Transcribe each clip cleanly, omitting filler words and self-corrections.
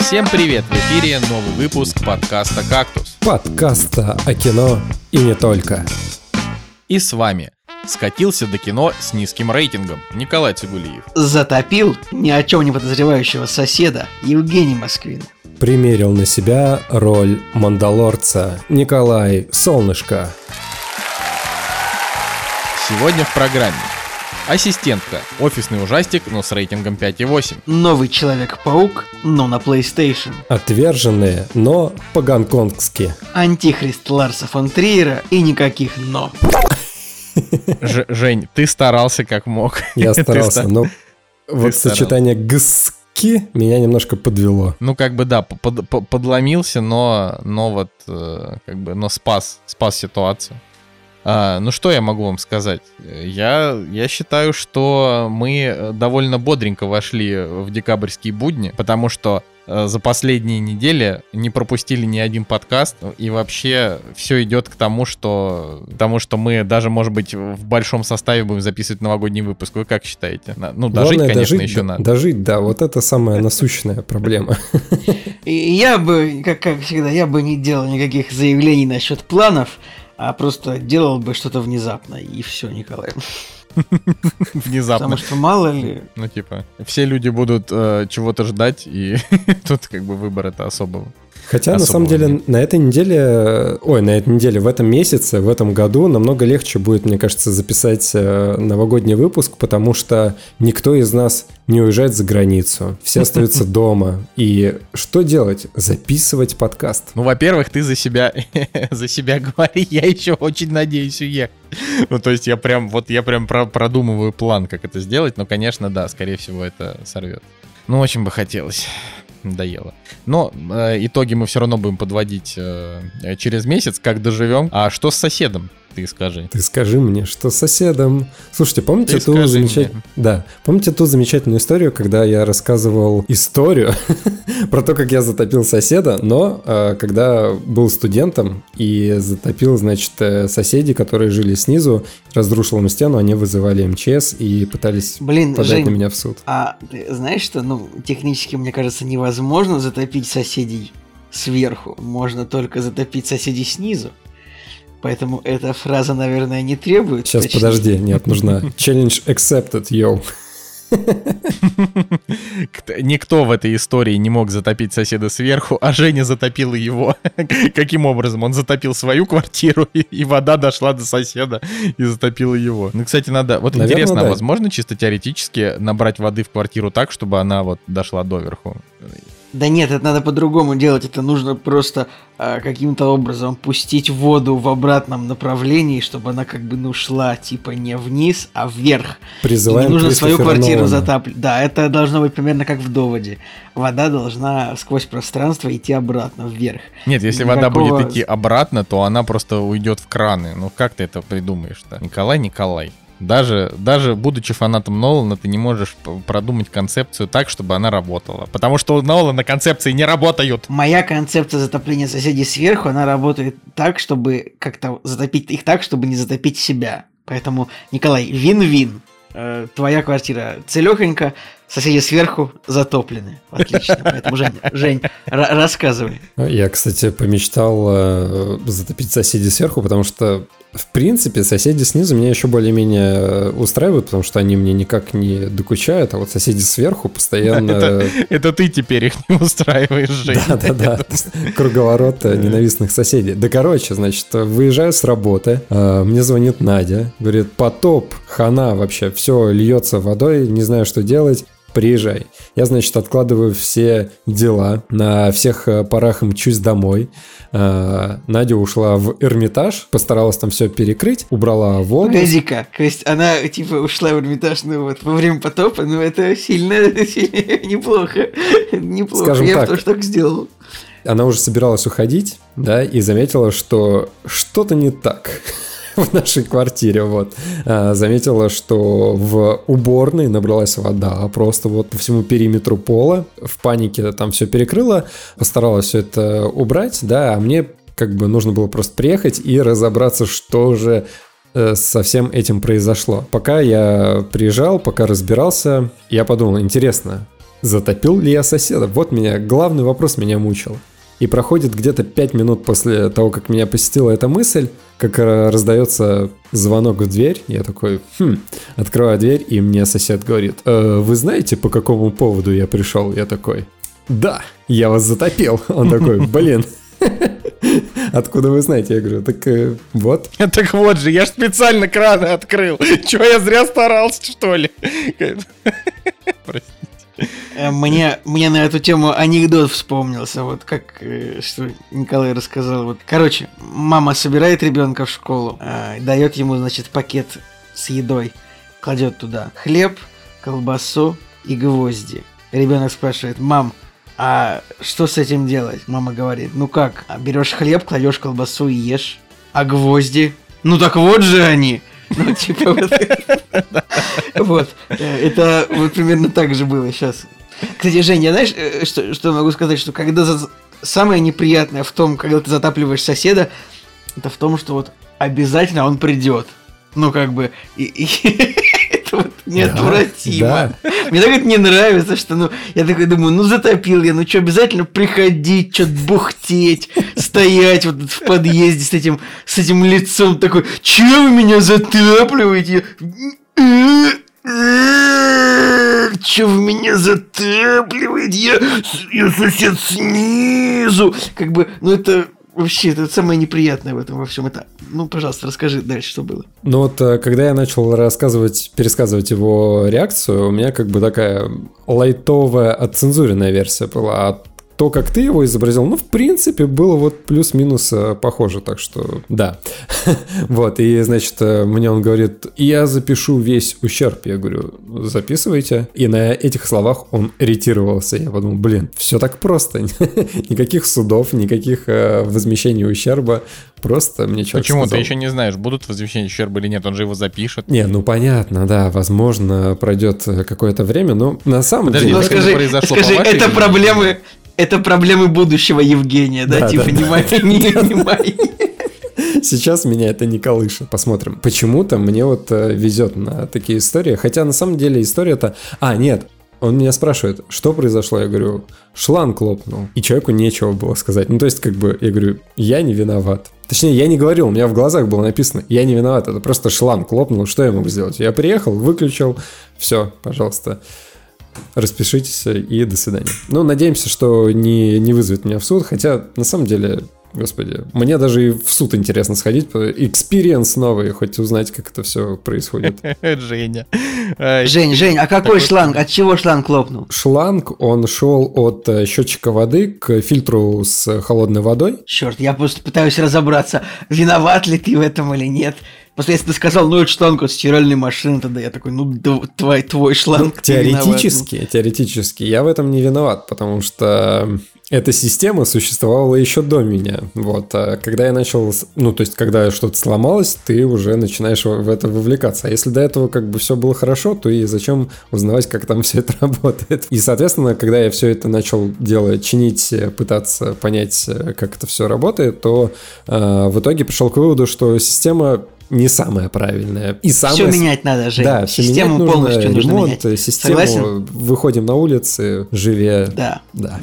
Всем привет! В эфире новый выпуск подкаста «Кактус». Подкаста о кино и не только. И с вами скатился до кино с низким рейтингом Николай Цигулиев. Затопил ни о чем не подозревающего соседа Евгений Москвин. Примерил на себя роль мандалорца Николай Солнышко. Сегодня в программе ассистентка, офисный ужастик, но с рейтингом 5,8. Новый Человек-паук, но на PlayStation. Отверженные, но по-гонконгски. Антихрист Ларса фон Триера и никаких «но». Жень, ты старался как мог. Я старался, но вот сочетание «гски» меня немножко подвело. Ну, как бы да, подломился, но вот, как бы, но спас ситуацию. Ну, что я могу вам сказать? Я считаю, что мы довольно бодренько вошли в декабрьские будни, потому что за последние недели не пропустили ни один подкаст, и вообще все идет к тому, что мы даже, может быть, в большом составе будем записывать новогодний выпуск. Вы как считаете? Ну, дожить, главное, конечно, еще надо. Дожить, да, вот это самая насущная проблема. Я бы, как всегда, не делал никаких заявлений насчет планов, а просто делал бы что-то внезапно, и все, Николай. Внезапно. Потому что мало ли... Ну, типа, все люди будут чего-то ждать, и тут как бы выбора-то особого. Хотя, на самом деле, в этом месяце, в этом году намного легче будет, мне кажется, записать новогодний выпуск, потому что никто из нас не уезжает за границу, все остаются дома. И что делать? Записывать подкаст. Ну, во-первых, ты за себя говори, я еще очень надеюсь уехать. Ну, то есть я прям продумываю план, как это сделать, но, конечно, да, скорее всего, это сорвет. Ну, очень бы хотелось. Надоело. Но итоги мы все равно будем подводить через месяц, как доживем. А что с соседом? Ты скажи. Ты скажи мне, что с соседом? Слушайте, помните ту замечательную историю, когда я рассказывал историю про то, как я затопил соседа, но когда был студентом и затопил, значит, соседей, которые жили снизу, разрушил им стену, они вызывали МЧС и пытались подать Жень, на меня в суд. А ты знаешь, что, технически, мне кажется, невозможно затопить соседей сверху, можно только затопить соседей снизу. Поэтому эта фраза, наверное, не требует. Сейчас, подожди, нет, нужна. Challenge accepted, yo. Никто в этой истории не мог затопить соседа сверху, а Женя затопила его. Каким образом? Он затопил свою квартиру, и вода дошла до соседа и затопила его. Ну, кстати, надо... Вот наверное, интересно, да. Возможно чисто теоретически набрать воды в квартиру так, чтобы она вот дошла доверху? Да нет, это надо по-другому делать. Это нужно просто каким-то образом пустить воду в обратном направлении, чтобы она как бы шла типа не вниз, а вверх. Призываем не нужно свою квартиру Нолана. затапливать. Да, это должно быть примерно как в доводе. Вода должна сквозь пространство идти обратно, вверх. Нет, если вода будет идти обратно, то она просто уйдет в краны. Ну как ты это придумаешь-то? Николай. Даже будучи фанатом Нолана, ты не можешь продумать концепцию так, чтобы она работала. Потому что у Нолана концепции не работают. Моя концепция затопления соседей сверху, она работает так, чтобы как-то затопить их так, чтобы не затопить себя. Поэтому, Николай, вин-вин. Твоя квартира целехонька, соседи сверху затоплены. Отлично. Поэтому, Жень, рассказывай. Я, кстати, помечтал затопить соседей сверху, потому что в принципе, соседи снизу меня еще более-менее устраивают, потому что они мне никак не докучают, а вот соседи сверху постоянно... Это ты теперь их не устраиваешь, Жень. Да. Круговорот ненавистных соседей. Да, короче, значит, выезжаю с работы, мне звонит Надя, говорит, потоп, хана вообще, все льется водой, не знаю, что делать. Приезжай. Я, значит, откладываю все дела, на всех парах мчусь домой. Надя ушла в Эрмитаж, постаралась там все перекрыть, убрала воду. Погоди-ка, то есть она типа ушла в Эрмитаж, во время потопа, это сильно неплохо. Скажем я так, бы тоже так сделал. Она уже собиралась уходить, да, и заметила, что что-то не так в нашей квартире, вот. Заметила, что в уборной набралась вода просто вот по всему периметру пола. В панике там все перекрыла, постаралась все это убрать, да, а мне как бы нужно было просто приехать и разобраться, что же со всем этим произошло. Пока я приезжал, пока разбирался, я подумал, интересно, затопил ли я соседа? Вот меня, главный вопрос меня мучил. И проходит где-то 5 минут после того, как меня посетила эта мысль, как раздается звонок в дверь. Я такой, открываю дверь, и мне сосед говорит: вы знаете, по какому поводу я пришел? Я такой: да, я вас затопил. Он такой: блин, откуда вы знаете? Я говорю: так вот. Так вот же, я ж специально краны открыл. Чё, я зря старался, что ли? Простите. Мне на эту тему анекдот вспомнился, вот как что Николай рассказал. Вот. Короче, мама собирает ребенка в школу, дает ему, значит, пакет с едой, кладет туда хлеб, колбасу и гвозди. Ребенок спрашивает: мам, а что с этим делать? Мама говорит: ну как, берешь хлеб, кладешь колбасу и ешь, а гвозди? Ну так вот же они! Ну, типа, вот. Это вот примерно так же было сейчас. Кстати, Женя, знаешь, что могу сказать? Что когда самое неприятное в том, когда ты затапливаешь соседа, это в том, что вот обязательно он придет. Ну, как бы, это вот неотвратимо. Да. Мне так это не нравится, что, ну, я такой думаю, ну, затопил я, ну, что, обязательно приходить, что-то бухтеть, стоять вот в подъезде с этим лицом такой: че вы меня затапливаете? Че вы меня затапливаете? Я сосед снизу. Как бы, ну, это... Вообще, это самое неприятное в этом во всем. Это, ну, пожалуйста, расскажи дальше, что было. Ну вот, когда я начал пересказывать его реакцию, у меня как бы такая лайтовая, отцензуренная версия была. А то, как ты его изобразил, ну, в принципе, было вот плюс-минус похоже, так что да. Вот, и, значит, мне он говорит: я запишу весь ущерб. Я говорю: записывайте. И на этих словах он ретировался. Я подумал: блин, все так просто. Никаких судов, никаких возмещений ущерба. Просто мне человек Почему? сказал... Ты еще не знаешь, будут возмещения ущерба или нет, он же его запишет. Не, ну понятно, да, возможно, пройдет какое-то время, но на самом Подожди, деле... ну скажи, это проблемы будущего Евгения, да? Типа, не мои. Сейчас меня это не колышет. Посмотрим. Почему-то мне вот везет на такие истории. Хотя на самом деле история-то... нет. Он меня спрашивает, что произошло? Я говорю: шланг лопнул. И человеку нечего было сказать. Ну, то есть, как бы, я говорю: я не виноват. Точнее, я не говорил, у меня в глазах было написано: я не виноват, это просто шланг лопнул. Что я могу сделать? Я приехал, выключил. Все, пожалуйста. Распишитесь и до свидания. Ну, надеемся, что не вызовет меня в суд. Хотя, на самом деле... Господи, мне даже и в суд интересно сходить, экспириенс новый, хоть узнать, как это все происходит. Женя, а какой шланг? От чего шланг лопнул? Шланг, он шел от счетчика воды к фильтру с холодной водой. Черт, я просто пытаюсь разобраться, виноват ли ты в этом или нет. После если ты сказал: ну, это шланг от стиральной машины, тогда я такой: ну, твой шланг. Ну, теоретически, я в этом не виноват, потому что эта система существовала еще до меня. Вот, а когда я начал, ну, то есть, когда что-то сломалось, ты уже начинаешь в это вовлекаться. А если до этого как бы все было хорошо, то и зачем узнавать, как там все это работает? И, соответственно, когда я все это начал чинить, пытаться понять, как это все работает, то в итоге пришел к выводу, что система не самая правильная. И самое... Все менять надо, Жень. Да, систему менять полностью нужно ремонт, менять. систему, согласен? Выходим на улицы, живее. Да.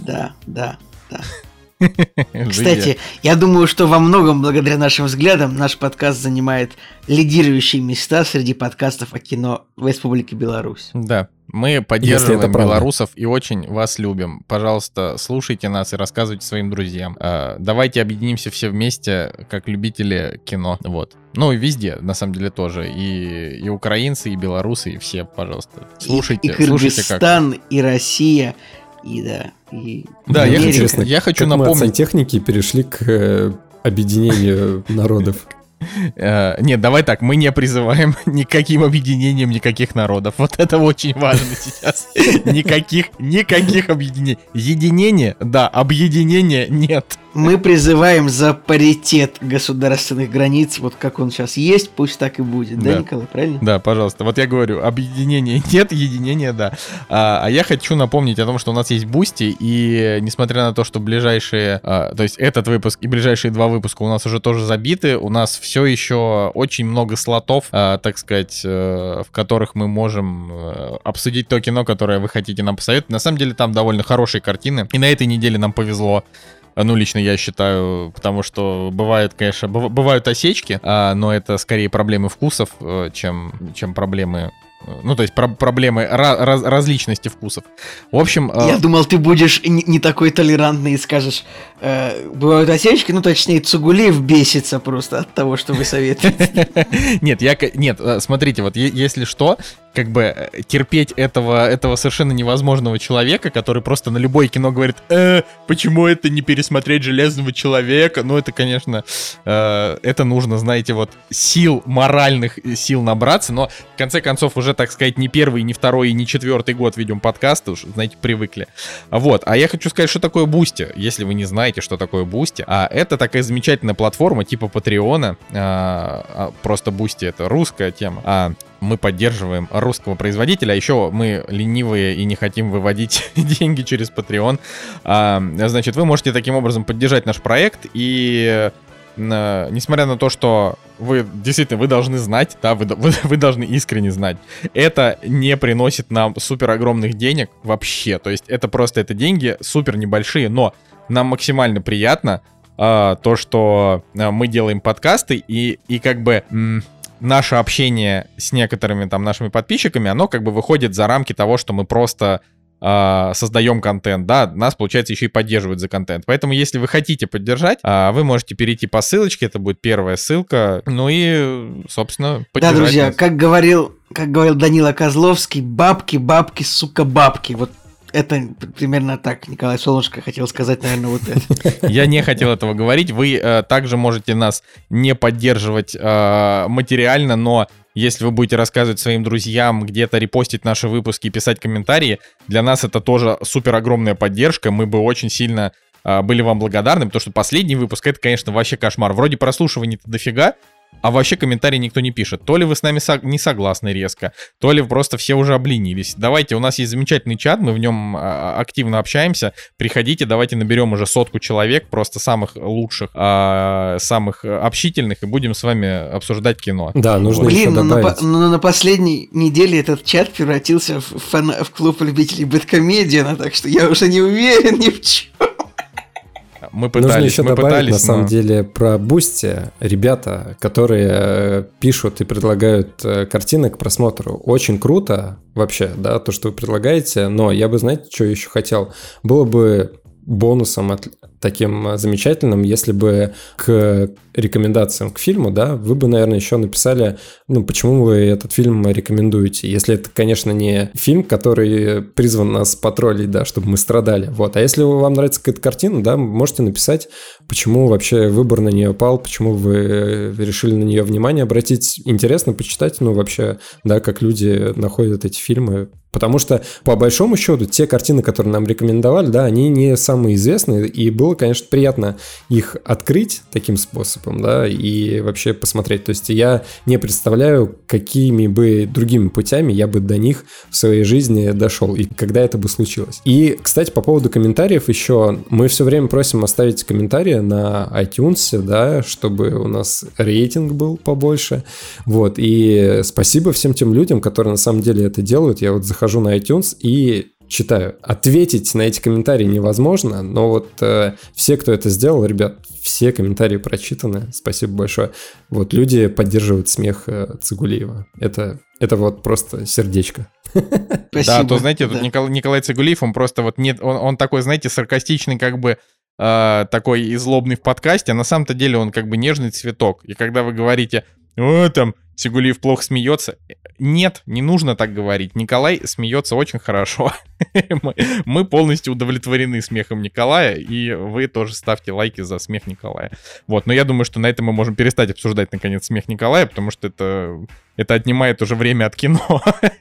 Кстати, я думаю, что во многом благодаря нашим взглядам наш подкаст занимает лидирующие места среди подкастов о кино в Республике Беларусь. Да, мы поддерживаем белорусов и очень вас любим. Пожалуйста, слушайте нас и рассказывайте своим друзьям. Давайте объединимся все вместе, как любители кино. Вот. Ну и везде, на самом деле, тоже. И украинцы, и белорусы, и все, пожалуйста. Слушайте. И Кыргызстан, и Россия, и да. Да, я хочу напомнить. Мы от сантехники перешли к объединению народов. Нет, давай так, мы не призываем никаким объединением никаких народов. Вот это очень важно сейчас. Никаких объединений. Единение, да, объединения нет. Мы призываем за паритет государственных границ, вот как он сейчас есть, пусть так и будет, да, Николай, правильно? Да, пожалуйста. Вот я говорю, объединения нет, единения да. А я хочу напомнить о том, что у нас есть Boosty, и несмотря на то, что ближайшие, то есть этот выпуск и ближайшие 2 выпуска у нас уже тоже забиты, у нас все еще очень много слотов, так сказать, в которых мы можем обсудить то кино, которое вы хотите нам посоветовать. На самом деле там довольно хорошие картины, и на этой неделе нам повезло. Ну, лично я считаю, потому что бывают, конечно, бывают осечки, но это скорее проблемы вкусов, чем проблемы... Ну, то есть проблемы различности вкусов. В общем... Я думал, ты будешь не такой толерантный и скажешь, бывают осечки, ну, точнее, Цугулиев бесится просто от того, что вы советуете. Нет, смотрите, вот если что, как бы терпеть этого совершенно невозможного человека, который просто на любое кино говорит, почему это не пересмотреть «Железного человека»? Ну, это, конечно, это нужно, знаете, вот моральных сил набраться, но, в конце концов, уже, так сказать, не первый, не второй и не 4-й год ведем подкасты, уж, знаете, привыкли. Вот, а я хочу сказать, что такое Boosty, если вы не знаете, что такое Boosty. Это такая замечательная платформа типа Патреона, просто Boosty — это русская тема, мы поддерживаем русского производителя, а еще мы ленивые и не хотим выводить деньги через Patreon. Значит, вы можете таким образом поддержать наш проект, и несмотря на то, что вы должны знать, да, вы должны искренне знать, это не приносит нам супер огромных денег вообще, то есть это деньги супер небольшие, но нам максимально приятно то, что мы делаем подкасты, и как бы... Наше общение с некоторыми там нашими подписчиками, оно как бы выходит за рамки того, что мы просто создаем контент, да, нас, получается, еще и поддерживают за контент. Поэтому, если вы хотите поддержать, вы можете перейти по ссылочке, это будет первая ссылка, ну и, собственно, поддержать. Да, друзья, нас. как говорил Данила Козловский, бабки, сука, бабки. Вот это примерно так Николай Солнышко хотел сказать, наверное, вот это. Я не хотел этого говорить. Вы также можете нас не поддерживать материально, но если вы будете рассказывать своим друзьям, где-то репостить наши выпуски и писать комментарии, для нас это тоже супер огромная поддержка. Мы бы очень сильно были вам благодарны, потому что последний выпуск — это, конечно, вообще кошмар. Вроде прослушиваний-то дофига, а вообще комментарий никто не пишет. То ли вы с нами не согласны резко, то ли просто все уже обленились. Давайте, у нас есть замечательный чат, мы в нем активно общаемся. Приходите, давайте наберем уже 100 человек, просто самых лучших, самых общительных, и будем с вами обсуждать кино. Да, нужно еще добавить. На последней неделе этот чат превратился в клуб любителей бэдкомедиана, так что я уже не уверен ни в чем. Мы пытались, нужно еще добавить, на самом деле, про Boosty. Ребята, которые пишут и предлагают картины к просмотру, очень круто вообще, да, то, что вы предлагаете, но я бы, знаете, что еще хотел? Было бы бонусом таким замечательным, если бы к рекомендациям к фильму, да, вы бы, наверное, еще написали, почему вы этот фильм рекомендуете. Если это, конечно, не фильм, который призван нас потроллить, да, чтобы мы страдали. Вот. А если вам нравится какая-то картина, да, можете написать, почему вообще выбор на нее пал, почему вы решили на нее внимание обратить. Интересно почитать, вообще, да, как люди находят эти фильмы. Потому что, по большому счету, те картины, которые нам рекомендовали, да, они не самые известные, и было, конечно, приятно их открыть таким способом, да, и вообще посмотреть. То есть я не представляю, какими бы другими путями я бы до них в своей жизни дошел, и когда это бы случилось. И, кстати, по поводу комментариев еще, мы все время просим оставить комментарии на iTunes, да, чтобы у нас рейтинг был побольше, вот, и спасибо всем тем людям, которые на самом деле это делают. Я вот захожу на iTunes и читаю. Ответить на эти комментарии невозможно, но вот все, кто это сделал, ребят, все комментарии прочитаны. Спасибо большое. Вот люди поддерживают смех Цигулиева. Это вот просто сердечко. Спасибо. Да, то, знаете, тут Николай Цигулиев, он просто вот нет, он такой, знаете, саркастичный, как бы такой и злобный в подкасте, а на самом-то деле он как бы нежный цветок. И когда вы говорите, там Цигулиев плохо смеется. Нет, не нужно так говорить. Николай смеется очень хорошо. Мы полностью удовлетворены смехом Николая, и вы тоже ставьте лайки за смех Николая. Вот, но я думаю, что на этом мы можем перестать обсуждать, наконец, смех Николая, потому что это отнимает уже время от кино.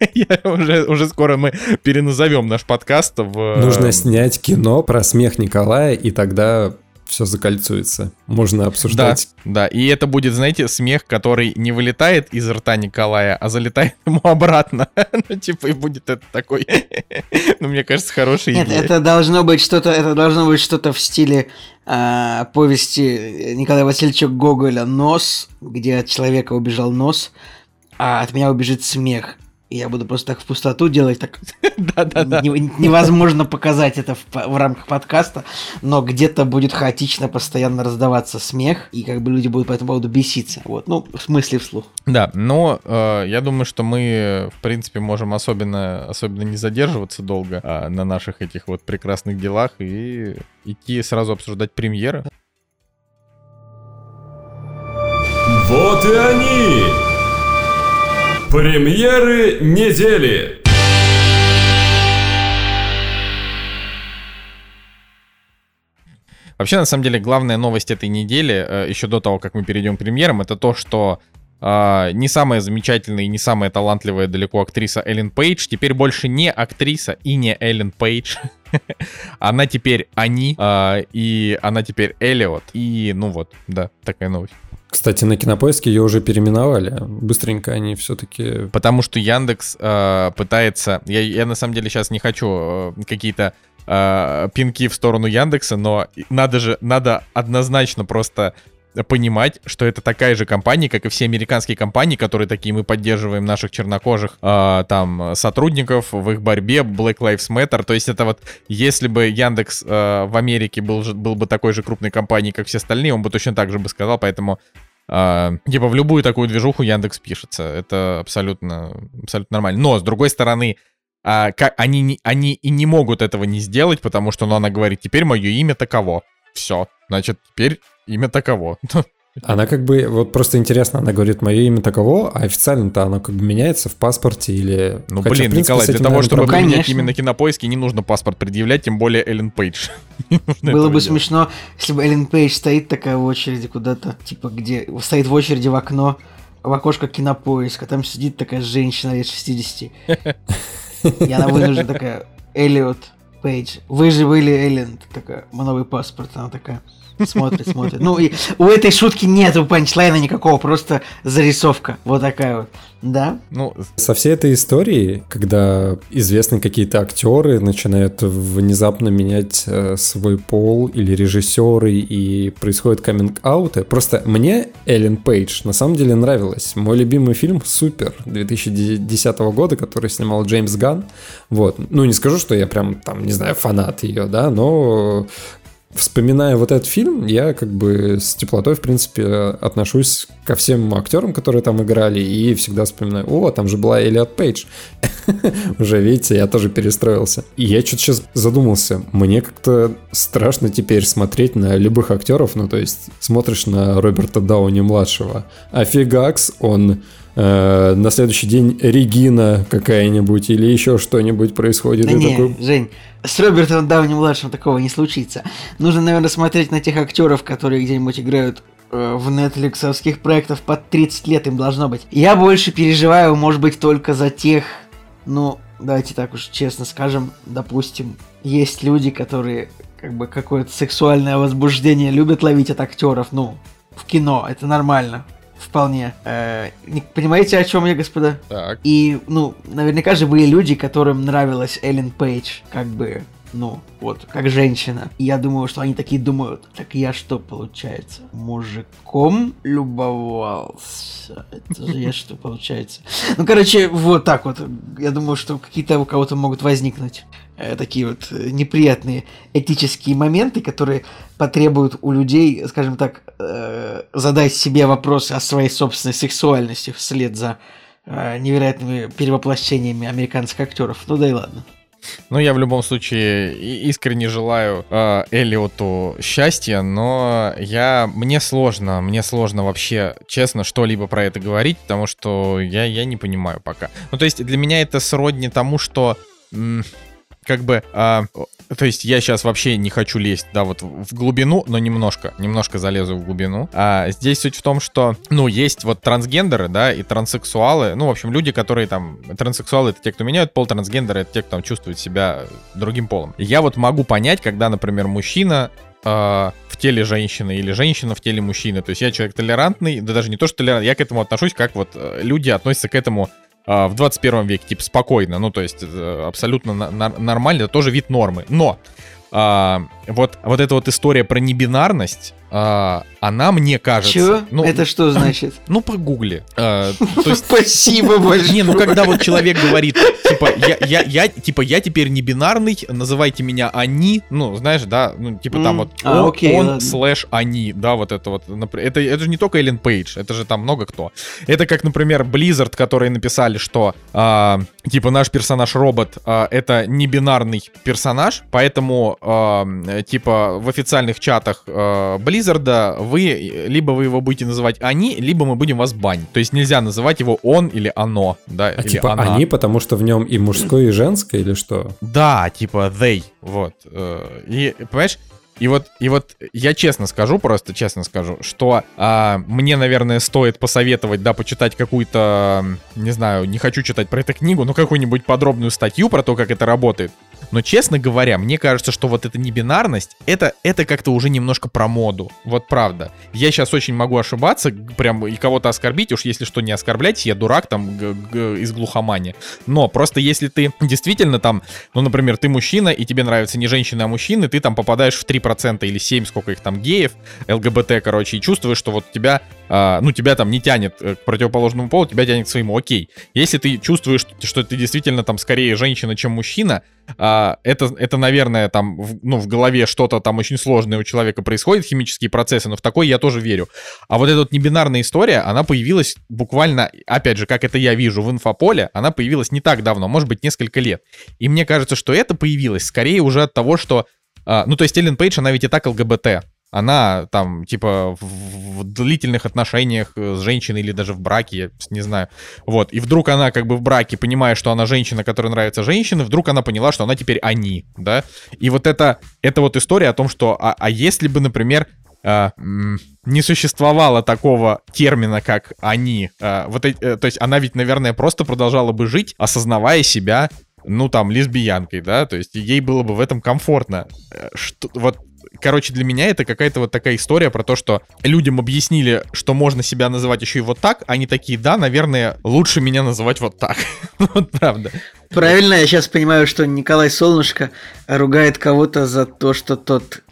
Уже скоро мы переназовем наш подкаст в... Нужно снять кино про смех Николая, и тогда все закольцуется. Можно обсуждать. Да, и это будет, знаете, смех, который не вылетает из рта Николая, а залетает ему обратно. Ну, типа, и будет это такой, ну, мне кажется, хорошая идея. Нет, это должно быть что-то в стиле повести Николая Васильевича Гоголя «Нос», где от человека убежал нос, а от меня убежит смех. И я буду просто так в пустоту делать, так невозможно показать это в рамках подкаста, но где-то будет хаотично постоянно раздаваться смех, и как бы люди будут по этому поводу беситься. Вот, ну, в смысле вслух. Да, но я думаю, что мы, в принципе, можем особенно не задерживаться долго на наших этих вот прекрасных делах и идти сразу обсуждать премьеры. Вот и они! Премьеры недели! Вообще, на самом деле, главная новость этой недели, еще до того, как мы перейдем к премьерам, это то, что не самая замечательная и не самая талантливая далеко актриса Эллен Пейдж теперь больше не актриса и не Эллен Пейдж. Она теперь и она теперь Эллиот. И, ну вот, да, такая новость. Кстати, на Кинопоиске ее уже переименовали. Быстренько они все-таки... Потому что Яндекс пытается... Я на самом деле сейчас не хочу какие-то пинки в сторону Яндекса, но надо однозначно просто понимать, что это такая же компания, как и все американские компании, которые такие: мы поддерживаем наших чернокожих там сотрудников в их борьбе, Black Lives Matter. То есть это вот, если бы Яндекс в Америке был бы такой же крупной компанией, как все остальные, он бы точно так же бы сказал, поэтому типа в любую такую движуху Яндекс пишется. Это абсолютно нормально. Но, с другой стороны, они и не могут этого не сделать, потому что она говорит: теперь мое имя таково. Все, значит, теперь имя таково. Она как бы, вот просто интересно, она говорит: мое имя таково, а официально-то оно как бы меняется в паспорте или... Ну, хотя, блин, в принципе, Николай, для того, чтобы проблем. поменять Конечно. имя на Кинопоиске, не нужно паспорт предъявлять, тем более Эллен Пейдж. Было бы смешно, если бы Эллен Пейдж стоит такая в очереди куда-то, типа, где стоит в очереди в окно, в окошко Кинопоиска, там сидит такая женщина лет 60. И она вынуждена такая: Эллиот Пейдж, вы же были Эллен, такая: мой новый паспорт. Она такая смотрит. Ну и у этой шутки нету панчлайна никакого, просто зарисовка. Вот такая вот. Да? Ну, со всей этой историей, когда известные какие-то актеры начинают внезапно менять свой пол, или режиссеры, и происходит каминг-ауты, просто мне Эллен Пейдж на самом деле нравилась. Мой любимый фильм «Супер» 2010 года, который снимал Джеймс Ганн. Вот. Ну, не скажу, что я прям, там, не знаю, фанат ее, да, но... Вспоминая вот этот фильм, я как бы с теплотой, в принципе, отношусь ко всем актерам, которые там играли, и всегда вспоминаю: о, там же была Эллиот Пейдж. Уже, видите, я тоже перестроился. И я что-то сейчас задумался, мне как-то страшно теперь смотреть на любых актеров, ну, то есть смотришь на Роберта Дауни-младшего, а фигакс, он... на следующий день Регина какая-нибудь или еще что-нибудь происходит. Да и не, такой... Жень, с Робертом Дауни-младшим такого не случится. Нужно, наверное, смотреть на тех актеров, которые где-нибудь играют в нетфликсовских проектах под 30 лет, им должно быть. Я больше переживаю, может быть, только за тех, ну, давайте так уж честно скажем, допустим, есть люди, которые как бы какое-то сексуальное возбуждение любят ловить от актеров, ну, в кино, это нормально. Вполне. Понимаете, о чем я, господа? так. И, ну, наверняка же были люди, которым нравилась Эллен Пейдж, как бы, ну, вот, как женщина. И я думаю, что они такие думают: так я что, получается, мужиком любовался? Это же я что, получается? Ну, короче, вот так вот. Я думаю, что какие-то у кого-то могут возникнуть такие вот неприятные этические моменты, которые потребуют у людей, скажем так, задать себе вопросы о своей собственной сексуальности вслед за невероятными перевоплощениями американских актеров. Ну да и ладно. Ну, я в любом случае искренне желаю Эллиоту счастья, но мне сложно вообще, честно, что-либо про это говорить, потому что я не понимаю пока. Ну, то есть для меня это сродни тому, что... как бы, то есть я сейчас вообще не хочу лезть, да, вот в глубину, но немножко залезу в глубину. Здесь суть в том, что, ну, есть вот трансгендеры, да, и транссексуалы, ну, в общем, люди, которые там, транссексуалы — это те, кто меняют пол, трансгендеры — это те, кто там чувствует себя другим полом. И я вот могу понять, когда, например, мужчина в теле женщины или женщина в теле мужчины. То есть я человек толерантный, да даже не то, что толерантный, я к этому отношусь, как вот люди относятся к этому в 21 веке, типа спокойно, ну то есть абсолютно нормально, это тоже вид нормы. Но вот эта вот история про небинарность, она, мне кажется... Чё? Ну, это что значит? Ну, погугли. Спасибо большое. Не, ну когда вот человек говорит, типа, я теперь не бинарный, называйте меня они, ну, знаешь, да, ну, типа там вот он слэш они, да, вот это вот. Это же не только Эллен Пейдж, это же там много кто. Это как, например, Blizzard, которые написали, что, типа, наш персонаж-робот это не бинарный персонаж, поэтому, типа, в официальных чатах Blizzard либо вы его будете называть они, либо мы будем вас банить. То есть нельзя называть его он или оно, да, или типа она. Они, потому что в нем и мужское, и женское, или что? Да, типа they, вот. И, понимаешь, и вот я честно скажу, что мне, наверное, стоит посоветовать, да, почитать какую-то, не знаю, не хочу читать про эту книгу, но какую-нибудь подробную статью про то, как это работает. Но, честно говоря, мне кажется, что вот эта небинарность, это как-то уже немножко про моду. Вот правда. Я сейчас очень могу ошибаться, прям и кого-то оскорбить, уж если что, не оскорбляйте, я дурак там из глухомани. Но просто если ты действительно там, ну, например, ты мужчина, и тебе нравятся не женщины, а мужчины, ты там попадаешь в 3% или 7%, сколько их там геев, ЛГБТ, короче, и чувствуешь, что вот тебя там не тянет к противоположному полу, тебя тянет к своему, окей. Если ты чувствуешь, что ты действительно там скорее женщина, чем мужчина, это, наверное, там, в голове что-то там очень сложное у человека происходит, химические процессы, но в такое я тоже верю. А вот эта вот небинарная история, она появилась буквально, опять же, как это я вижу в инфополе, она появилась не так давно, может быть, несколько лет. И мне кажется, что это появилось скорее уже от того, что... то есть Эллен Пейдж, она ведь и так ЛГБТ. Она там, типа, в длительных отношениях с женщиной или даже в браке, я не знаю. Вот. И вдруг она как бы в браке, понимая, что она женщина, которой нравятся женщины, вдруг она поняла, что она теперь они, да. И вот это вот история о том, что... А если бы, например, не существовало такого термина, как они, то есть она ведь, наверное, просто продолжала бы жить, осознавая себя, ну, там, лесбиянкой, да, то есть ей было бы в этом комфортно. Короче, для меня это какая-то вот такая история про то, что людям объяснили, что можно себя называть еще и вот так, они такие, да, наверное, лучше меня называть вот так. Вот правда. Правильно, я сейчас понимаю, что Николай Солнышко ругает кого-то за то, что тот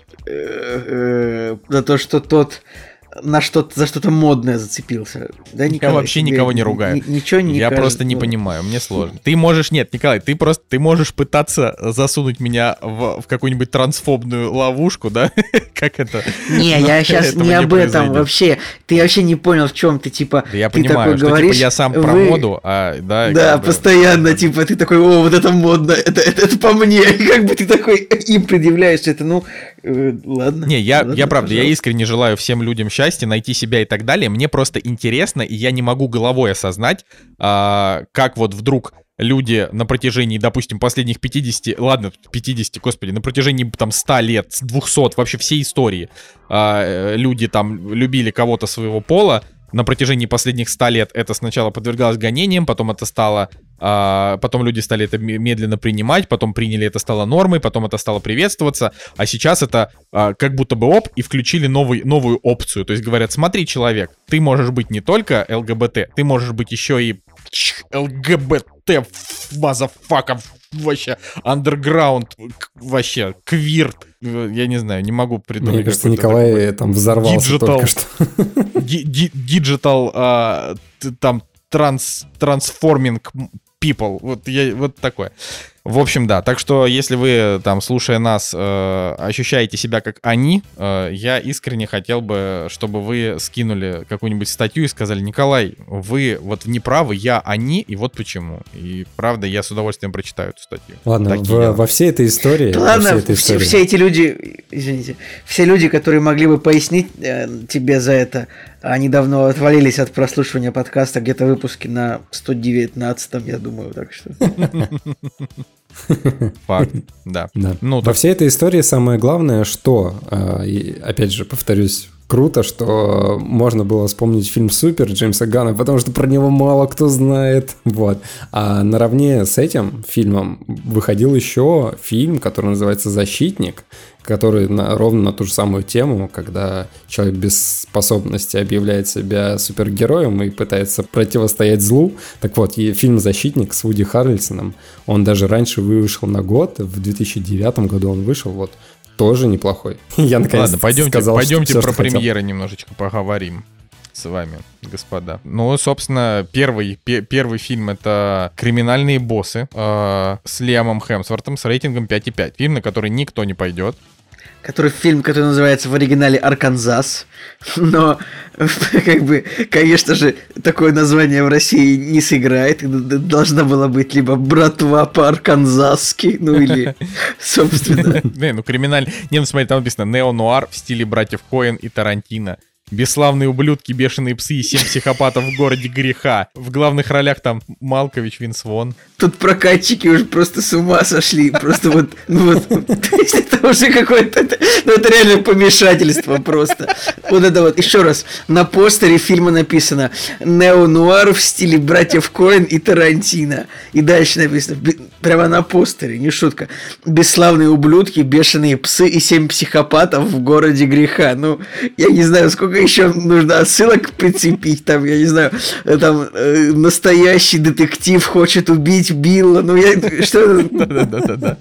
за что-то модное зацепился. Да, Николай, я вообще никого не ругаю. Ничего не Я кажется, просто не понимаю, мне сложно. Ты можешь, нет, Николай, ты можешь пытаться засунуть меня в какую-нибудь трансфобную ловушку, да? Как это? Не, я сейчас не об этом вообще. Ты вообще не понял, в чем ты, типа, я ты понимаю, такой что говоришь, типа я сам про моду, да. Да, постоянно, типа, ты такой, вот это модно, это по мне. И как бы ты такой им предъявляешь это, ладно. Не, я правда, я искренне желаю всем людям счастья, найти себя и так далее. Мне просто интересно, и я не могу головой осознать, как вот вдруг люди на протяжении, допустим, последних 50, на протяжении там 100 лет, 200, вообще всей истории, люди там любили кого-то своего пола. На протяжении последних 100 лет это сначала подвергалось гонениям, потом люди стали это медленно принимать, потом приняли, это стало нормой, потом это стало приветствоваться, а сейчас это как будто бы и включили новую опцию. То есть говорят, смотри, человек, ты можешь быть не только ЛГБТ, ты можешь быть еще и ЛГБТ, мазафака, вообще, андерграунд, вообще, квир. Я не знаю, не могу придумать. Мне кажется, Николай такой... там взорвался только что. Диджитал, там, трансформинг people. Вот такое. В общем, да. Так что, если вы, там, слушая нас, ощущаете себя как они, я искренне хотел бы, чтобы вы скинули какую-нибудь статью и сказали: Николай, вы вот не правы, я они, и вот почему. И правда, я с удовольствием прочитаю эту статью. Ладно, во всей этой истории... Ладно, все эти люди, извините, все люди, которые могли бы пояснить тебе за это, они давно отвалились от прослушивания подкаста, где-то выпуски на 119-м, я думаю, так что... Факт, да. Во всей этой истории самое главное, что, опять же, повторюсь, круто, что можно было вспомнить фильм «Супер» Джеймса Ганна, потому что про него мало кто знает. Вот. А наравне с этим фильмом выходил еще фильм, который называется «Защитник», который ровно на ту же самую тему, когда человек без способности объявляет себя супергероем и пытается противостоять злу. Так вот, и фильм «Защитник» с Вуди Харрельсоном, он даже раньше вышел на год, в 2009 году он вышел, вот, тоже неплохой. Я наконец-то пойдемте про премьеры немножечко поговорим с вами, господа. Ну, собственно, первый фильм — это «Криминальные боссы» с Лиамом Хемсвортом с рейтингом 5,5. Фильм, на который никто не пойдет. Фильм, который называется в оригинале «Арканзас». Но, как бы, конечно же, такое название в России не сыграет. Должна была быть либо «Братва по-арканзасски», ну или, собственно... Криминальный... смотри, там написано «Нео-нуар в стиле братьев Коэн и Тарантино». Бесславные ублюдки, бешеные псы и 7 психопатов в городе греха. В главных ролях там Малкович, Винс Вон. Тут прокатчики уже просто с ума сошли. Просто вот, то есть это уже какое-то, это реально помешательство просто. Вот это вот, еще раз, на постере фильма написано «Нео-нуар в стиле братьев Коэн и Тарантино». И дальше написано, прямо на постере, не шутка, «Бесславные ублюдки, бешеные псы и 7 психопатов в городе греха». Ну, я не знаю, сколько еще нужно отсылок прицепить, там, я не знаю, там, настоящий детектив хочет убить Билла, ну, что это?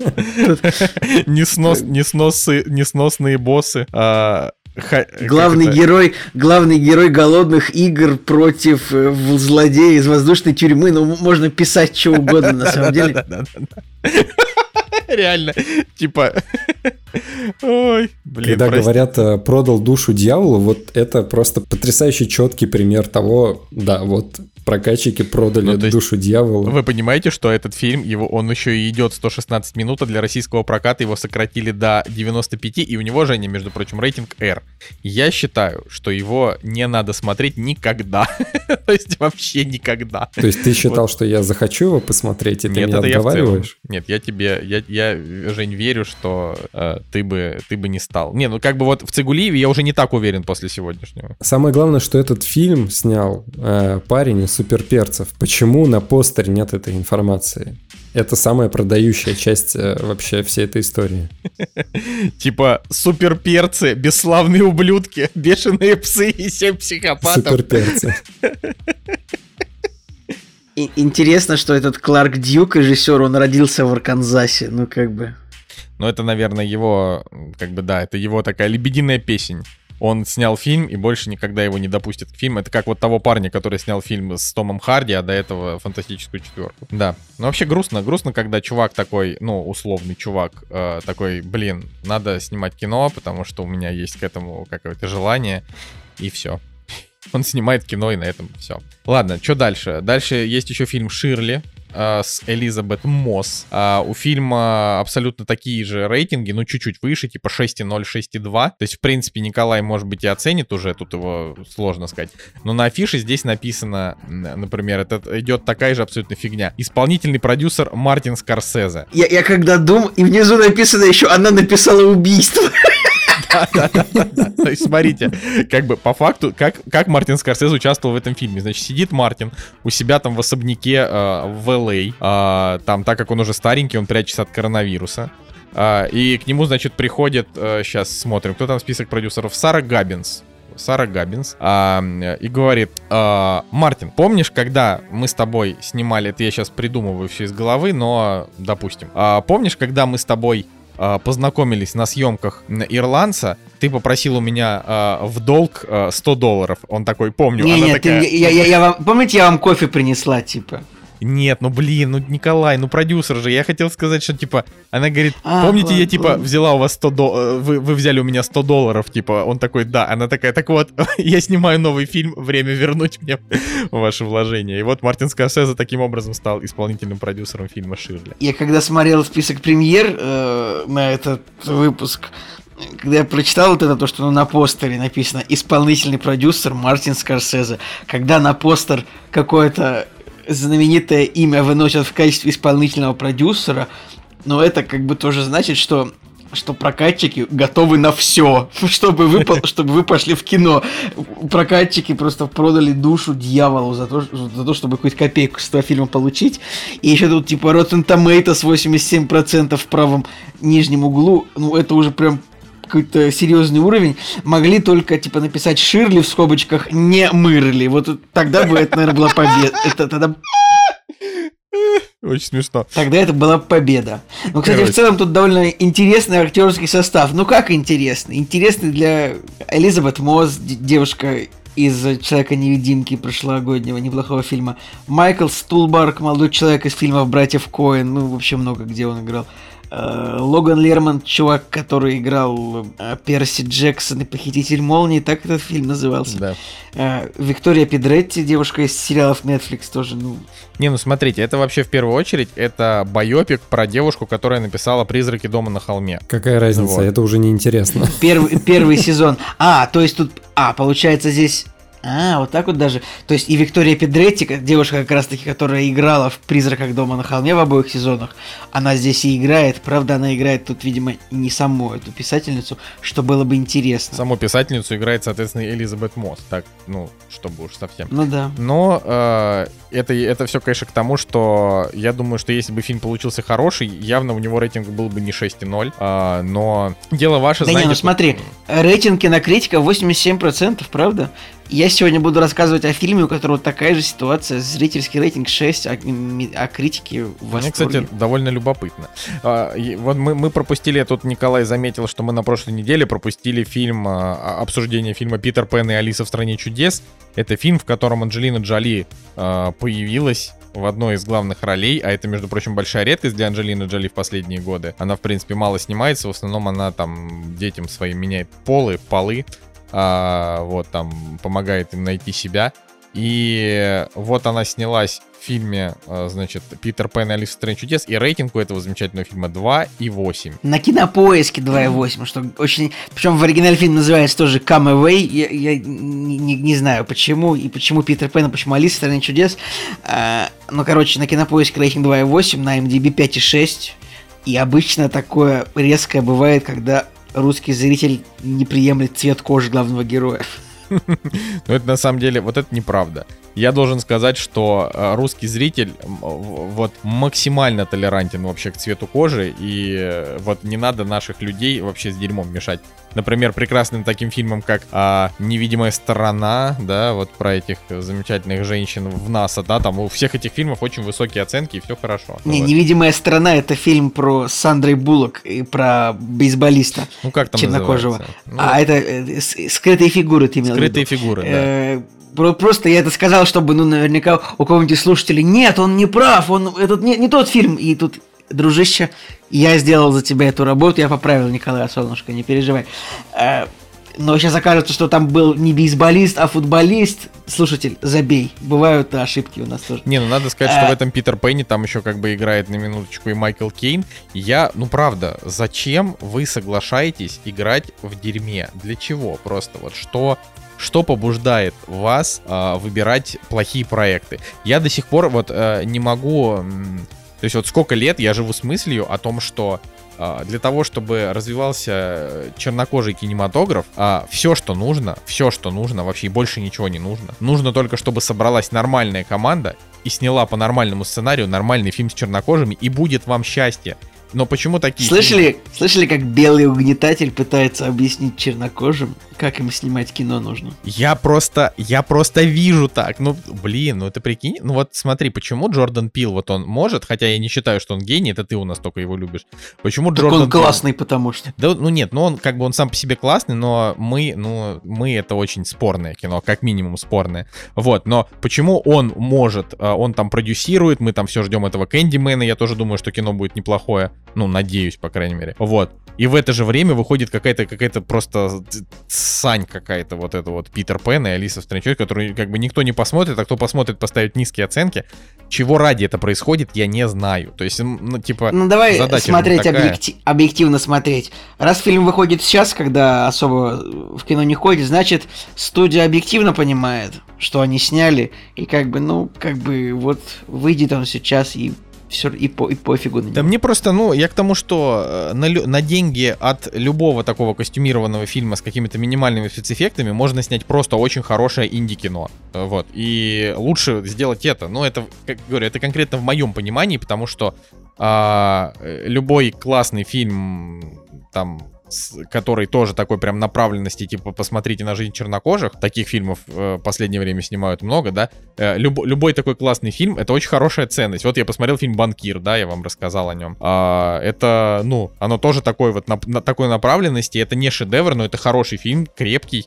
Несносные боссы. Главный герой голодных игр против злодея из воздушной тюрьмы, ну, можно писать что угодно, на самом деле. Реально, типа... Ой, блин, когда говорят «продал душу дьяволу», вот это просто потрясающе четкий пример того, да, вот прокатчики продали душу дьяволу. Вы понимаете, что этот фильм, он еще и идет 116 минут, а для российского проката его сократили до 95, и у него, Женя, между прочим, рейтинг R. Я считаю, что его не надо смотреть никогда. То есть вообще никогда. То есть ты считал, что я захочу его посмотреть, и ты меня отговариваешь? Нет, я, Жень, верю, что ты бы не стал. Не, ну как бы вот в Цигулиеве я уже не так уверен после сегодняшнего. Самое главное, что этот фильм снял парень из «Суперперцев». Почему на постере нет этой информации? Это самая продающая часть вообще всей этой истории. Типа суперперцы, бесславные ублюдки, бешеные псы и 7 психопатов. Суперперцы. Интересно, что этот Кларк Дьюк, режиссер, он родился в Арканзасе, ну как бы... Ну это, наверное, его, как бы, да, это его такая лебединая песень. Он снял фильм и больше никогда его не допустит к фильму. Это как вот того парня, который снял фильм с Томом Харди, а до этого «Фантастическую четверку». Да. Ну вообще грустно, когда чувак такой, ну условный чувак, такой, блин, надо снимать кино, потому что у меня есть к этому какое-то желание, и все. Он снимает кино, и на этом все. Ладно, что дальше? Дальше есть еще фильм «Ширли» с Элизабет Мосс. У фильма абсолютно такие же рейтинги, ну чуть-чуть выше, типа 6,0, 6,2. То есть, в принципе, Николай, может быть, и оценит уже, тут его сложно сказать. Но на афише здесь написано, например, это идет такая же абсолютно фигня. Исполнительный продюсер Мартин Скорсезе. Я когда думал, и внизу написано еще, она написала убийство. Да. То есть, смотрите, как бы по факту, как Мартин Скорсезе участвовал в этом фильме. Значит, сидит Мартин у себя там в особняке в Л.А. Там, так как он уже старенький, он прячется от коронавируса. И к нему, значит, приходит, сейчас смотрим, кто там в список продюсеров, Сара Габбинс, и говорит: Мартин, помнишь, когда мы с тобой снимали, это я сейчас придумываю все из головы, но допустим, помнишь, когда мы с тобой познакомились на съемках «Ирландца», ты попросил у меня в долг $100. Он такой, помню. Нет, помните, я вам кофе принесла, типа? Нет, ну блин, ну Николай, ну продюсер же. Я хотел сказать, что типа, она говорит, помните, ладно, я типа взяла у вас $100, вы взяли у меня $100, типа, он такой, да. Она такая, так вот, я снимаю новый фильм, время вернуть мне ваши вложения. И вот Мартин Скорсезе таким образом стал исполнительным продюсером фильма «Ширли». Я когда смотрел список премьер на этот выпуск, когда я прочитал вот это, то, что на постере написано «Исполнительный продюсер Мартин Скорсезе», когда на постер какое-то знаменитое имя выносят в качестве исполнительного продюсера, но это как бы тоже значит, что что прокатчики готовы на все, чтобы вы пошли в кино. Прокатчики просто продали душу дьяволу за то, чтобы какую-то копейку с этого фильма получить. И еще тут типа Rotten Tomatoes 87% в правом нижнем углу. Ну, это уже прям какой-то серьезный уровень. Могли только типа написать Ширли в скобочках, не Мырли. Вот тогда бы это, наверное, была победа. Это тогда... Очень смешно. Тогда это была победа. Ну, кстати, в целом тут довольно интересный актерский состав. Ну, как интересный? Интересный для Элизабет Мосс, девушка из «Человека-невидимки» прошлогоднего неплохого фильма. Майкл Стулбарк, молодой человек из фильмов «Братьев Коэн». Ну, вообще много где он играл. Логан Лерман, чувак, который играл Перси Джексон и Похититель молнии, так этот фильм назывался. Да. Виктория Педретти, девушка из сериалов Netflix тоже. Не, ну смотрите, это вообще в первую очередь это байопик про девушку, которая написала «Призраки дома на холме». Какая разница? Вот. Это уже неинтересно. Первый сезон. То есть тут... получается здесь... вот так вот даже. То есть и Виктория Педретти, девушка как раз-таки, которая играла в «Призраках дома на холме» в обоих сезонах, она здесь и играет. Правда, она играет тут, видимо, не саму эту писательницу, что было бы интересно. Саму писательницу играет, соответственно, Элизабет Мосс. Так, чтобы уж совсем. Ну да. Но это все, конечно, к тому, что я думаю, что если бы фильм получился хороший, явно у него рейтинг был бы не 6,0. Но дело ваше, да знаете... смотри, рейтинг кинокритика 87%, правда? Я сегодня буду рассказывать о фильме, у которого такая же ситуация, зрительский рейтинг 6, а критики в восторге. Мне, кстати, довольно любопытно. Вот мы пропустили, тут Николай заметил, что мы на прошлой неделе пропустили обсуждение фильма «Питер Пен и Алиса в стране чудес». Это фильм, в котором Анджелина Джоли появилась в одной из главных ролей, а это, между прочим, большая редкость для Анджелины Джоли в последние годы. Она, в принципе, мало снимается, в основном она там детям своим меняет полы, вот там помогает им найти себя. И вот она снялась в фильме, значит, «Питер Пен и Алиса в стране чудес», и рейтинг у этого замечательного фильма 2,8. На Кинопоиске 2,8, что очень... Причем в оригинале фильм называется тоже «Come Away». Я не знаю, почему, и почему Питер Пен, и почему Алиса в стране чудес. Ну, короче, на Кинопоиске рейтинг 2,8, на IMDb 5,6. И обычно такое резкое бывает, когда русский зритель не приемлет цвет кожи главного героя. Но это на самом деле, вот это неправда. Я должен сказать, что русский зритель вот максимально толерантен вообще к цвету кожи, и вот не надо наших людей вообще с дерьмом мешать. Например, прекрасным таким фильмом, как «Невидимая сторона», да, вот про этих замечательных женщин в НАСА, да, там у всех этих фильмов очень высокие оценки, и все хорошо. Не, вот. «Невидимая сторона» — это фильм про Сандрой Буллок и про бейсболиста. Ну, как там чернокожего. Называется? Это «Скрытые фигуры», ты имел в виду. «Скрытые фигуры», да. Просто я это сказал, чтобы, наверняка у кого-нибудь из слушателей: нет, он не прав, этот не тот фильм. И тут, дружище, я сделал за тебя эту работу, я поправил Николая Солнышко, не переживай. Но сейчас окажется, что там был не бейсболист, а футболист. Слушатель, забей. Бывают ошибки у нас тоже. Не, надо сказать, что в этом Питер Пенни там еще как бы играет на минуточку и Майкл Кейн. Правда, зачем вы соглашаетесь играть в дерьме? Для чего? Просто вот что побуждает вас выбирать плохие проекты? Я до сих пор не могу... То есть вот сколько лет я живу с мыслью о том, что для того, чтобы развивался чернокожий кинематограф, все, что нужно, вообще и больше ничего не нужно. Нужно только, чтобы собралась нормальная команда и сняла по нормальному сценарию нормальный фильм с чернокожими, и будет вам счастье. Но почему такие... Слышали, как белый угнетатель пытается объяснить чернокожим, как им снимать кино нужно? Я просто вижу так. Это прикинь. Ну вот смотри, почему Джордан Пил, вот он может, хотя я не считаю, что он гений, это ты у нас только его любишь. Почему так Джордан он классный, потому что... Да, он сам по себе классный, но мы это очень спорное кино, как минимум спорное. Вот, но почему он может, он там продюсирует, мы там все ждем этого Кэндимэна, я тоже думаю, что кино будет неплохое. Надеюсь, по крайней мере. Вот. И в это же время выходит какая-то просто сань какая-то, вот это вот Питер Пен и Алиса в стране чудес, которую как бы никто не посмотрит, а кто посмотрит, поставит низкие оценки. Чего ради это происходит, я не знаю. То есть, давай смотреть, объективно смотреть. Раз фильм выходит сейчас, когда особо в кино не ходит, значит, студия объективно понимает, что они сняли, и вот выйдет он сейчас, и все и пофигу на него. Да мне просто, я к тому, что на деньги от любого такого костюмированного фильма с какими-то минимальными спецэффектами можно снять просто очень хорошее инди-кино. Вот. И лучше сделать это. Но это, как говорю, это конкретно в моем понимании, потому что любой классный фильм, там, который тоже такой прям направленности, типа посмотрите на жизнь чернокожих, таких фильмов в последнее время снимают много, да, любой такой классный фильм, это очень хорошая ценность. Вот я посмотрел фильм «Банкир», да, я вам рассказал о нем. Это, оно тоже такой вот на такой направленности, это не шедевр, но это хороший фильм, крепкий,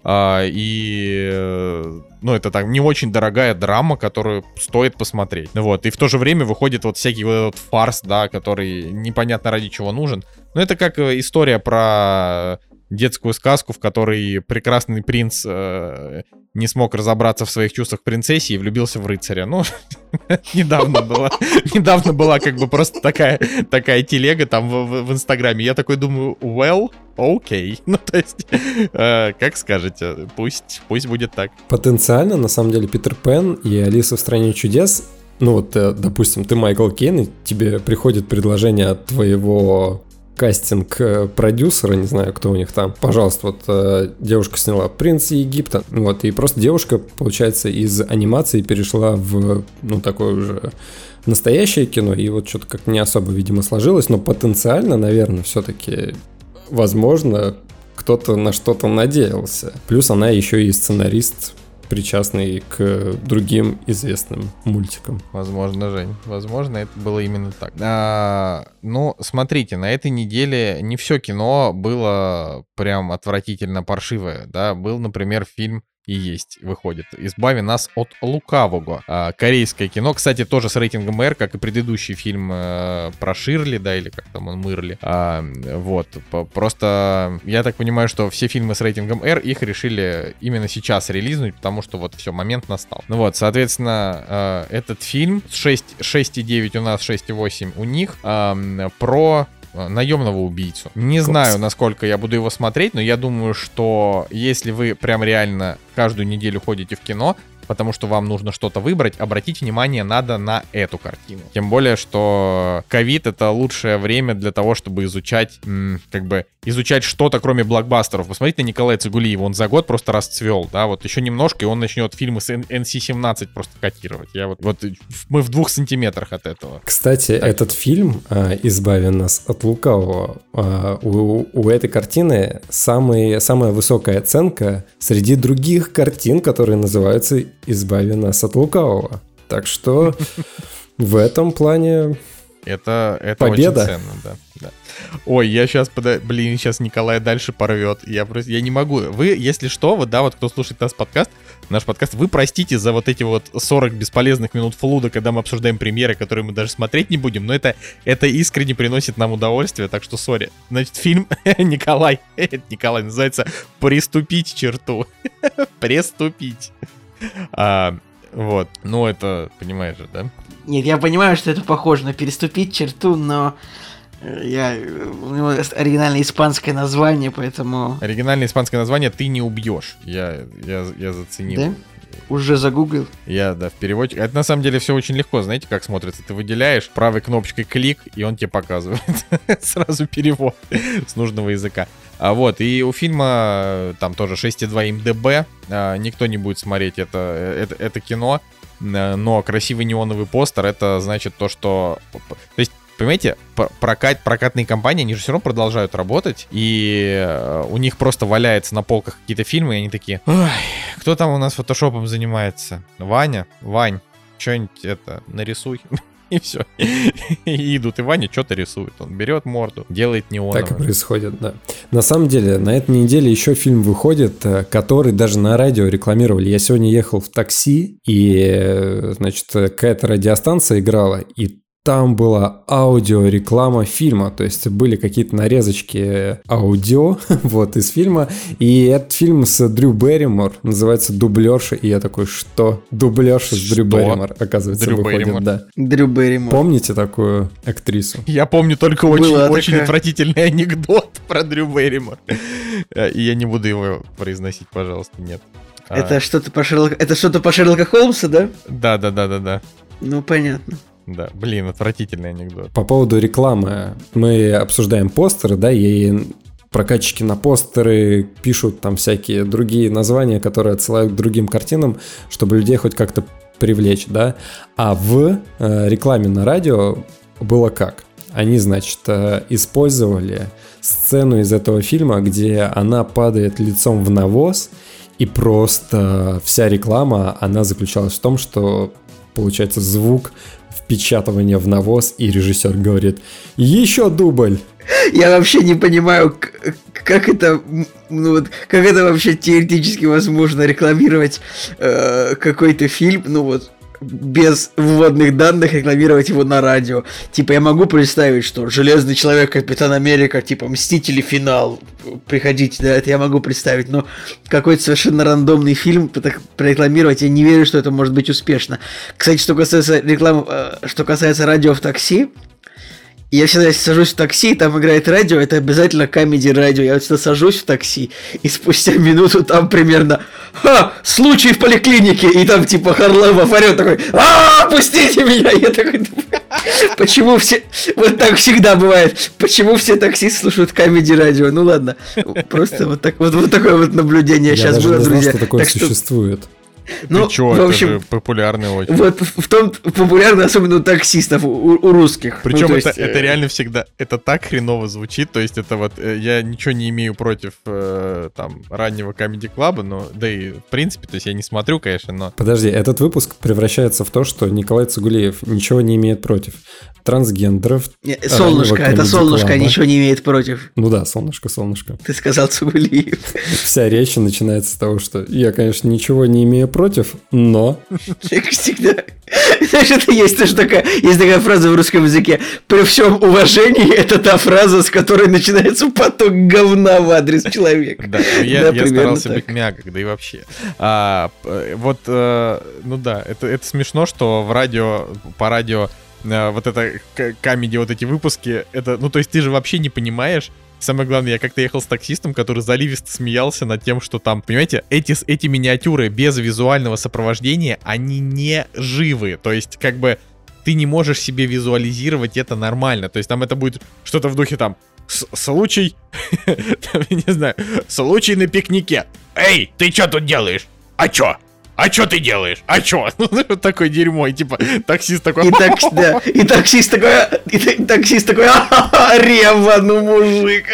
это так не очень дорогая драма, которую стоит посмотреть. Вот, и в то же время выходит вот всякий вот этот фарс, да, который непонятно ради чего нужен. Но это как история про детскую сказку, в которой прекрасный принц не смог разобраться в своих чувствах к принцессе и влюбился в рыцаря. Недавно была как бы просто такая телега там в Инстаграме. Я такой думаю, окей. То есть, как скажете, пусть будет так. Потенциально, на самом деле, Питер Пен и Алиса в стране чудес. Допустим, ты Майкл Кейн, и тебе приходит предложение от твоего кастинг-продюсера, не знаю, кто у них там. Пожалуйста, девушка сняла «Принц Египта». И просто девушка, получается, из анимации перешла в, такое уже настоящее кино, и вот что-то как не особо, видимо, сложилось, но потенциально, наверное, все-таки, возможно, кто-то на что-то надеялся. Плюс она еще и сценарист, причастный к другим известным мультикам. Возможно, Жень. Возможно, это было именно так. Смотрите, на этой неделе не все кино было прям отвратительно паршивое. Да? Был, например, фильм и есть, выходит. «Избави нас от лукавого». Корейское кино, кстати, тоже с рейтингом R, как и предыдущий фильм про Ширли, да, или как там он, Мырли. Просто я так понимаю, что все фильмы с рейтингом R, их решили именно сейчас релизнуть, потому что вот все, момент настал. Соответственно, этот фильм 6,9 у нас, 6,8 у них, про наемного убийцу. Не знаю, насколько я буду его смотреть, но я думаю, что если вы прям реально каждую неделю ходите в кино, потому что вам нужно что-то выбрать, обратить внимание надо на эту картину. Тем более, что ковид — это лучшее время для того, чтобы изучать что-то, кроме блокбастеров. Посмотрите на Николая Цигулиева, он за год просто расцвел, да, вот еще немножко, и он начнет фильмы с NC-17 просто котировать. Мы в 2 сантиметрах от этого. Кстати, этот фильм «Избави нас от лукавого», у этой картины самая высокая оценка среди других картин, которые называются «Избави нас от лукавого». Так что в этом плане это победа. Очень ценно, да. Ой, я сейчас, сейчас Николай дальше порвет. Я не могу. Вы, если что, кто слушает наш подкаст, вы простите за вот эти 40 бесполезных минут флуда, когда мы обсуждаем премьеры, которые мы даже смотреть не будем, но это искренне приносит нам удовольствие, так что сори. Значит, фильм Николай называется «Приступить черту». Приступить. Это, понимаешь же, да? Нет, я понимаю, что это похоже на «Переступить черту», но у него оригинальное испанское название, поэтому... Оригинальное испанское название «Ты не убьешь». Я заценил. Да? Уже загуглил. В переводе. Это на самом деле все очень легко. Знаете, как смотрится? Ты выделяешь правой кнопочкой клик, и он тебе показывает сразу перевод с нужного языка. И у фильма там тоже 6,2 МДБ. Никто не будет смотреть это кино. Но красивый неоновый постер — это значит то, что... То есть, понимаете, прокатные компании, они же все равно продолжают работать, и у них просто валяется на полках какие-то фильмы, и они такие: ой, кто там у нас фотошопом занимается? Вань, что-нибудь нарисуй. И все. И идут, и Ваня что-то рисует. Он берет морду, делает неоновым. Так и происходит, да. На самом деле, на этой неделе еще фильм выходит, который даже на радио рекламировали. Я сегодня ехал в такси, и, значит, какая-то радиостанция играла, и там была аудиореклама фильма, то есть были какие-то нарезочки аудио из фильма, и этот фильм с Дрю Берримор называется «Дублерша», и я такой: что? Дублерша с Дрю Берримор, оказывается, выходит, да. Дрю Берримор. Помните такую актрису? Я помню только очень отвратительный анекдот про Дрю Берримор, и я не буду его произносить, пожалуйста, нет. Это что-то по Шерлоку Холмсу, да? Да. Ну, понятно. Да, блин, отвратительный анекдот. По поводу рекламы. Мы обсуждаем постеры, да, и прокатчики на постеры пишут там всякие другие названия, которые отсылают к другим картинам, чтобы людей хоть как-то привлечь, да. А в рекламе на радио было как? Они, значит, использовали сцену из этого фильма, где она падает лицом в навоз, и просто вся реклама, она заключалась в том, что получается звук впечатывания в навоз, и режиссер говорит: еще дубль. Я вообще не понимаю, как это, как это вообще теоретически возможно рекламировать какой-то фильм, без вводных данных, рекламировать его на радио. Типа, я могу представить, что Железный Человек, Капитан Америка, типа, Мстители, финал, приходите, да, это я могу представить, но какой-то совершенно рандомный фильм прорекламировать, я не верю, что это может быть успешно. Кстати, что касается рекламы, что касается радио в такси, я всегда, если сажусь в такси, и там играет радио, это обязательно комеди-радио. Я вот всегда сажусь в такси, и спустя минуту там примерно случай в поликлинике, и там типа Харламов орёт такой: пустите меня! Я такой: почему все... Вот так всегда бывает. Почему все таксисты слушают комеди-радио? Ну ладно, просто вот такое вот наблюдение сейчас было, друзья. Я даже не знал, что такое существует. Ну, чё, в общем, это же популярный очень. Вот в том популярно, особенно у таксистов, у русских. Причем это реально всегда, это так хреново звучит, то есть это вот, я ничего не имею против там раннего Comedy Club, но, да и в принципе, то есть я не смотрю, конечно, но... Подожди, этот выпуск превращается в то, что Николай Цугулиев ничего не имеет против трансгендеров. Солнышко, это солнышко ничего не имеет против. Ну да, солнышко. Ты сказал Цугулиев. Вся речь начинается с того, что я, конечно, ничего не имею против, но... Как всегда. Знаешь, это есть тоже такая фраза в русском языке: при всем уважении, это та фраза, с которой начинается поток говна в адрес человека. Да, я старался быть мягок, да и вообще. Ну да, это смешно, что по радио вот это камеди, вот эти выпуски, это, ну то есть ты же вообще не понимаешь. Самое главное, я как-то ехал с таксистом, который заливисто смеялся над тем, что там, понимаете, эти миниатюры без визуального сопровождения, они не живы. То есть, как бы, ты не можешь себе визуализировать это нормально. То есть, там это будет что-то в духе там: случай, не знаю, случай на пикнике. Эй, ты что тут делаешь? А чё? А чё ты делаешь? А чё? Вот такое дерьмо, и типа таксист такой... И таксист такой, рева, ну мужик.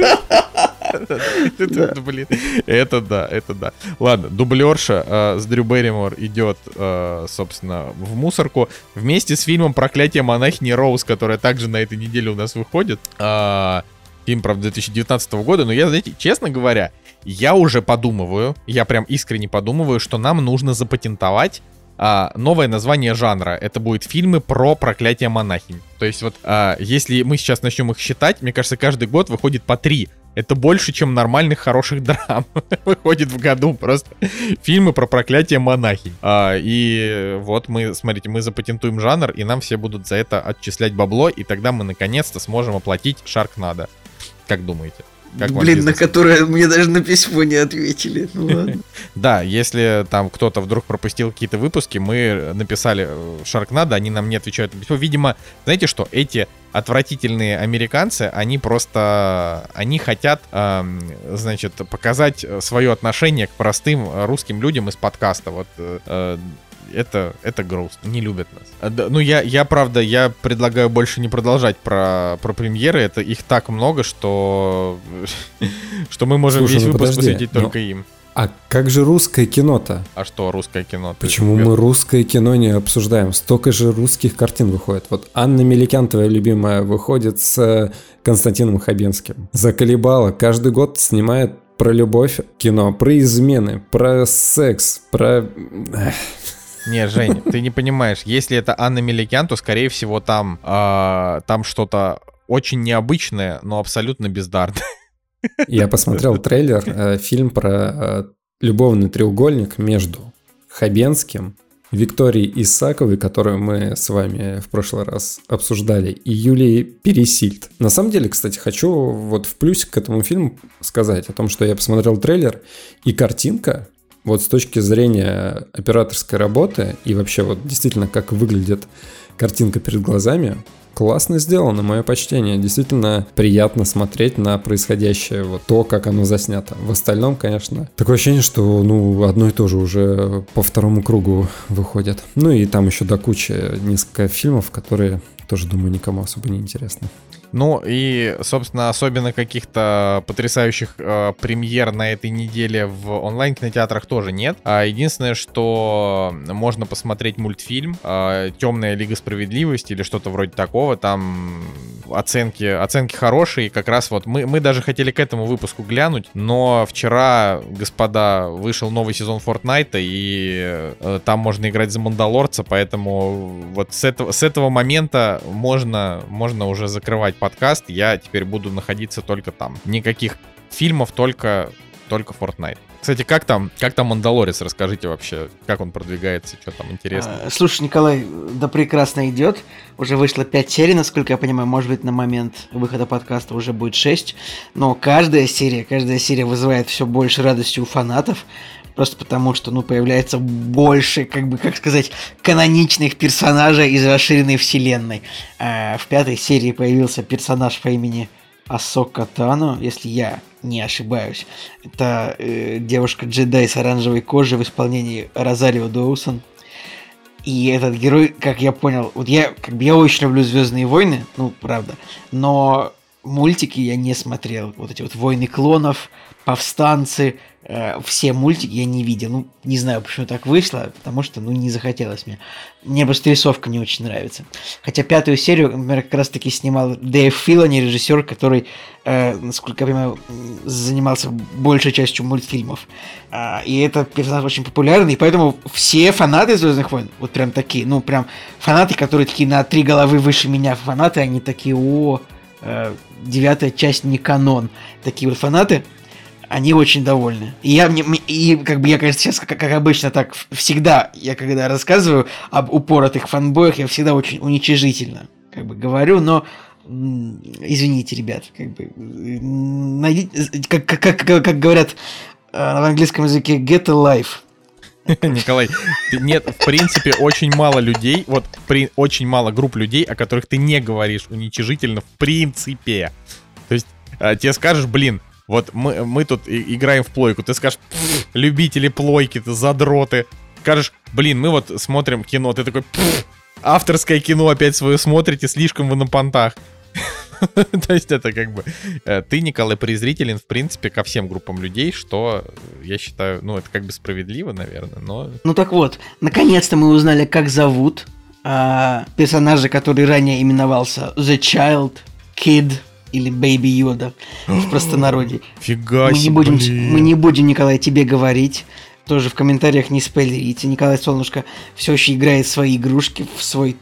Блин, это да. Ладно, дублерша с Дрю Берримор идет, собственно, в мусорку вместе с фильмом «Проклятие монахини Роуз», которая также на этой неделе у нас выходит. Фильм, правда, 2019 года, но я, знаете, честно говоря, я уже подумываю, я прям искренне подумываю, что нам нужно запатентовать новое название жанра. Это будет фильмы про проклятие монахинь. То есть вот, если мы сейчас начнем их считать, мне кажется, каждый год выходит по 3. Это больше, чем нормальных хороших драм выходит в году. Просто фильмы про проклятие монахинь. И вот смотрите, мы запатентуем жанр, и нам все будут за это отчислять бабло, и тогда мы наконец-то сможем оплатить Sharknado. Как думаете? Блин, на которое мне даже на письмо не ответили. Ну ладно. Да, если там кто-то вдруг пропустил какие-то выпуски, мы написали Sharknado, они нам не отвечают на письмо. Видимо, знаете что, эти отвратительные американцы, они хотят, значит, показать свое отношение к простым русским людям из подкаста. Вот это грустно, не любят нас. Ну, я предлагаю больше не продолжать про премьеры, это их так много, что мы можем весь выпуск посвятить только им. А как же русское кино-то? А что русское кино? Почему мы русское кино не обсуждаем? Столько же русских картин выходит. Вот Анна Меликян, твоя любимая, выходит с Константином Хабенским. Заколебала. Каждый год снимает про любовь кино, про измены, про секс, про... Не, Жень, ты не понимаешь. Если это Анна Меликян, то, скорее всего, там что-то очень необычное, но абсолютно бездарное. Я посмотрел трейлер, фильм про любовный треугольник между Хабенским, Викторией Исаковой, которую мы с вами в прошлый раз обсуждали, и Юлией Пересильд. На самом деле, кстати, хочу вот в плюсик к этому фильму сказать о том, что я посмотрел трейлер, и картинка, вот с точки зрения операторской работы и вообще вот действительно как выглядят картинка перед глазами. Классно сделано, мое почтение. Действительно приятно смотреть на происходящее, вот то, как оно заснято. В остальном, конечно, такое ощущение, что, одно и то же уже по второму кругу выходит. Ну и там еще до кучи несколько фильмов, которые тоже, думаю, никому особо не интересны. Ну и, собственно, особенно каких-то потрясающих премьер на этой неделе в онлайн-кинотеатрах тоже нет. Единственное, что можно посмотреть мультфильм «Темная Лига Справедливости» или что-то вроде такого. Там оценки хорошие. Как раз вот мы даже хотели к этому выпуску глянуть, но вчера, господа, вышел новый сезон Fortnite, и там можно играть за Мандалорца, поэтому вот с этого момента можно уже закрывать подкаст. Я теперь буду находиться только там. Никаких фильмов, только Fortnite. Кстати, как там Мандалорец? Расскажите вообще, как он продвигается, что там интересно. Слушай, Николай, да прекрасно идет. Уже вышло 5 серий, насколько я понимаю. Может быть, на момент выхода подкаста уже будет 6. Но каждая серия вызывает все больше радости у фанатов. Просто потому, что, появляется больше, каноничных персонажей из расширенной вселенной. В 5 серии появился персонаж по имени Асока Тано, если я не ошибаюсь. Это девушка-джедай с оранжевой кожей в исполнении Розарио Доусон. И этот герой, как я понял, вот я очень люблю «Звездные войны», правда, но мультики я не смотрел. Вот эти вот «Войны клонов», «Повстанцы», все мультики я не видел. Не знаю, почему так вышло, потому что, не захотелось мне. Мне просто рисовка не очень нравится. Хотя 5 серию, например, как раз-таки снимал Дэйв Филони, режиссер, который, насколько я понимаю, занимался большей частью мультфильмов. И этот персонаж очень популярный, и поэтому все фанаты «Звездных войн», вот прям такие, прям фанаты, которые такие на 3 головы выше меня фанаты, они такие, 9-я часть не канон. Такие вот фанаты, они очень довольны. И я, конечно, сейчас, как обычно, так всегда, я когда рассказываю об упоротых фанбоях, я всегда очень уничижительно говорю, но извините, ребят, найдите, как говорят в английском языке, get a life. Николай, нет, в принципе, очень мало людей, очень мало групп людей, о которых ты не говоришь уничижительно в принципе. То есть тебе скажешь, вот мы тут играем в плойку, ты скажешь, любители плойки, ты задроты. Скажешь, мы вот смотрим кино, ты такой, авторское кино опять свое смотрите, слишком вы на понтах. То есть это ты, Николай, презрителен, в принципе, ко всем группам людей, что, я считаю, это справедливо, наверное, но... Так вот, наконец-то мы узнали, как зовут персонажа, который ранее именовался The Child, Kid или Baby Yoda в простонародье. Фига себе, мы не будем, Николай, тебе говорить. Тоже в комментариях не спойлерите. Николай Солнышко все еще играет в свои игрушки в свой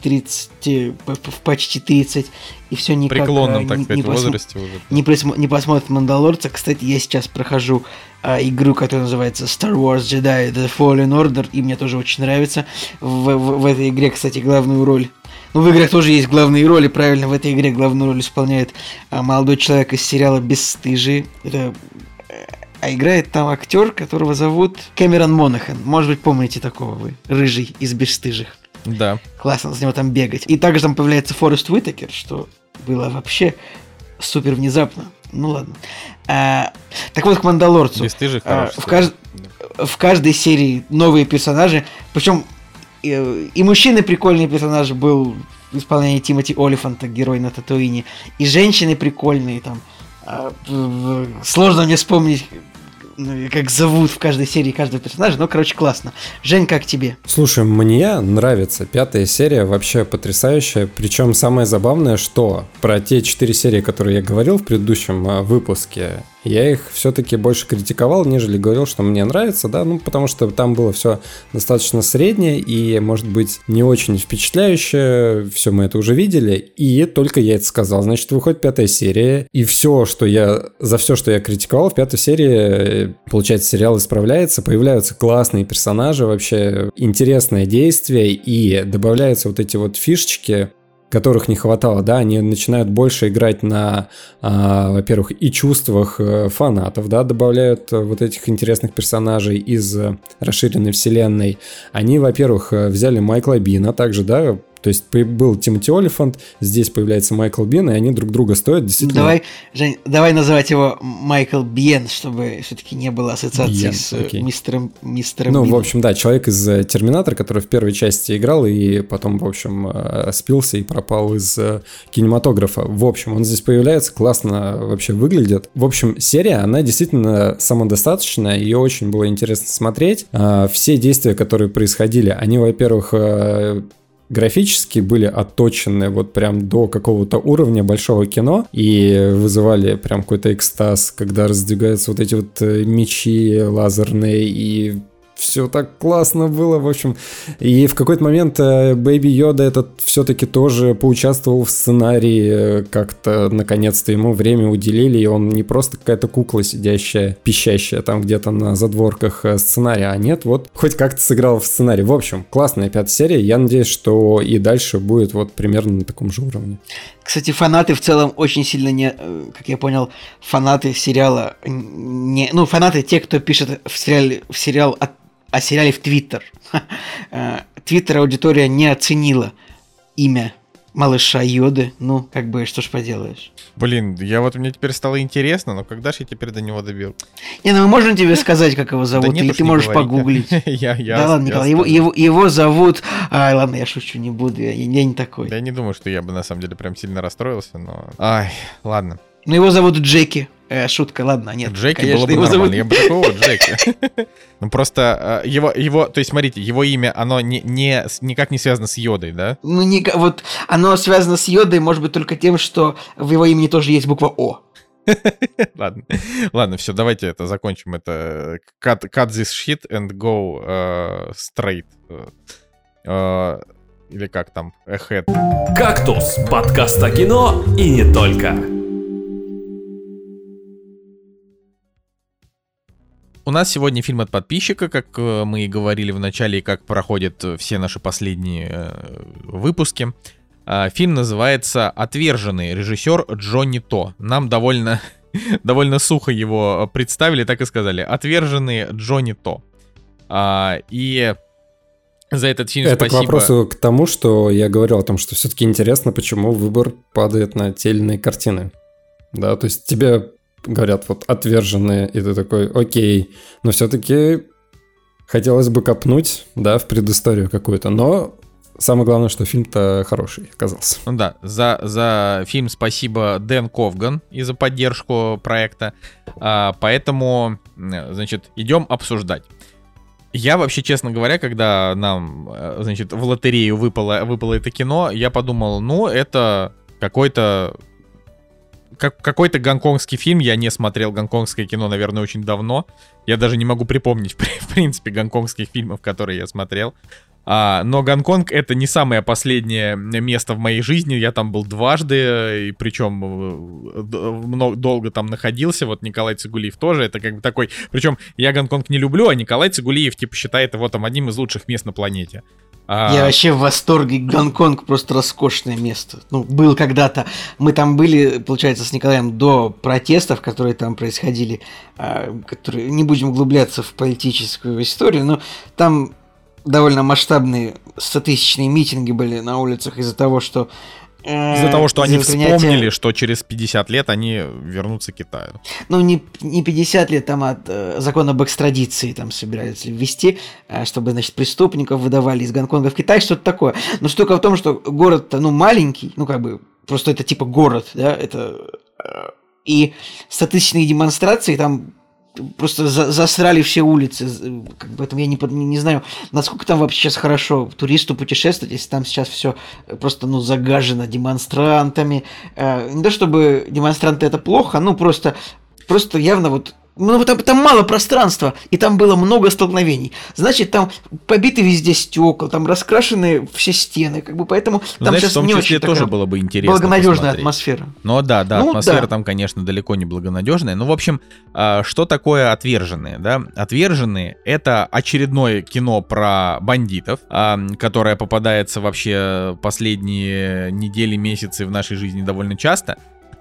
почти 30, и все никак преклонном, так сказать, возрасте уже. Не посмотрит «Мандалорца». Кстати, я сейчас прохожу игру, которая называется Star Wars Jedi The Fallen Order, и мне тоже очень нравится. В этой игре, кстати, главную роль... в играх тоже есть главные роли, правильно, в этой игре главную роль исполняет молодой человек из сериала «Бесстыжие». А играет там актер, которого зовут Кэмерон Монахан. Может быть, помните такого вы, рыжий из «Бесстыжих». Да. Классно с него там бегать. И также там появляется Форест Уитакер, что было вообще супер внезапно. Ладно. Так вот, к «Мандалорцу». «Бесстыжих» хороший. В каждой серии новые персонажи. Причем и мужчины прикольный персонаж был в исполнении Тимоти Олифанта, герой на Татуине. И женщины прикольные там. Сложно мне вспомнить, как зовут в каждой серии каждого персонажа, но, классно. Жень, как тебе? Слушай, мне нравится 5 серия, вообще потрясающая. Причем самое забавное, что про те 4 серии, которые я говорил в предыдущем выпуске, я их все-таки больше критиковал, нежели говорил, что мне нравится, да, потому что там было все достаточно среднее и, может быть, не очень впечатляющее, все мы это уже видели, и только я это сказал, значит, выходит 5 серия, и за все, что я критиковал, в 5 серии, получается, сериал исправляется, появляются классные персонажи, вообще интересное действие, и добавляются вот эти вот фишечки, которых не хватало, да, они начинают больше играть на, во-первых, и чувствах фанатов, да, добавляют вот этих интересных персонажей из расширенной вселенной. Они, во-первых, взяли Майкла Бина также, да, То есть был Тимоти Олифант, здесь появляется Майкл Бин, и они друг друга стоят действительно... Давай, Жень, давай называть его Майкл Биен, чтобы все-таки не было ассоциации Биен, с окей. мистером Ну, Бином. в общем, да, человек из «Терминатора», который в первой части играл и потом, в общем, спился и пропал из кинематографа. В общем, он здесь появляется, классно вообще выглядит. В общем, серия, она действительно самодостаточная, ее очень было интересно смотреть. Все действия, которые происходили, они, во-первых, графически были отточены вот прям до какого-то уровня большого кино и вызывали прям какой-то экстаз, когда раздвигаются вот эти вот мечи лазерные, и все так классно было, в общем. И в какой-то момент Бэйби Йода этот все-таки тоже поучаствовал в сценарии, как-то наконец-то ему время уделили, и он не просто какая-то кукла сидящая, пищащая там где-то на задворках сценария, а нет, вот хоть как-то сыграл в сценарии. В общем, классная 5-я серия, я надеюсь, что и дальше будет вот примерно на таком же уровне. Кстати, фанаты в целом очень сильно не, как я понял, фанаты сериала не, ну, фанаты те, кто пишет о сериале в Твиттер. Твиттер аудитория не оценила имя малыша Йоды. Ну, как бы, что ж поделаешь. Блин, мне теперь стало интересно, но когда же я теперь до него добил? Не, ну мы можем тебе сказать, как его зовут, или ты можешь погуглить. Да ладно, Николай, его зовут... Ай, ладно, я шучу, не буду, я не такой. Да я не думаю, что я бы на самом деле прям сильно расстроился, но... Ай, ладно. Ну, его зовут Джеки. Шутка, ладно, нет. Джеки конечно, было бы нормально, я бы такого Джеки. Ну просто его, то есть смотрите, его имя, оно никак не связано с Йодой, да? Ну, вот оно связано с Йодой, может быть, только тем, что в его имени тоже есть буква О. Ладно, все, давайте это закончим. Это cut this shit and go straight. Или как там, ahead. «Кактус» — подкаст о кино и не только. У нас сегодня фильм от подписчика, как мы и говорили в начале, и как проходят все наши последние выпуски. Фильм называется «Отверженный», режиссер Джонни То. Нам довольно сухо его представили, так и сказали. «Отверженный» Джонни То. И за этот фильм это спасибо. Это к вопросу к тому, что я говорил о том, что все-таки интересно, почему выбор падает на те или иные картины. Да, то есть тебе... говорят, вот, «Отверженные», и ты такой, окей, но все-таки хотелось бы копнуть, да, в предысторию какую-то, но самое главное, что фильм-то хороший оказался. Ну да, за фильм спасибо Дэн Ковган и за поддержку проекта, поэтому, значит, идем обсуждать. Я вообще, честно говоря, когда нам, значит, в лотерею выпало это кино, я подумал, ну, это какой-то гонконгский фильм. Я не смотрел гонконгское кино, наверное, очень давно. Я даже не могу припомнить, в принципе, гонконгских фильмов, которые я смотрел. Но Гонконг — это не самое последнее место в моей жизни. Я там был дважды, и причем долго там находился. Вот Николай Цигулиев тоже. Это как бы такой... Причем я Гонконг не люблю, а Николай Цигулиев типа считает его там одним из лучших мест на планете. Я вообще в восторге. Гонконг просто роскошное место. Ну, был когда-то. Мы там были, получается, с Николаем до протестов, которые там происходили. Которые... Не будем углубляться в политическую историю, но там довольно масштабные 100-тысячные митинги были на улицах из-за того, что... Из-за того, что они вспомнили, что через 50 лет они вернутся к Китаю. Ну, не 50 лет, там от закона об экстрадиции там собирались ввести, чтобы, значит, преступников выдавали из Гонконга в Китай, что-то такое. Но штука в том, что город-то, ну, маленький, ну, как бы, просто это типа город, да, это... И 100-тысячные демонстрации там... Просто засрали все улицы. Как бы, поэтому я не знаю, насколько там вообще сейчас хорошо туристу путешествовать, если там сейчас все просто, ну, загажено демонстрантами. Не то чтобы демонстранты это плохо, ну просто явно вот. Ну, там мало пространства, и там было много столкновений. Значит, там побиты везде стекла, там раскрашены все стены, как бы, поэтому ну, там знаешь, сейчас не очень тоже было бы интересно благонадежная посмотреть. Атмосфера. Ну да, атмосфера там, конечно, далеко не благонадежная. Ну, в общем, что такое «Отверженные», да? «Отверженные» — это очередное кино про бандитов, которое попадается вообще последние недели, месяцы в нашей жизни довольно часто.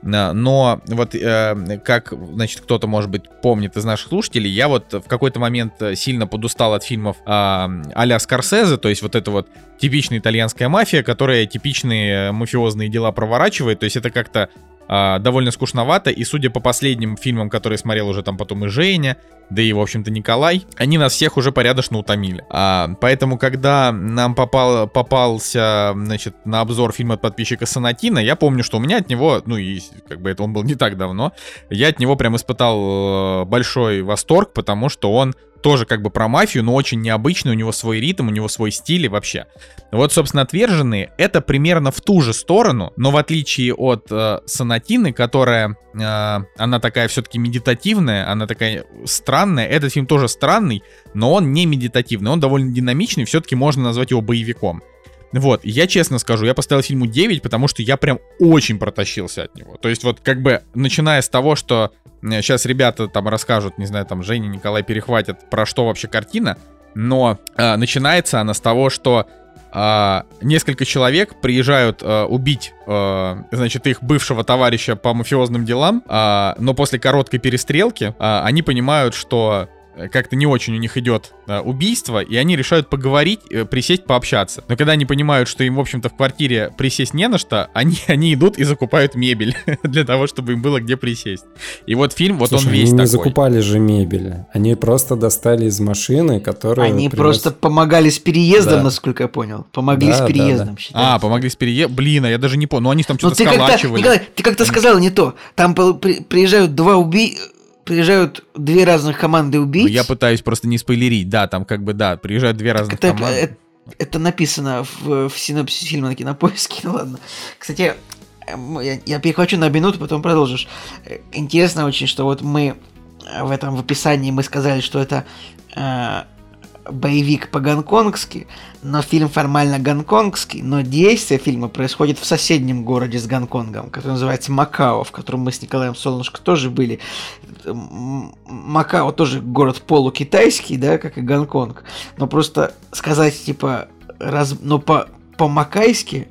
Но вот как, значит, кто-то, может быть, помнит из наших слушателей, я вот в какой-то момент сильно подустал от фильмов а-ля Скорсезе, то есть вот это вот типичная итальянская мафия, которая типичные мафиозные дела проворачивает, то есть это как-то довольно скучновато, и судя по последним фильмам, которые смотрел уже там потом и Женя, да и, в общем-то, Николай, они нас всех уже порядочно утомили. Поэтому, когда нам попался, значит, на обзор фильм от подписчика Сонатина, я помню, что у меня от него, ну и как бы это он был не так давно, я от него прям испытал большой восторг, потому что он тоже как бы про мафию, но очень необычный, у него свой ритм, у него свой стиль и вообще. Вот, собственно, «Отверженные» — это примерно в ту же сторону, но в отличие от «Сонатины», которая, она такая все-таки медитативная, она такая странная, этот фильм тоже странный, но он не медитативный, он довольно динамичный, все-таки можно назвать его боевиком. Вот, я честно скажу, я поставил фильму 9, потому что я прям очень протащился от него. То есть вот как бы начиная с того, что сейчас ребята там расскажут, не знаю, там Женя, Николай перехватят, про что вообще картина, но начинается она с того, что несколько человек приезжают убить, значит, их бывшего товарища по мафиозным делам, но после короткой перестрелки они понимают, что как-то не очень у них идет убийство, и они решают поговорить, присесть, пообщаться. Но когда они понимают, что им, в общем-то, в квартире присесть не на что, они идут и закупают мебель для того, чтобы им было где присесть. И вот фильм, вот слушай, он весь они такой. не закупали же мебель. Они просто достали из машины, которая... Они просто помогали с переездом, насколько я понял. Помогли с переездом, считается. Помогли с переездом. Блин, я даже не понял. Ну, они там что-то сколачивали. Николай, ты как-то сказал не то. Там приезжают приезжают две разных команды убийц. Я пытаюсь просто не спойлерить. Да, там как бы, да, приезжают две разных команды. Это написано в синопсисе фильма на Кинопоиске. Ну ладно. Кстати, я перехвачу на минуту, потом продолжишь. Интересно очень, что вот мы в описании мы сказали, что это боевик по-гонконгски, но фильм формально гонконгский, но действие фильма происходит в соседнем городе с Гонконгом, который называется Макао, в котором мы с Николаем Солнышко тоже были. Макао тоже город полукитайский, да, как и Гонконг, но просто сказать, типа, но по-макайски,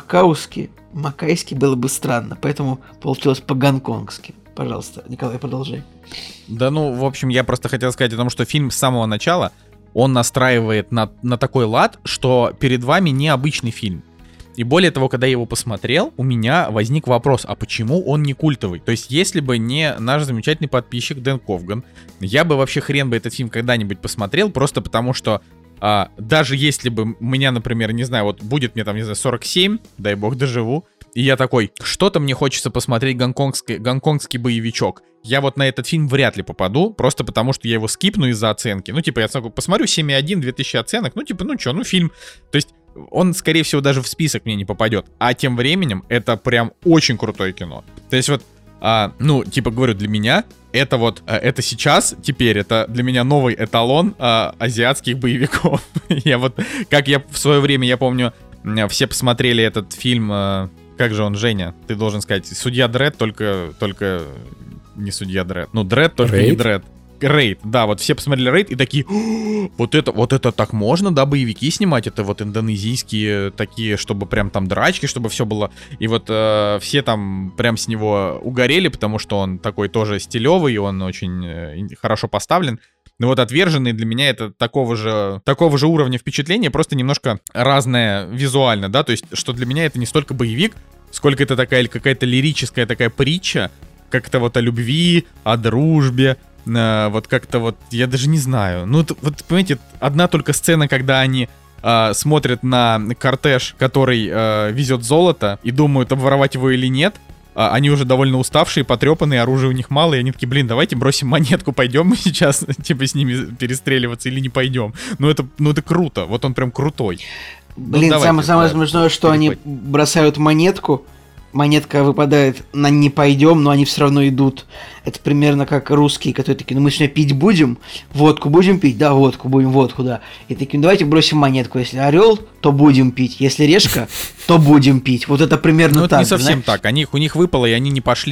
макайски было бы странно, поэтому получилось по-гонконгски. Пожалуйста, Николай, продолжай. Да, ну, в общем, я просто хотел сказать о том, что фильм с самого начала он настраивает на такой лад, что перед вами необычный фильм. И более того, когда я его посмотрел, у меня возник вопрос, а почему он не культовый? То есть, если бы не наш замечательный подписчик Дэн Ковган, я бы вообще хрен бы этот фильм когда-нибудь посмотрел, просто потому что даже если бы меня, например, не знаю, вот будет мне там, не знаю, 47, дай бог доживу, и я такой, что-то мне хочется посмотреть гонконгский боевичок. Я вот на этот фильм вряд ли попаду, просто потому что я его скипну из-за оценки. Ну, типа, я посмотрю 7,1, 2000 оценок, ну, типа, ну, чё, ну, фильм. То есть, он, скорее всего, даже в список мне не попадет. А тем временем, это прям очень крутое кино. То есть, вот, ну, типа, говорю, для меня, это вот, это сейчас, теперь, это для меня новый эталон азиатских боевиков. Я вот, как я в свое время, я помню, все посмотрели этот фильм, как же он, Женя, ты должен сказать, «Судья Дредд», только не «Судья Дредд». Ну, Дредд, только Рейд? не Дредд. Рейд, да, вот все посмотрели Рейд и такие, вот это так можно, да, боевики снимать, это вот индонезийские такие, чтобы прям там драчки, чтобы все было. И вот все там прям с него угорели, потому что он такой тоже стилевый, он очень хорошо поставлен. Ну вот «Отверженные» для меня это такого же уровня впечатления, просто немножко разное визуально, да, то есть, что для меня это не столько боевик, сколько это такая какая-то лирическая такая притча, как-то вот о любви, о дружбе, вот как-то вот, я даже не знаю. Ну вот, понимаете, одна только сцена, когда они смотрят на кортеж, который везет золото, и думают, обворовать его или нет. Они уже довольно уставшие, потрепанные, оружия у них мало, и они такие, блин, давайте бросим монетку, пойдем мы сейчас, типа, с ними перестреливаться или не пойдем. Ну это круто, вот он прям крутой. Блин, ну, самое смешное, что они бросают монетку, монетка выпадает на «не пойдем», но они все равно идут. Это примерно как русские, которые такие, ну мы сегодня пить будем, водку будем пить, да, водку будем, водку, да. И такие, ну давайте бросим монетку, если орел, то будем пить, если решка, то будем пить. Вот это примерно так. Ну это так, не совсем так, у них выпало, и они не пошли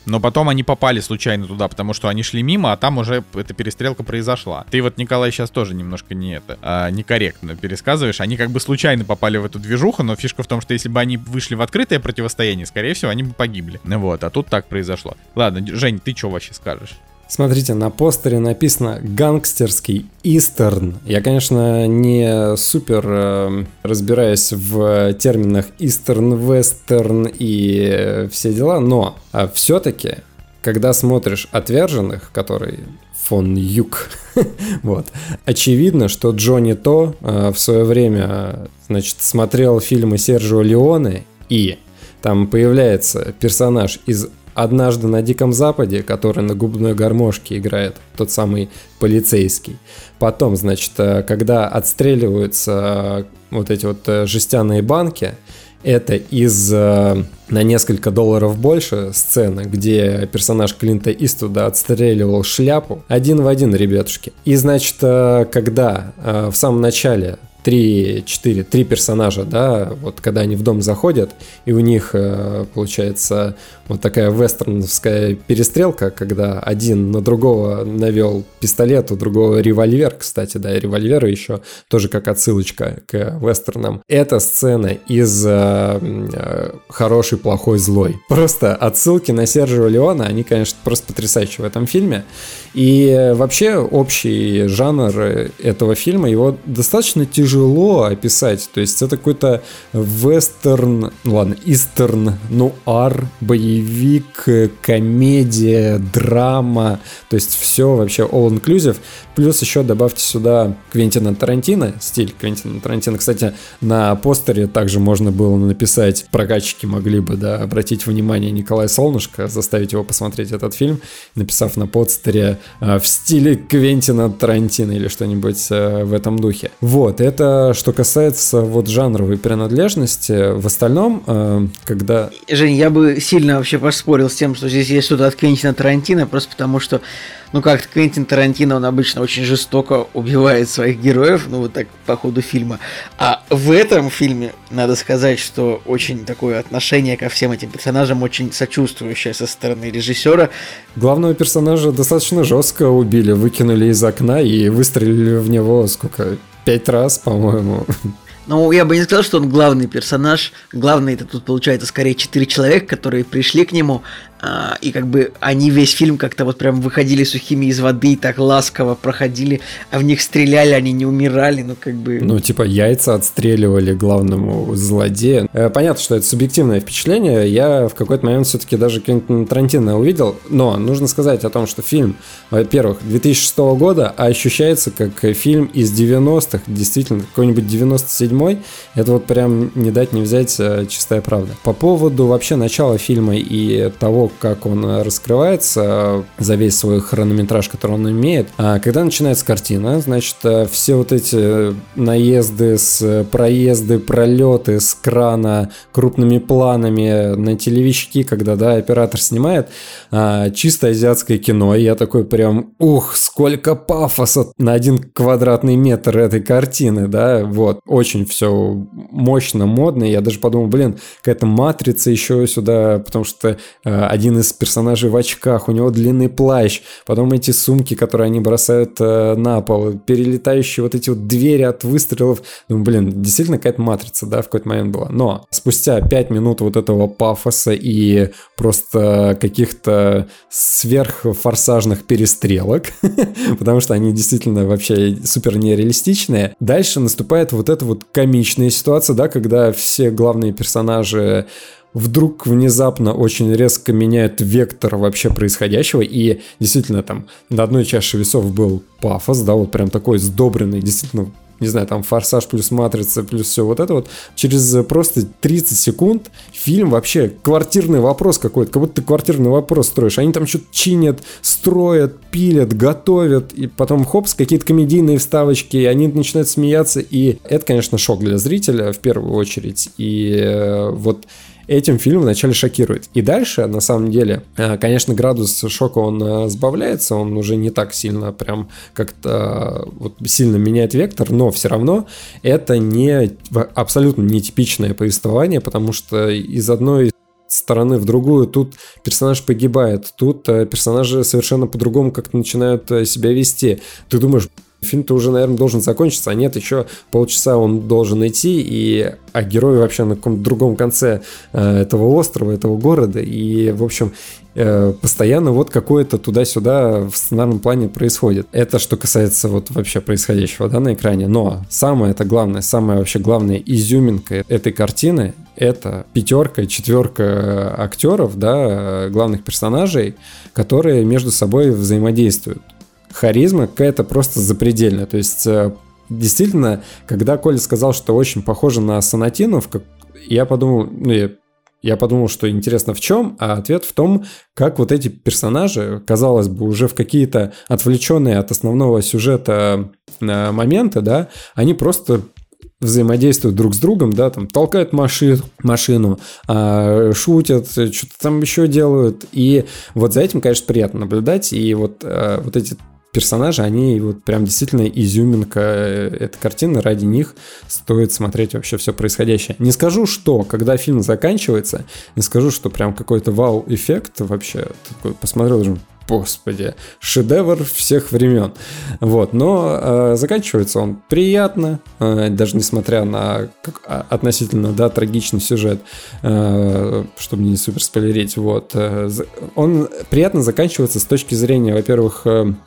но потом они попали случайно туда, потому что они шли мимо, а там уже эта перестрелка произошла. Ты вот, Николай, сейчас тоже немножко некорректно пересказываешь. Они как бы случайно попали в эту движуху, но фишка в том, что если бы они вышли в открытое противостояние, скорее всего, они бы погибли. Вот, а тут так произошло. Ладно, Жень, ты что вообще скажешь? Смотрите, на постере написано «гангстерский истерн». Я, конечно, не супер разбираюсь в терминах истерн, вестерн и все дела, но все-таки, когда смотришь «Отверженных», который фон Юг, вот, очевидно, что Джонни То в свое время, значит, смотрел фильмы Серджио Леоне, и там появляется персонаж из «Однажды на Диком Западе», который на губной гармошке играет, тот самый полицейский. Потом, значит, когда отстреливаются вот эти вот жестяные банки, это из «На несколько долларов больше» сцена, где персонаж Клинта Иствуда отстреливал шляпу. Один в один, ребятушки. И, значит, когда в самом начале три персонажа, да, вот когда они в дом заходят, и у них получается вот такая вестерновская перестрелка, когда один на другого навел пистолет, у другого револьвер, кстати, да, и револьверы еще тоже как отсылочка к вестернам. Это сцена из «Хороший, плохой, злой». Просто отсылки на Серджио Леоне, они, конечно, просто потрясающие в этом фильме. И вообще общий жанр этого фильма, его достаточно тяжело описать. То есть это какой-то вестерн, истерн, нуар, боевик, комедия, драма. То есть все вообще all-inclusive. Плюс еще добавьте сюда Квентина Тарантино, стиль Квентина Тарантино. Кстати, на постере также можно было написать, прокатчики могли бы, да, обратить внимание Николая Солнышко, заставить его посмотреть этот фильм, написав на постере в стиле Квентина Тарантино или что-нибудь в этом духе. Вот, это что касается вот жанровой принадлежности. В остальном, когда... Жень, я бы сильно вообще поспорил с тем, что здесь есть что-то от Квентина Тарантино, просто потому что, ну как-то Квентин Тарантино, он обычно очень жестоко убивает своих героев, ну вот так по ходу фильма. А в этом фильме, надо сказать, что очень такое отношение ко всем этим персонажам, очень сочувствующее со стороны режиссера. Главного персонажа достаточно жестко убили, выкинули из окна и выстрелили в него, 5 раз, по-моему. Ну, я бы не сказал, что он главный персонаж. Главный это тут получается скорее 4 человека, которые пришли к нему, и как бы они весь фильм как-то вот прям выходили сухими из воды и так ласково проходили, а в них стреляли, они не умирали, ну как бы... Ну, типа яйца отстреливали главному злодею. Понятно, что это субъективное впечатление. Я в какой-то момент все-таки даже Квентина Тарантино увидел, но нужно сказать о том, что фильм, во-первых, 2006 года, а ощущается как фильм из 90-х, действительно, какой-нибудь 97-й. Это вот прям не дать не взять, чистая правда. По поводу вообще начала фильма и того, как он раскрывается за весь свой хронометраж, который он имеет. Когда начинается картина, значит, все вот эти наезды, проезды, пролеты с крана крупными планами на телевички, когда, да, оператор снимает, чисто азиатское кино. И я такой прям, сколько пафоса на 1 квадратный метр этой картины, да, вот. Очень все мощно, модно. Я даже подумал, какая-то матрица еще сюда, потому что один из персонажей в очках, у него длинный плащ, потом эти сумки, которые они бросают на пол, перелетающие вот эти вот двери от выстрелов. Думаю, действительно какая-то матрица, да, в какой-то момент была. Но спустя 5 минут вот этого пафоса и просто каких-то сверхфорсажных перестрелок, потому что они действительно вообще супер нереалистичные, дальше наступает вот эта вот комичная ситуация, да, когда все главные персонажи вдруг внезапно очень резко меняет вектор вообще происходящего, и действительно там на одной чаше весов был пафос, да, вот прям такой сдобренный, действительно, не знаю, там «Форсаж» плюс «Матрица» плюс все вот это вот. Через просто 30 секунд фильм вообще квартирный вопрос какой-то, как будто ты квартирный вопрос строишь. Они там что-то чинят, строят, пилят, готовят, и потом хопс, какие-то комедийные вставочки, и они начинают смеяться, и это, конечно, шок для зрителя в первую очередь, и вот этим фильм вначале шокирует. И дальше, на самом деле, конечно, градус шока он сбавляется, он уже не так сильно прям как-то вот сильно меняет вектор, но все равно это абсолютно нетипичное повествование, потому что из одной стороны в другую, тут персонаж погибает, тут персонажи совершенно по-другому как-то начинают себя вести. Ты думаешь, фильм-то уже, наверное, должен закончиться, а нет, еще полчаса он должен идти, а герой вообще на каком-то другом конце этого острова, этого города, и, в общем, постоянно вот какое-то туда-сюда в сценарном плане происходит. Это что касается вот вообще происходящего, да, на экране. Но самое вообще главная изюминка этой картины — это 5-4 актеров, да, главных персонажей, которые между собой взаимодействуют. Харизма какая-то просто запредельная. То есть, действительно, когда Коля сказал, что очень похоже на Сонатинов, я подумал, что интересно в чем, а ответ в том, как вот эти персонажи, казалось бы, уже в какие-то отвлеченные от основного сюжета моменты, да, они просто взаимодействуют друг с другом, да, там толкают машину, шутят, что-то там еще делают, и вот за этим, конечно, приятно наблюдать, и вот эти персонажи, они вот прям действительно изюминка этой картины, ради них стоит смотреть вообще все происходящее. Не скажу, что, когда фильм заканчивается, не скажу, что прям какой-то вау-эффект вообще, такой посмотрел уже, господи, шедевр всех времен. Вот, но заканчивается он приятно, даже несмотря на относительно, да, трагичный сюжет, чтобы не супер спойлерить, вот. Он приятно заканчивается с точки зрения, во-первых,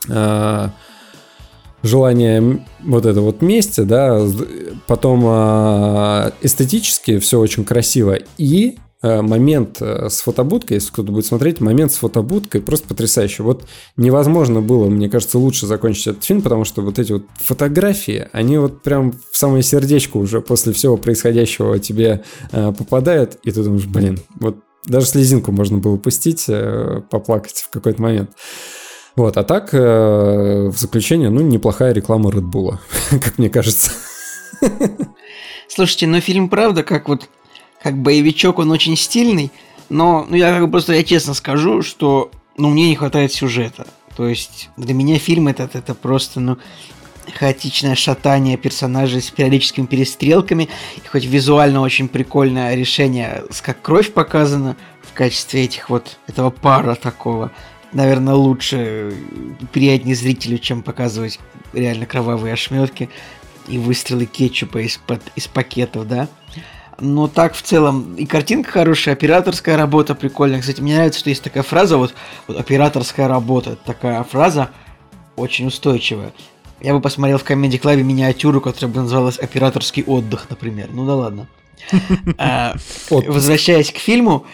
желание вот это вот мести, да, потом эстетически все очень красиво, и момент с фотобудкой, если кто-то будет смотреть, момент с фотобудкой просто потрясающий. Вот невозможно было, мне кажется, лучше закончить этот фильм, потому что вот эти вот фотографии, они вот прям в самое сердечко уже после всего происходящего тебе попадают, и ты думаешь, блин, вот даже слезинку можно было пустить, поплакать в какой-то момент. Вот, а так, в заключение, неплохая реклама Red Bull, как мне кажется. Слушайте, фильм, правда, как боевичок, он очень стильный, но я честно скажу, что мне не хватает сюжета. То есть для меня фильм это просто хаотичное шатание персонажей с периодическими перестрелками, и хоть визуально очень прикольное решение, как кровь показана в качестве этого пара такого, наверное, лучше, приятнее зрителю, чем показывать реально кровавые ошметки и выстрелы кетчупа из пакетов, да. Но так в целом и картинка хорошая, операторская работа прикольная. Кстати, мне нравится, что есть такая фраза, вот операторская работа. Это такая фраза очень устойчивая. Я бы посмотрел в Comedy Club миниатюру, которая бы называлась «Операторский отдых», например. Ну да ладно. Возвращаясь к фильму,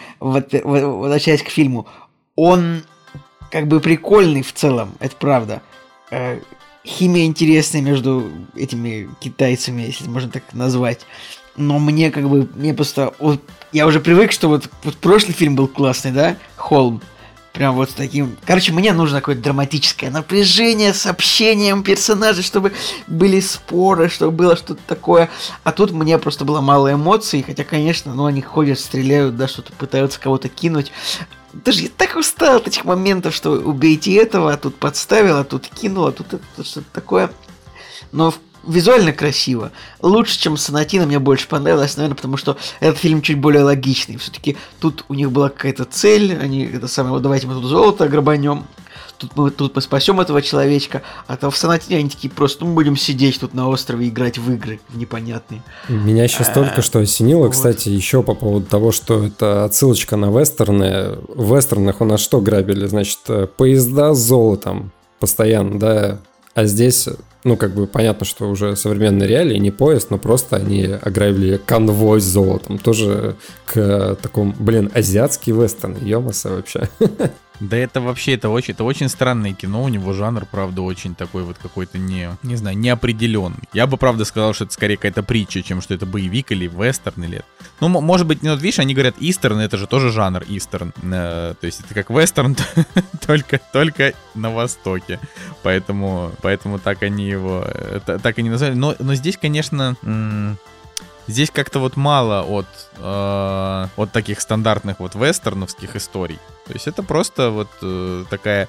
он как бы прикольный в целом, это правда. Химия интересная между этими китайцами, если можно так назвать. Но мне просто... я уже привык, что вот прошлый фильм был классный, да? «Холм». Прям вот с таким... Короче, мне нужно какое-то драматическое напряжение с общением персонажей, чтобы были споры, чтобы было что-то такое. А тут мне просто было мало эмоций, хотя, конечно, они ходят, стреляют, да, что-то пытаются кого-то кинуть. Даже я так устал от этих моментов, что убейте этого, а тут подставил, а тут кинул, а тут что-то такое. Но визуально красиво. Лучше, чем «Сонатина», мне больше понравилось, наверное, потому что этот фильм чуть более логичный. Все-таки тут у них была какая-то цель, они давайте мы тут золото грабанем, тут мы спасем этого человечка, а то в «Сонатине» они такие просто, будем сидеть тут на острове и играть в игры непонятные. Меня сейчас только что осенило, кстати, еще по поводу того, что это отсылочка на вестерны. В вестернах у нас что грабили? Значит, поезда с золотом постоянно, да, а здесь... понятно, что уже современные реалии, не поезд, но просто они ограбили конвой с золотом. Тоже к такому, азиатский вестерн, ё-моё вообще. Да это вообще, это очень странное кино, у него жанр, правда, очень такой вот какой-то не знаю, неопределенный. Я бы, правда, сказал, что это скорее какая-то притча, чем что это боевик или вестерн или... может быть, видишь, они говорят истерн, это же тоже жанр истерн. То есть это как вестерн, только на Востоке. Поэтому так они его... Так они назвали. Но здесь, конечно... Здесь как-то вот мало от таких стандартных вот вестерновских историй. То есть это просто вот такая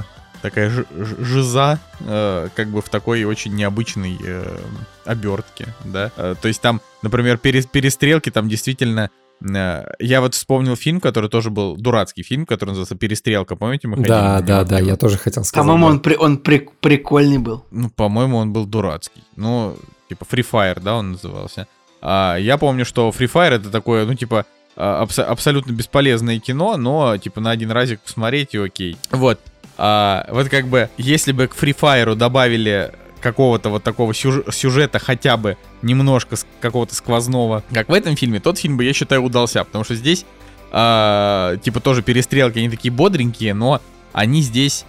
жиза, как бы в такой очень необычной обертке, да. То есть там, например, перестрелки там действительно Я вот вспомнил фильм, который тоже был дурацкий фильм, который назывался «Перестрелка». Помните, мы ходили? Да, я тоже хотел сказать. По-моему, он прикольный был. Ну, по-моему, он был дурацкий. Ну, типа Free Fire, да, он назывался. Я помню, что Free Fire это такое, ну, типа, абсолютно бесполезное кино, но, типа, на один разик посмотреть и окей. Вот. Вот как бы, если бы к Free Fire добавили какого-то вот такого сюжета, хотя бы немножко какого-то сквозного, как в этом фильме, тот фильм бы, я считаю, удался, потому что здесь, типа, тоже перестрелки, они такие бодренькие, но они здесь,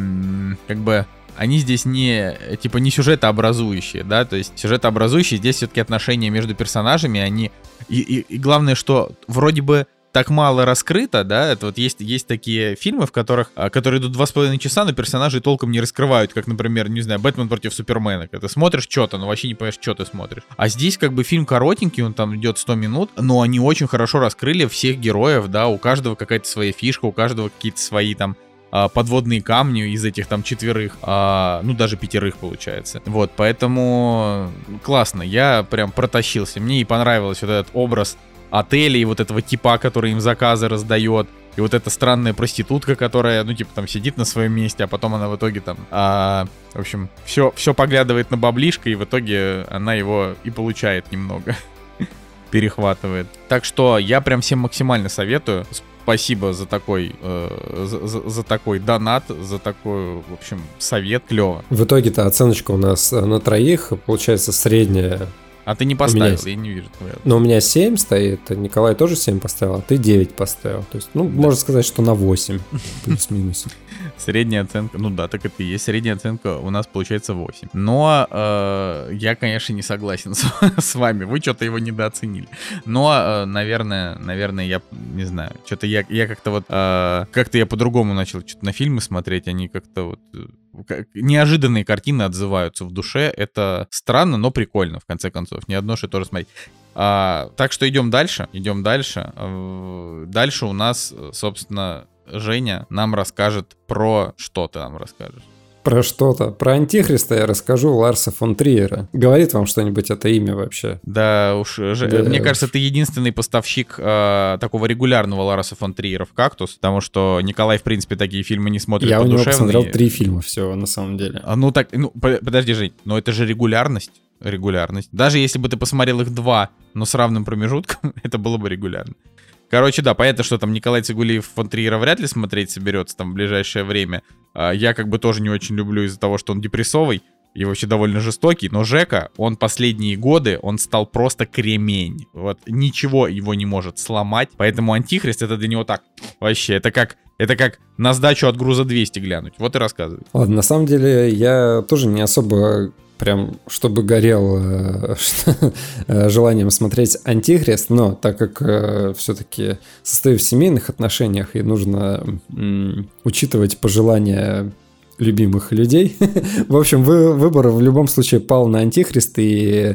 как бы, они здесь не сюжетообразующие, да, то есть сюжетообразующие здесь все-таки отношения между персонажами, они, и главное, что вроде бы так мало раскрыто, да, это вот есть такие фильмы, в которых, которые идут 2,5 часа, но персонажей толком не раскрывают, как, например, не знаю, «Бэтмен против Супермена», когда ты смотришь что-то, но вообще не понимаешь, что ты смотришь. А здесь как бы фильм коротенький, он там идет 100 минут, но они очень хорошо раскрыли всех героев, да, у каждого какая-то своя фишка, у каждого какие-то свои там подводные камни из этих там 4, ну даже 5 получается. Вот, поэтому классно, я прям протащился. Мне и понравился вот этот образ отелей, вот этого типа, который им заказы раздает, и вот эта странная проститутка, которая, ну, типа, там сидит на своем месте, а потом она в итоге там, в общем, все поглядывает на баблишко, и в итоге она его и получает немного, перехватывает. Так что я прям всем максимально советую. Спасибо за такой, за такой донат, за такой, в общем, совет. Клево. В итоге-то оценочка у нас на троих, получается, средняя. А ты не поставил, я не вижу твоего. Но у меня 7 стоит, Николай тоже 7 поставил, а ты 9 поставил. То есть, ну, да. Можно сказать, что на 8, плюс-минус. Средняя оценка, ну да, так это и есть. Средняя оценка у нас получается 8. Но я, конечно, не согласен с вами. Вы что-то его недооценили. Но, наверное, я не знаю. Что-то я как-то вот... Как-то я по-другому начал что-то на фильмы смотреть. Они как-то вот... Неожиданные картины отзываются в душе. Это странно, но прикольно, в конце концов. Не одно, что тоже смотреть. Так что идем дальше. Дальше у нас, собственно, Женя нам расскажет про... Что ты нам расскажешь? Про что-то. Про Антихриста я расскажу Ларса фон Триера. Говорит вам что-нибудь это имя вообще? Да уж, мне кажется, ты единственный поставщик такого регулярного Ларса фон Триера в «Кактус», потому что Николай, в принципе, такие фильмы не смотрит по душевной. Я у него посмотрел 3 фильма всего, на самом деле. Подожди, Жень, но это же регулярность. Даже если бы ты посмотрел их 2, но с равным промежутком, это было бы регулярно. Короче, да, понятно, что там Николай Цигулиев фон Триера вряд ли смотреть соберется там в ближайшее время. Я как бы тоже не очень люблю из-за того, что он депрессовый и вообще довольно жестокий. Но Жека, он последние годы, он стал просто кремень. Вот ничего его не может сломать. Поэтому Антихрист это для него так вообще, это как на сдачу от груза 200 глянуть. Вот и рассказывай. Ладно, на самом деле я тоже не особо... Прям, чтобы горел желанием смотреть «Антихрист», но так как все-таки состою в семейных отношениях и нужно учитывать пожелания любимых людей, в общем, выбор в любом случае пал на «Антихрист», и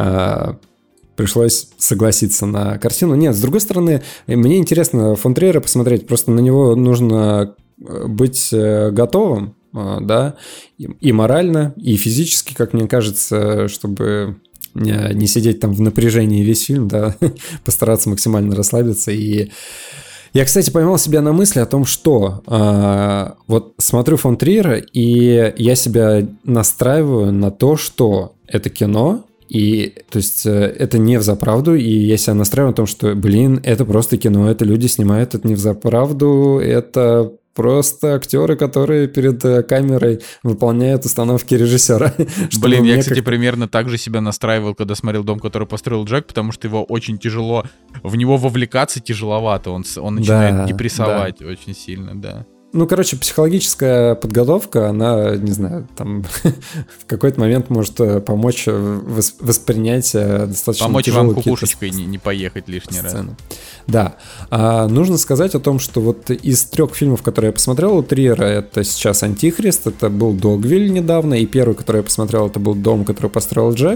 пришлось согласиться на картину. Нет, с другой стороны, мне интересно фон Триера посмотреть, просто на него нужно быть готовым, да, и морально, и физически, как мне кажется, чтобы не сидеть там в напряжении весь фильм, да, постараться максимально расслабиться. И я, кстати, поймал себя на мысли о том, что вот смотрю фон Триера, и я себя настраиваю на то, что это кино, и, то есть, это не взаправду, и я себя настраиваю на том, что, это просто кино, это люди снимают, это не взаправду, это просто актеры, которые перед камерой выполняют установки режиссера. Я, кстати, примерно так же себя настраивал, когда смотрел «Дом, который построил Джек», потому что его очень тяжело, в него вовлекаться тяжеловато, он начинает депрессовать очень сильно, да. Ну, короче, психологическая подготовка, она, не знаю, там в какой-то момент может помочь воспринять достаточно помочь тяжелые вам кукушечкой не поехать лишний раз. Да. Нужно сказать о том, что вот из 3 фильмов, которые я посмотрел у Триера, это сейчас «Антихрист», это был «Догвиль» недавно, и первый, который я посмотрел, это был «Дом, который построил Джек».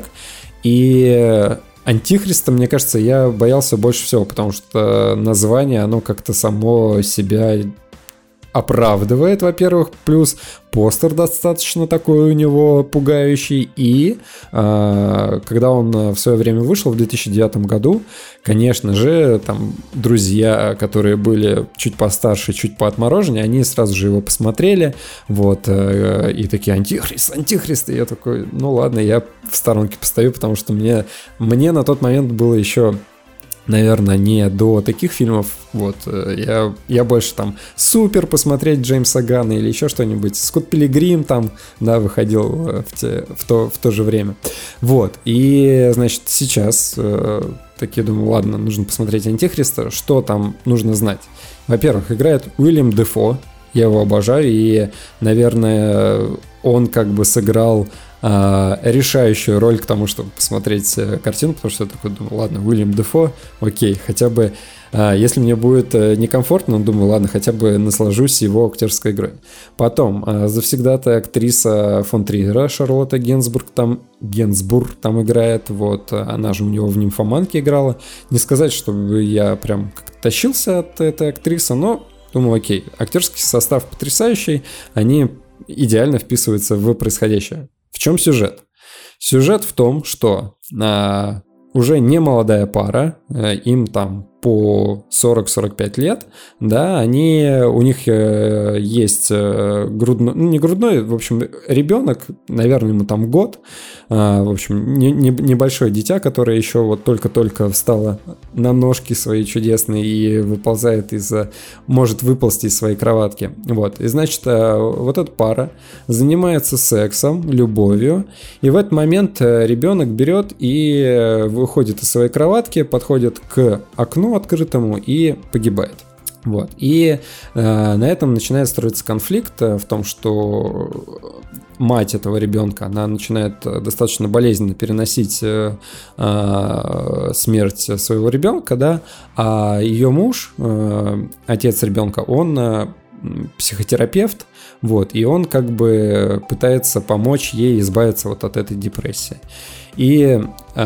И «Антихриста», мне кажется, я боялся больше всего, потому что название, оно как-то само себя... оправдывает, во-первых, плюс постер достаточно такой у него пугающий, и когда он в свое время вышел в 2009 году, конечно же, там друзья, которые были чуть постарше, чуть поотмороженнее, они сразу же его посмотрели, вот, и такие: антихрист, и я такой: ну ладно, я в сторонке постою, потому что мне на тот момент было еще, наверное, не до таких фильмов. Вот, я больше там Супер посмотреть Джеймса Ганна или еще что-нибудь. Скотт Пилигрим там, да, выходил в то же время. Вот, и, значит, сейчас такие думаю: ладно, нужно посмотреть Антихриста, что там нужно знать. Во-первых, играет Уильям Дефо, я его обожаю, и, наверное, он как бы сыграл решающую роль к тому, чтобы посмотреть картину, потому что я такой думаю: ладно, Уильям Дефо, окей, хотя бы, если мне будет некомфортно, думаю, ладно, хотя бы наслажусь его актерской игрой. Потом, завсегдатая актриса фон Триера, Шарлотта Генсбур там играет, вот, она же у него в «Нимфоманке» играла. Не сказать, чтобы я прям как-то тащился от этой актрисы, но думаю, окей, актерский состав потрясающий, они идеально вписываются в происходящее. В чем сюжет? Сюжет в том, что уже не молодая пара, им там по 40-45 лет, да, у них есть грудной, ну не грудной, в общем, ребенок, наверное, ему там год, в общем, небольшое дитя, которое еще вот только-только встало на ножки свои чудесные и может выползти из своей кроватки, вот, и значит, вот эта пара занимается сексом, любовью, и в этот момент ребенок берет и выходит из своей кроватки, подходит к окну открытому и погибает. Вот. И на этом начинает строиться конфликт в том, что мать этого ребенка, она начинает достаточно болезненно переносить смерть своего ребенка, да, а ее муж, отец ребенка, он психотерапевт, вот, и он как бы пытается помочь ей избавиться вот от этой депрессии. И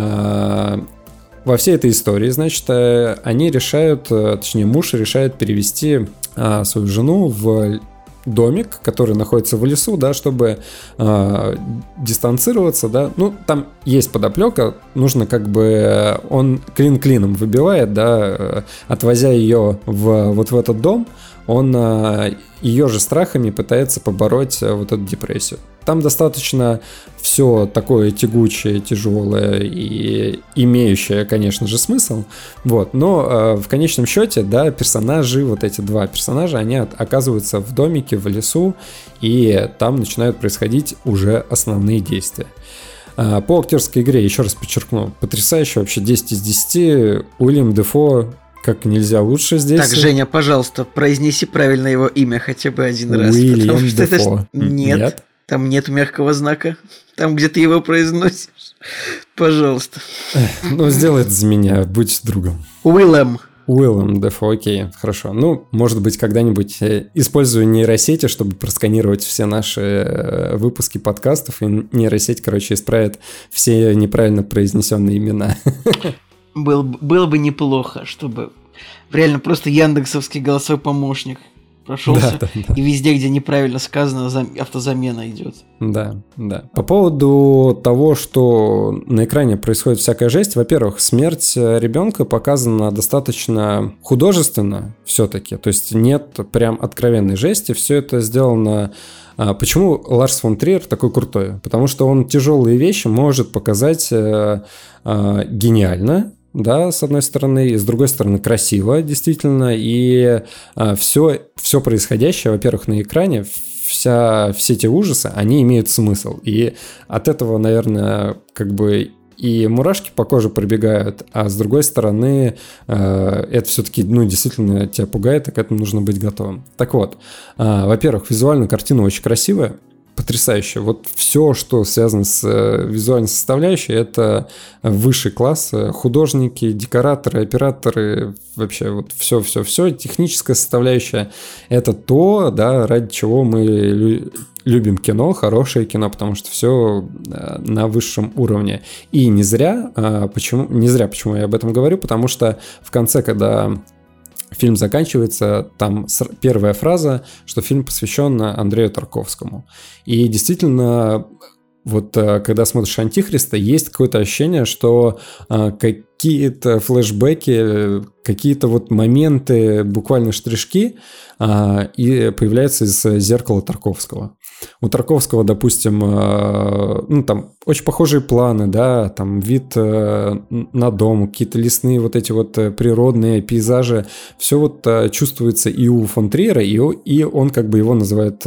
во всей этой истории, значит, они решают, точнее, муж решает перевести свою жену в домик, который находится в лесу, да, чтобы дистанцироваться, да, ну, там есть подоплека, нужно как бы, он клин клином выбивает, да, отвозя ее вот в этот дом, он ее же страхами пытается побороть вот эту депрессию. Там достаточно все такое тягучее, тяжелое и имеющее, конечно же, смысл. Вот. Но в конечном счете, да, персонажи, вот эти два персонажа, они оказываются в домике, в лесу, и там начинают происходить уже основные действия. По актерской игре, еще раз подчеркну, потрясающе, вообще 10 из 10. Уильям Дефо как нельзя лучше здесь. Так, Женя, пожалуйста, произнеси правильно его имя хотя бы один раз. Уильям Дефо. Нет, там нет мягкого знака. Там, где ты его произносишь. Пожалуйста. Ну, сделай это за меня, будь другом. Уильям Дефо, окей, хорошо. Ну, может быть, когда-нибудь использую нейросети, чтобы просканировать все наши выпуски подкастов, и нейросеть, короче, исправит все неправильно произнесенные имена. Было бы неплохо, чтобы реально просто яндексовский голосовой помощник прошелся, да. И везде, где неправильно сказано, автозамена идет. Да. По поводу того, что на экране происходит всякая жесть, во-первых, смерть ребенка показана достаточно художественно все-таки, то есть нет прям откровенной жести, все это сделано. Почему Ларс фон Триер такой крутой? Потому что он тяжелые вещи может показать гениально, да, с одной стороны, и с другой стороны красиво, действительно, и все происходящее, во-первых, на экране, все те ужасы, они имеют смысл, и от этого, наверное, как бы и мурашки по коже пробегают, а с другой стороны, это все-таки, ну, действительно тебя пугает, и к этому нужно быть готовым. Так вот, во-первых, визуально картина очень красивая, потрясающе. Вот все, что связано с визуальной составляющей, это высший класс. Художники, декораторы, операторы, вообще вот все. Техническая составляющая – это то, да, ради чего мы любим кино, хорошее кино, потому что все на высшем уровне. И не зря, почему я об этом говорю, потому что в конце, когда фильм заканчивается, там первая фраза, что фильм посвящен Андрею Тарковскому. И действительно, вот когда смотришь «Антихриста», есть какое-то ощущение, что какие-то флешбеки, какие-то вот моменты, буквально штришки, и появляются из зеркала Тарковского. У Тарковского, допустим, там очень похожие планы, да, там вид на дом, какие-то лесные вот эти вот природные пейзажи, все вот чувствуется и у фон Триера, и он как бы его называет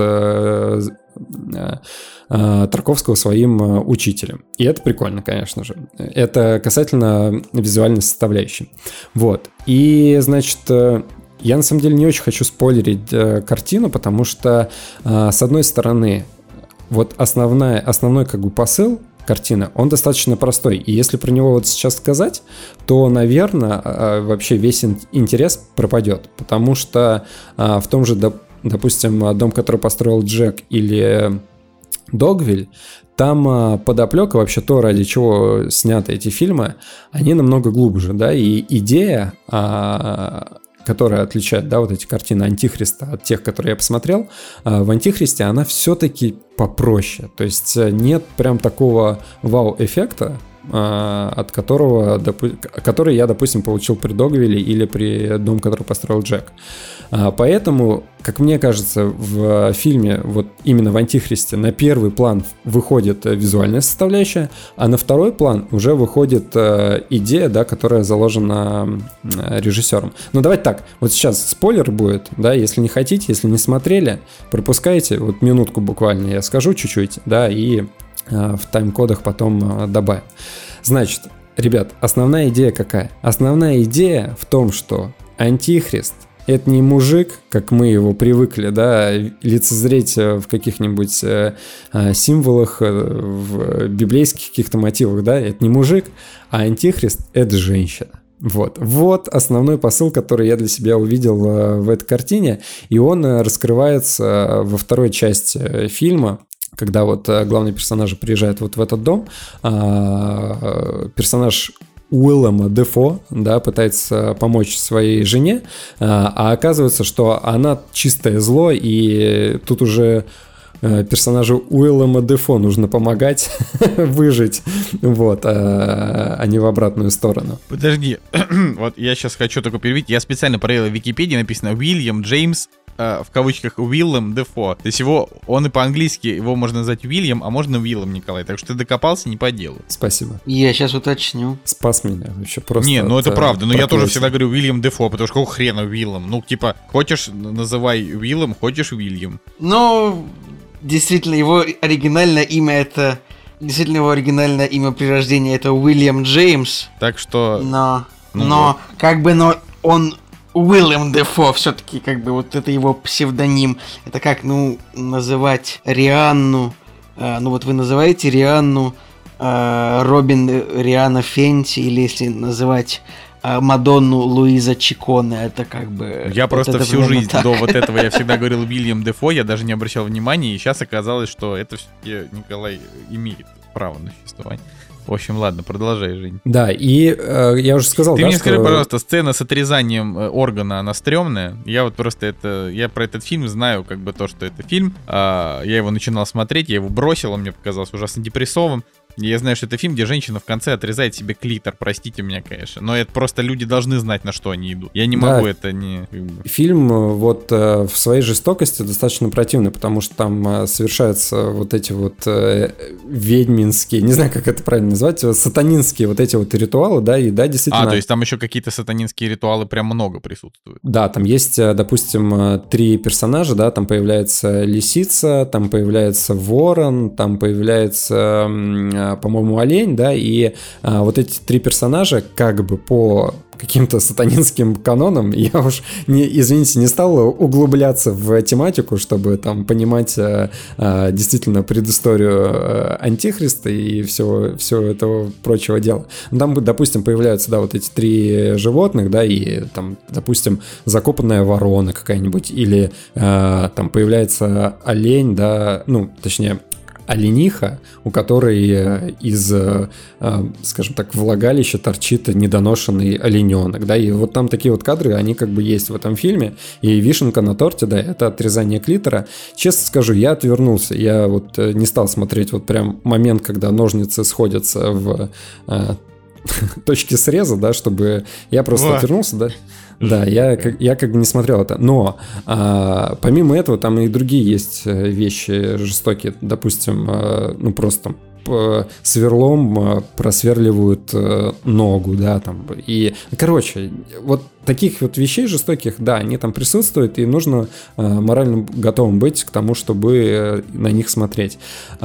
Тарковского своим учителем. И это прикольно, конечно же. Это касательно визуальной составляющей. Вот. И, значит, я на самом деле не очень хочу спойлерить картину, потому что, с одной стороны, вот основной как бы посыл картины, он достаточно простой. И если про него вот сейчас сказать, то, наверное, вообще весь интерес пропадет. Потому что в том же, допустим, «Дом, который построил Джек» или «Догвиль», там подоплека, вообще то, ради чего сняты эти фильмы, они намного глубже, да, и идея, которая отличает, да, вот эти картины «Антихриста» от тех, которые я посмотрел, в «Антихристе» она все-таки попроще, то есть нет прям такого вау-эффекта, от который я, допустим, получил при «Догвилле» или при «Дом, который построил Джек». Поэтому, как мне кажется, в фильме, вот именно в «Антихристе», на первый план выходит визуальная составляющая, а на второй план уже выходит идея, да, которая заложена режиссером. Но давайте так, вот сейчас спойлер будет, да, если не хотите, если не смотрели, пропускайте, вот минутку буквально я скажу чуть-чуть, да, и в тайм-кодах потом добавим. Значит, ребят, основная идея какая? Основная идея в том, что Антихрист — это не мужик, как мы его привыкли, да, лицезреть в каких-нибудь символах, в библейских каких-то мотивах, да, это не мужик, а Антихрист — это женщина. Вот основной посыл, который я для себя увидел в этой картине, и он раскрывается во второй части фильма, когда вот главный персонаж приезжает вот в этот дом, персонаж Уиллема Дефо, да, пытается помочь своей жене, а оказывается, что она чистое зло, и тут уже персонажу Уиллема Дефо нужно помогать выжить, вот, а не в обратную сторону. Подожди, вот я сейчас хочу только перевести, я специально проверил в Википедии, написано Уильям Джеймс, в кавычках, Уиллем Дефо. То есть он и по-английски, его можно назвать Уильям, а можно Уиллом, Николай. Так что ты докопался не по делу. Спасибо. Я сейчас уточню. Спас меня вообще просто. Не, ну это правда. Но я тоже всегда говорю Уильям Дефо, потому что какого хрена Уиллом? Ну, типа, хочешь называй Уиллом, хочешь Уильям. Ну, действительно, его оригинальное имя это... Действительно, его оригинальное имя при рождении это Уильям Джеймс. Так что... Но он... Уиллем Дефо, все-таки, как бы, вот это его псевдоним. Это как, называть Рианну... вот вы называете Рианну Робин Риана Фенти, или если называть Мадонну Луиза Чиконе, это как бы... Я просто всю жизнь до вот этого я всегда говорил Уильям Дефо, я даже не обращал внимания, и сейчас оказалось, что это все-таки Николай имеет право на существование. В общем, ладно, продолжай, Жень. Да, и я уже сказал, Ты мне скажи, пожалуйста, сцена с отрезанием органа, она стрёмная? Я вот просто я про этот фильм знаю, как бы то, что это фильм. Я его начинал смотреть, я его бросил, он мне показался ужасно депрессовым. Я знаю, что это фильм, где женщина в конце отрезает себе клитор, простите меня, конечно. Но это просто люди должны знать, на что они идут. Я не могу это не... Фильм вот в своей жестокости достаточно противный, потому что там совершаются вот эти вот ведьминские, не знаю, как это правильно назвать, сатанинские вот эти вот ритуалы, да, и да, действительно... то есть там еще какие-то сатанинские ритуалы прям много присутствуют. Да, там есть, допустим, 3 персонажа, да, там появляется лисица, там появляется ворон, там появляется... по-моему, олень, да, и вот эти 3 персонажа как бы по каким-то сатанинским канонам, я уж, извините, не стал углубляться в тематику, чтобы там понимать действительно предысторию Антихриста и всего этого прочего дела. Ну, там, допустим, появляются, да, вот эти 3 животных, да, и там, допустим, закопанная ворона какая-нибудь, или там появляется олень, да, точнее, олениха, у которой из, скажем так, влагалища торчит недоношенный олененок, да, и вот там такие вот кадры, они как бы есть в этом фильме, и вишенка на торте, да, это отрезание клитора. Честно скажу, я отвернулся, я вот не стал смотреть вот прям момент, когда ножницы сходятся в точке среза, да, чтобы я просто отвернулся, да. Да, я как бы не смотрел это. Но помимо этого там и другие есть вещи жестокие. Допустим, ну просто сверлом просверливают ногу, да, там. И, короче, вот таких вот вещей жестоких, да, они там присутствуют, и нужно морально готовым быть к тому, чтобы на них смотреть.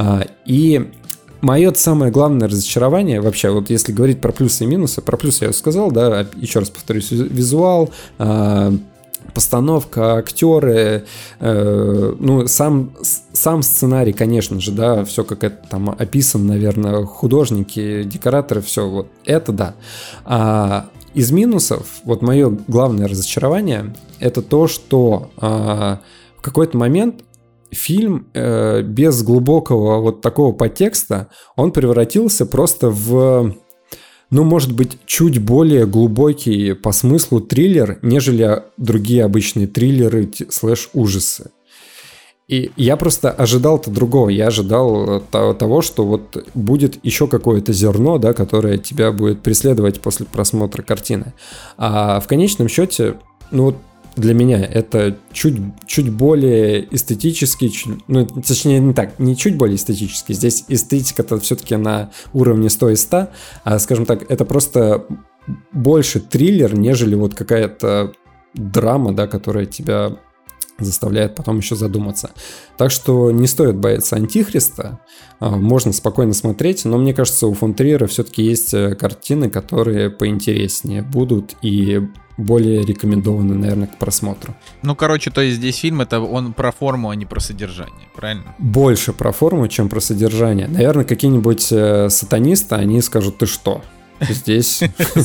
И мое самое главное разочарование, вообще, вот если говорить про плюсы и минусы, про плюсы я сказал, да, еще раз повторюсь, визуал, постановка, актеры, ну, сам сценарий, конечно же, да, все как это там описан, наверное, художники, декораторы, все, вот это да. А из минусов, вот мое главное разочарование, это то, что в какой-то момент фильм без глубокого вот такого подтекста, он превратился просто в, ну, может быть, чуть более глубокий по смыслу триллер, нежели другие обычные триллеры слэш-ужасы. И я просто ожидал-то другого. Я ожидал того, что вот будет еще какое-то зерно, да, которое тебя будет преследовать после просмотра картины. А в конечном счете, ну вот, для меня это чуть более эстетический, ну, точнее, не так, не чуть более эстетический. Здесь эстетика-то все-таки на уровне 100 из 100, а, скажем так, это просто больше триллер, нежели вот какая-то драма, да, которая тебя заставляет потом еще задуматься. Так что не стоит бояться Антихриста, можно спокойно смотреть, но мне кажется, у фон Триера все-таки есть картины, которые поинтереснее будут и более рекомендованы, наверное, к просмотру. Ну, короче, то есть здесь фильм, это он про форму, а не про содержание, правильно? Больше про форму, чем про содержание. Наверное, какие-нибудь сатанисты, они скажут, ты что? Здесь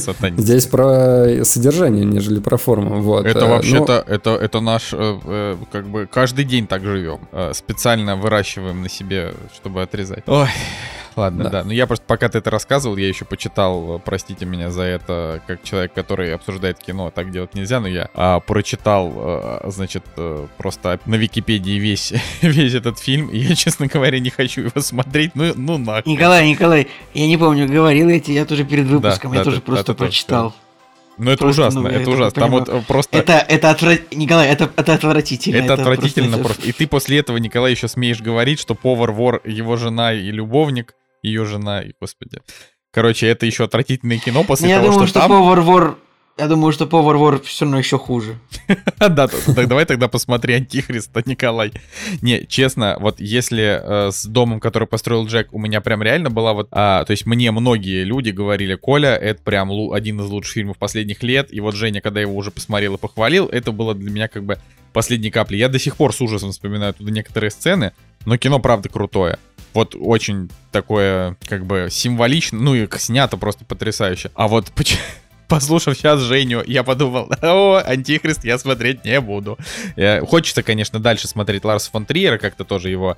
про содержание, нежели про форму. Вот. Это вообще-то, это наш, как бы, каждый день так живем. Специально выращиваем на себе, чтобы отрезать. Ой, ладно, да. Ну я просто, пока ты это рассказывал, я еще почитал, простите меня за это, как человек, который обсуждает кино, так делать нельзя, но я прочитал, значит, просто на Википедии весь этот фильм, и я, честно говоря, не хочу его смотреть, ну нахуй. Николай, я не помню, говорил я тоже перед выпуском, я тоже просто прочитал. Ну это ужасно, это ужасно. Там вот просто... Николай, это отвратительно. Это отвратительно просто. И ты после этого, Николай, еще смеешь говорить, что повар-вор, его жена и любовник, ее жена, и, господи. Короче, это еще отвратительное кино после того, что там... Я думаю, что повар-вор все равно еще хуже. Да, давай тогда посмотри Антихриста, Николай. Не, честно, вот если с домом, который построил Джек, у меня прям реально была вот... то есть мне многие люди говорили, Коля, это прям один из лучших фильмов последних лет, и вот Женя, когда его уже посмотрел и похвалил, это было для меня как бы последней каплей. Я до сих пор с ужасом вспоминаю туда некоторые сцены, но кино правда крутое. Вот очень такое, как бы, символично, ну и снято просто потрясающе. А вот послушав сейчас Женю, я подумал, Антихрист я смотреть не буду. Хочется, конечно, дальше смотреть Ларса фон Триера, как-то тоже его,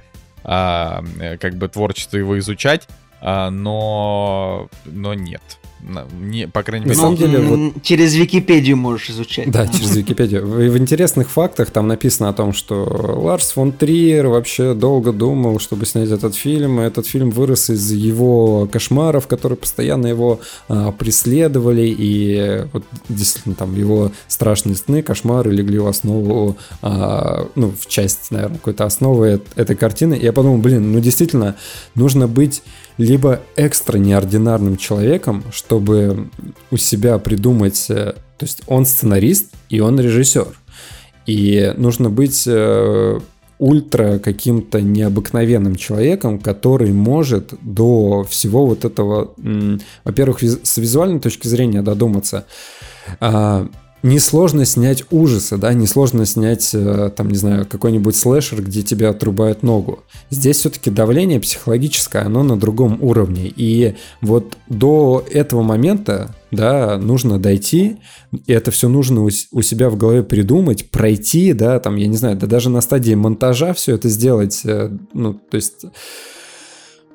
как бы, творчество его изучать, но нет. По крайней мере... На самом деле, вот... Через Википедию можешь изучать. Да, через Википедию. В интересных фактах там написано о том, что Ларс фон Триер вообще долго думал, чтобы снять этот фильм. Этот фильм вырос из его кошмаров, которые постоянно его преследовали. И вот действительно там его страшные сны, кошмары легли в основу, ну, в часть, наверное, какой-то основы этой картины. И я подумал, ну действительно, нужно быть либо экстра неординарным человеком, чтобы у себя придумать... То есть он сценарист и он режиссер. И нужно быть ультра каким-то необыкновенным человеком, который может до всего вот этого, во-первых, с визуальной точки зрения додуматься. Несложно снять ужасы, да, несложно снять, там, не знаю, какой-нибудь слэшер, где тебя отрубают ногу. Здесь все-таки давление психологическое, оно на другом уровне. И вот до этого момента, да, нужно дойти, и это все нужно у себя в голове придумать, пройти, да, там, я не знаю, да даже на стадии монтажа все это сделать, ну, то есть...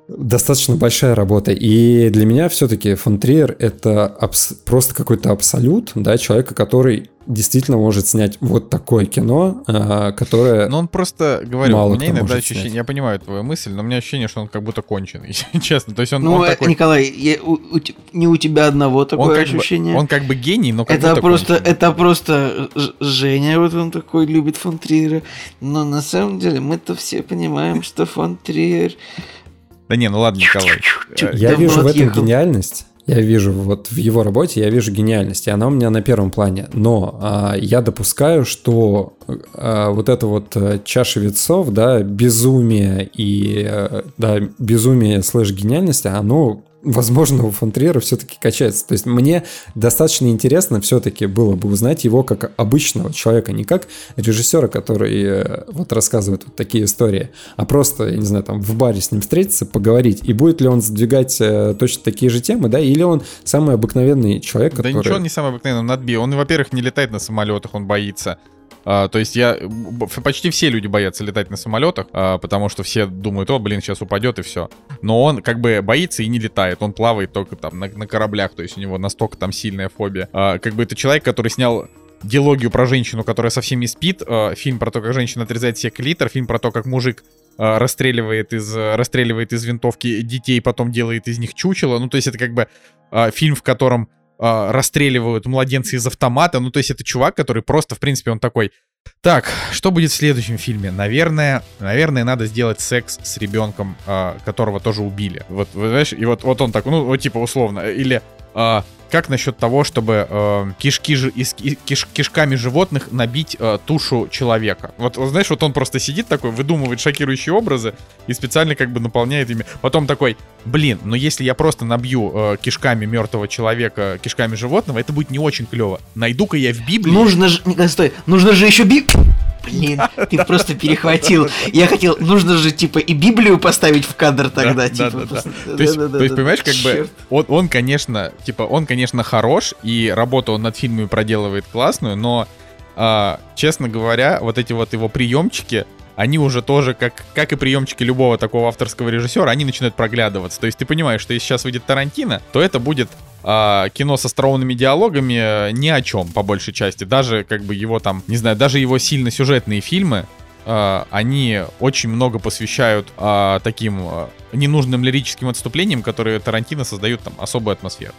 достаточно большая работа. И для меня все-таки фон Триер — это просто какой-то абсолют, да, человека, который действительно может снять вот такое кино, которое... Ну, он просто, говорю, мало у меня кто иногда может ощущение, снять. я понимаю твою мысль, но у меня ощущение, что он как будто конченый, честно. То есть он такой... Николай, не у тебя одного такое ощущение. Он как бы гений, но как это будто просто, конченый. это просто Женя, вот он такой любит фон Триера. Но на самом деле мы-то все понимаем, что фон Триер... Да не, ну ладно, Николай. Я Да вижу в этом отъехал. гениальность. Я вижу вот в его работе, я вижу гениальность, и она у меня на первом плане. Но я допускаю, что вот эта вот чаша весов, да, безумие и безумие слэш гениальности, оно, возможно, у фон Триера все-таки качается. То есть мне достаточно интересно все-таки было бы узнать его как обычного человека, не как режиссера, который вот рассказывает вот такие истории, а просто, я не знаю, там в баре с ним встретиться, поговорить. И будет ли он сдвигать точно такие же темы, да, или он самый обыкновенный человек, Да который... ничего, он не самый обыкновенный, он отбил. Он, во-первых, не летает на самолетах, он боится. То есть почти все люди боятся летать на самолетах, потому что все думают, сейчас упадет и все. Но он как бы боится и не летает, он плавает только там на кораблях, то есть у него настолько там сильная фобия. Как бы это человек, который снял дилогию про женщину, которая совсем не спит, фильм про то, как женщина отрезает себе клитор, фильм про то, как мужик расстреливает из винтовки детей, потом делает из них чучело. Ну, то есть это как бы фильм, в котором расстреливают младенца из автомата. Ну, то есть это чувак, который просто, в принципе, он такой: так, что будет в следующем фильме? Наверное, надо сделать секс с ребенком, которого тоже убили. Вот, знаешь, и вот он так, ну, вот типа условно. Или как насчет того, чтобы кишками животных набить тушу человека? Вот, знаешь, вот он просто сидит такой, выдумывает шокирующие образы и специально как бы наполняет ими. Потом такой: но если я просто набью кишками мертвого человека кишками животного, это будет не очень клево. Найду-ка я в Библии... Нужно же еще Блин, ты просто перехватил. Я хотел, нужно же, типа, и Библию поставить в кадр тогда, типа. То есть, понимаешь, как бы, он, конечно, хорош, и работу он над фильмами проделывает классную, но, честно говоря, вот эти вот его приемчики, они уже тоже, как и приемчики любого такого авторского режиссера, они начинают проглядываться. То есть ты понимаешь, что если сейчас выйдет Тарантино, то это будет кино с остроумными диалогами ни о чем, по большей части. Даже как бы его там, не знаю, даже его сильно сюжетные фильмы, они очень много посвящают таким ненужным лирическим отступлениям, которые Тарантино создают там особую атмосферу.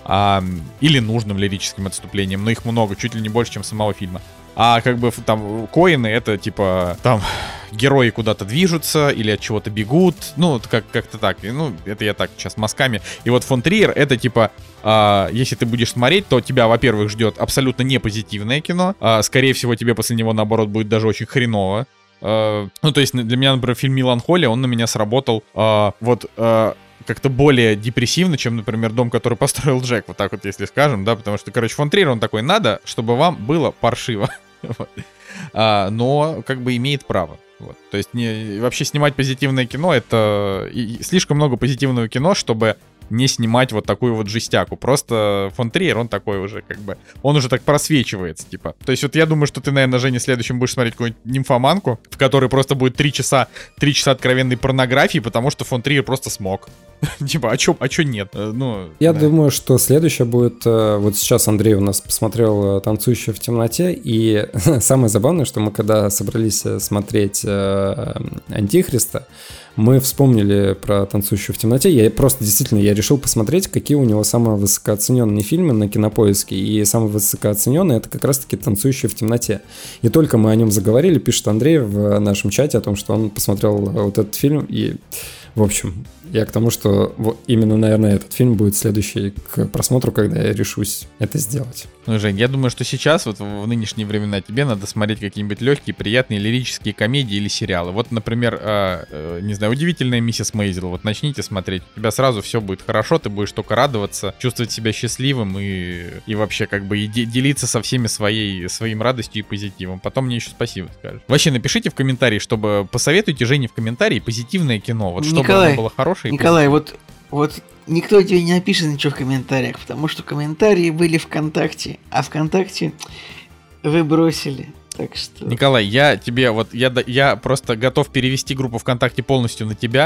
Или нужным лирическим отступлением, но их много, чуть ли не больше, чем самого фильма. А как бы там Коэны — это типа там герои куда-то движутся или от чего-то бегут, ну как-то так. Ну это я так сейчас мазками. И вот фон Триер — это типа, если ты будешь смотреть, то тебя, во-первых, ждет абсолютно не позитивное кино. Скорее всего, тебе после него, наоборот, будет даже очень хреново. Ну то есть для меня, например, фильм «Меланхолия», он на меня сработал как-то более депрессивно, чем, например, «Дом, который построил Джек», вот так вот, если скажем, да, потому что, короче, фон Триер, он такой: надо, чтобы вам было паршиво. Вот. Но как бы имеет право. Вот. То есть вообще снимать позитивное кино — это слишком много позитивного кино, чтобы не снимать вот такую вот жестяку. Просто фон Триер, он такой уже как бы, он уже так просвечивается, типа. То есть вот я думаю, что ты, наверное, Женя, следующим будешь смотреть какую-нибудь «Нимфоманку», в которой просто будет 3 часа откровенной порнографии, потому что фон Триер просто смог. Типа, а чё нет? Ну, я думаю, что следующее будет... Вот сейчас Андрей у нас посмотрел «Танцующую в темноте», и самое забавное, что мы когда собрались смотреть «Антихриста», мы вспомнили про «Танцующую в темноте». Я решил посмотреть, какие у него самые высокооцененные фильмы на Кинопоиске. И самый высокооцененный — это как раз-таки «Танцующий в темноте». И только мы о нем заговорили, пишет Андрей в нашем чате о том, что он посмотрел вот этот фильм. И, в общем, я к тому, что именно, наверное, этот фильм будет следующий к просмотру, когда я решусь это сделать. Ну, Жень, я думаю, что сейчас, вот в нынешние времена, тебе надо смотреть какие-нибудь легкие, приятные лирические комедии или сериалы. Вот, например, не знаю, «Удивительная миссис Мейзел». Вот начните смотреть, у тебя сразу все будет хорошо, ты будешь только радоваться, чувствовать себя счастливым и вообще как бы делиться со всеми своим радостью и позитивом. Потом мне еще спасибо скажешь. Вообще напишите в комментарии, чтобы посоветуйте Жене в комментарии позитивное кино, вот чтобы оно было хорошее. Николай, вот никто тебе не напишет ничего в комментариях, потому что комментарии были ВКонтакте, а ВКонтакте вы бросили. Так что... Николай, я просто готов перевести группу ВКонтакте полностью на тебя.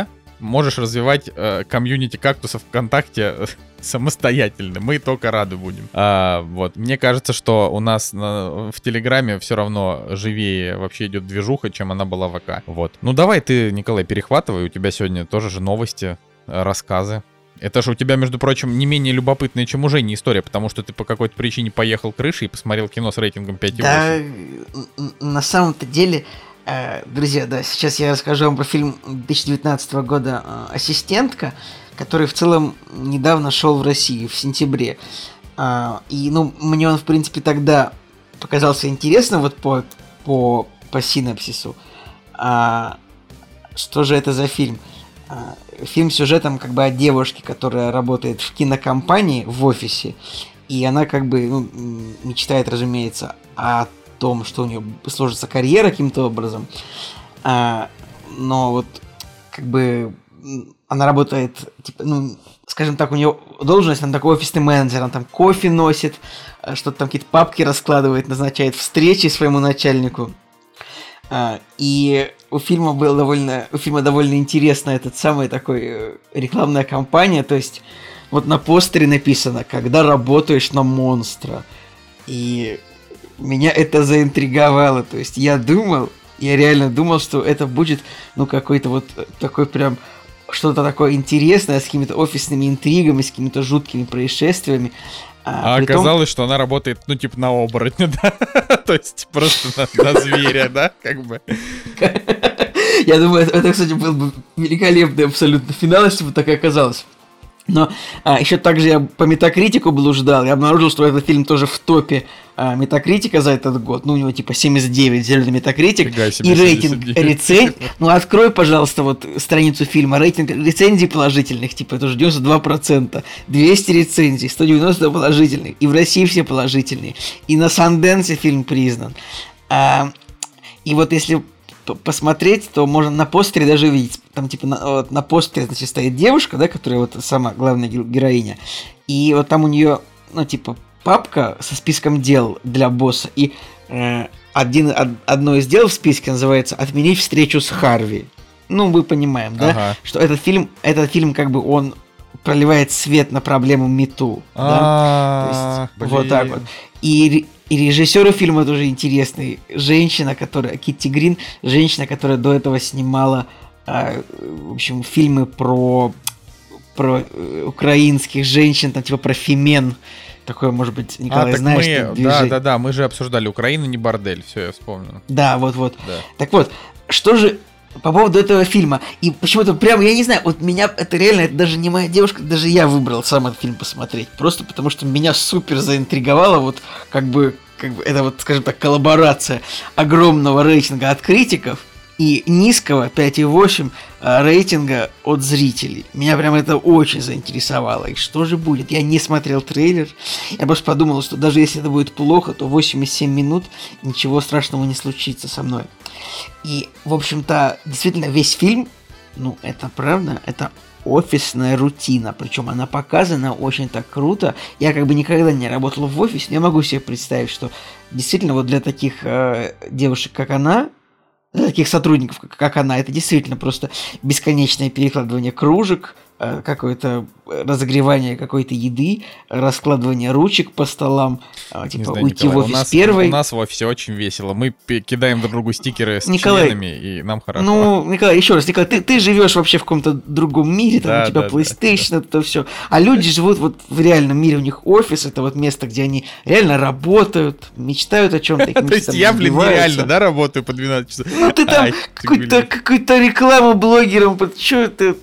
можешь развивать комьюнити кактусов ВКонтакте самостоятельно. Мы только рады будем. Вот. Мне кажется, что у нас в Телеграме все равно живее вообще идет движуха, чем она была в ВК. Вот. Ну давай ты, Николай, перехватывай. У тебя сегодня тоже же новости, рассказы. Это же у тебя, между прочим, не менее любопытная, чем у Жени история, потому что ты по какой-то причине поехал крышей и посмотрел кино с рейтингом 5,8. Да, на самом-то деле, друзья, да, сейчас я расскажу вам про фильм 2019 года «Ассистентка», который в целом недавно шел в России, в сентябре. И, ну, мне он, в принципе, тогда показался интересным вот по синопсису. Что же это за фильм? Фильм с сюжетом как бы о девушке, которая работает в кинокомпании в офисе, и она как бы мечтает, разумеется, о том, что у нее сложится карьера каким-то образом, но вот как бы она работает, типа, ну, скажем так, у нее должность, она такой офисный менеджер, она там кофе носит, что-то там какие-то папки раскладывает, назначает встречи своему начальнику. И у фильма довольно интересная этот самый такой рекламная кампания, то есть вот на постере написано «Когда работаешь на монстра». И меня это заинтриговало, то есть я реально думал, что это будет, ну, какой-то вот такой прям что-то такое интересное с какими-то офисными интригами, с какими-то жуткими происшествиями. А оказалось, что она работает, ну, типа, на оборотня, да? То есть просто на зверя, да? Как бы. Я думаю, это, кстати, был бы великолепный абсолютно финал, если бы так и оказалось. Но еще также я по Метакритику блуждал и обнаружил, что этот фильм тоже в топе Метакритика за этот год. Ну, у него типа 79 зеленый Метакритик. И рейтинг рецензий. Ну, открой, пожалуйста, вот страницу фильма. Рейтинг рецензий положительных, типа, это уже 92%. 200 рецензий, 190 положительных. И в России все положительные. И на Санденсе фильм признан. И вот если посмотреть, то можно на постере даже видеть. Там типа на постере, значит, стоит девушка, да, которая вот самая главная героиня. И вот там у нее, ну, типа, папка со списком дел для босса. И одно из дел в списке называется «Отменить встречу с Харви». Ну, мы понимаем, да, что этот фильм как бы он проливает свет на проблему МeToo. Да? То есть, вот так вот. И режиссеру фильма тоже интересный. Женщина, которая... Китти Грин, женщина, которая до этого снимала, в общем, фильмы про украинских женщин, там, типа, про фемен. Такое, может быть, Николай, знаешь, движение. Да, мы же обсуждали «Украина не бордель», все, я вспомнил. Да, вот. Да. Так вот, что же по поводу этого фильма, и почему-то прям, я не знаю, вот меня это реально, это даже не моя девушка, даже я выбрал сам этот фильм посмотреть, просто потому что меня супер заинтриговало, вот как бы это вот, скажем так, коллаборация огромного рейтинга от критиков и низкого 5,8 рейтинга от зрителей. Меня прям это очень заинтересовало. И что же будет? Я не смотрел трейлер. Я просто подумал, что даже если это будет плохо, то 8,7 минут ничего страшного не случится со мной. И, в общем-то, действительно, весь фильм, ну, это правда, это офисная рутина. Причем она показана очень так круто. Я как бы никогда не работал в офисе, но я могу себе представить, что действительно вот для таких девушек, как она, для таких сотрудников, как она, это действительно просто бесконечное перекладывание кружек, какое-то разогревание какой-то еды, раскладывание ручек по столам, типа знаю, уйти Николай, в офис первой. У нас в офисе очень весело. Мы кидаем друг другу стикеры с членами, и нам хорошо. Ну, Николай, еще раз, Николай, ты живешь вообще в каком-то другом мире, там у тебя PlayStation, это все. А люди живут вот в реальном мире, у них офис, это вот место, где они реально работают, мечтают о чем-то. То есть я, блин, нереально, да, работаю по 12 часов? Ну, ты там какую-то рекламу блогерам, что ты...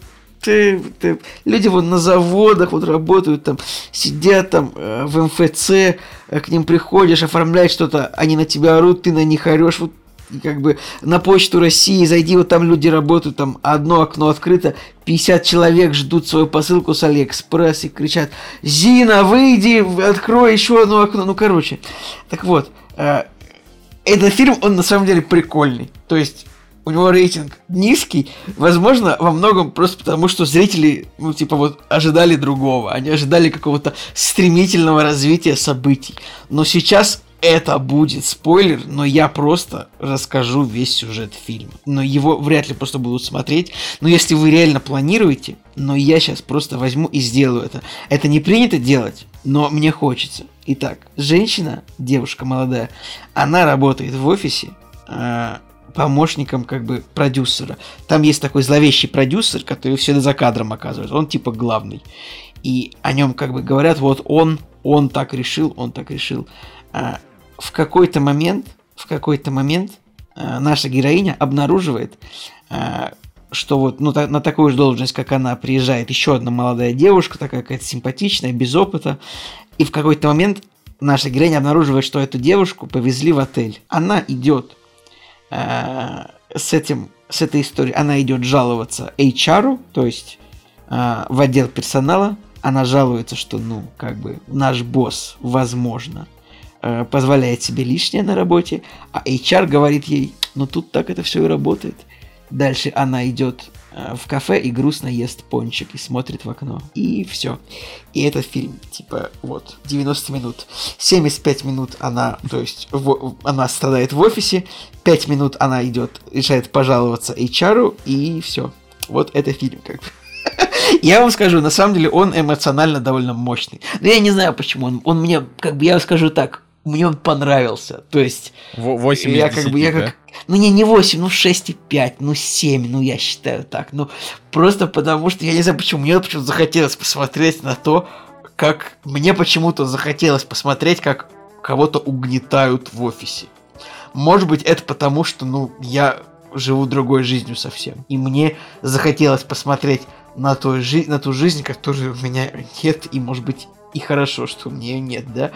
Люди вот на заводах вот работают, там сидят там в МФЦ, к ним приходишь, оформляют что-то, они на тебя орут, ты на них орешь, вот как бы на Почту России зайди, вот там люди работают, там одно окно открыто, 50 человек ждут свою посылку с Алиэкспресс и кричат: «Зина, выйди, открой еще одно окно». Ну, короче, так вот, этот фильм, он на самом деле прикольный, то есть у него рейтинг низкий, возможно, во многом просто потому, что зрители, ну, типа, вот, ожидали другого. Они ожидали какого-то стремительного развития событий. Но сейчас это будет спойлер, но я просто расскажу весь сюжет фильма. Но его вряд ли просто будут смотреть. Но если вы реально планируете, но я сейчас просто возьму и сделаю это. Это не принято делать, но мне хочется. Итак, женщина, девушка молодая, она работает в офисе помощником как бы продюсера. Там есть такой зловещий продюсер, который всегда за кадром оказывается. Он типа главный. И о нем как бы говорят, вот он так решил, он так решил. В какой-то момент наша героиня обнаруживает, что вот на такую же должность, как она, приезжает еще одна молодая девушка, такая какая-то симпатичная, без опыта. И в какой-то момент наша героиня обнаруживает, что эту девушку повезли в отель. Она идет с этой историей, она идет жаловаться HR, то есть в отдел персонала. Она жалуется, что, наш босс, возможно, позволяет себе лишнее на работе, а HR говорит ей, тут так это все и работает. Дальше она идет в кафе и грустно ест пончик и смотрит в окно. И все. И этот фильм, 90 минут. 75 минут она страдает в офисе, 5 минут она решает пожаловаться HR, и все. Вот это фильм как бы. Я вам скажу, на самом деле он эмоционально довольно мощный. Но я не знаю почему. Он мне, я скажу так, мне он понравился. То есть 8 из 10, да? Не 8, 6,5, 7, я считаю так. Просто потому что, я не знаю почему, мне почему-то захотелось посмотреть на то, как кого-то угнетают в офисе. Может быть, это потому, что, я живу другой жизнью совсем. И мне захотелось посмотреть на ту жизнь, которой у меня нет, и, может быть, и хорошо, что у меня ее нет, да.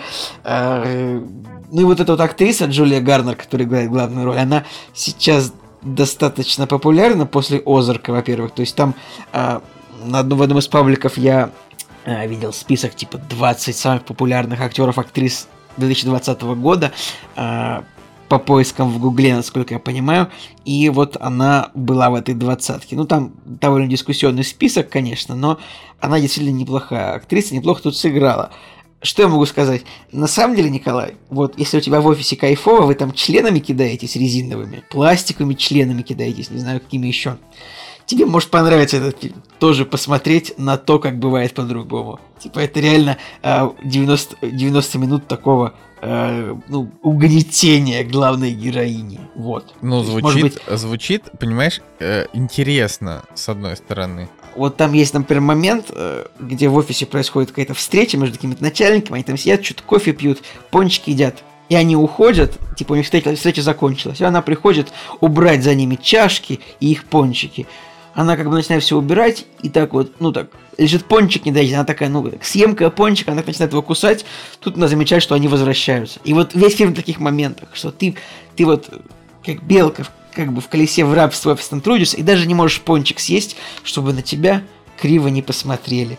И вот эта вот актриса Джулия Гарнер, которая играет главную роль, она сейчас достаточно популярна после «Озарка», во-первых. То есть там в одном из пабликов я видел список 20 самых популярных актеров-актрис 2020 года по поискам в Гугле, насколько я понимаю, и вот она была в этой 20-ке. Там довольно дискуссионный список, конечно, но она действительно неплохая актриса, неплохо тут сыграла. Что я могу сказать? На самом деле, Николай, вот если у тебя в офисе кайфово, вы там членами кидаетесь резиновыми, пластиковыми членами кидаетесь, не знаю, какими еще. Тебе может понравиться этот фильм. Тоже посмотреть на то, как бывает по-другому. Это реально 90 минут такого угнетения главной героини. Вот. Звучит, понимаешь, интересно, с одной стороны. Вот там есть, например, момент, где в офисе происходит какая-то встреча между какими-то начальниками, они там сидят, что-то кофе пьют, пончики едят. И они уходят, у них встреча закончилась, и она приходит убрать за ними чашки и их пончики. Она начинает все убирать, и лежит пончик недоеденный, она такая, съемка пончика, она начинает его кусать, тут она замечает, что они возвращаются. И вот весь фильм в таких моментах, что ты как белка, в колесе в рабстве офисном трудишься, и даже не можешь пончик съесть, чтобы на тебя криво не посмотрели.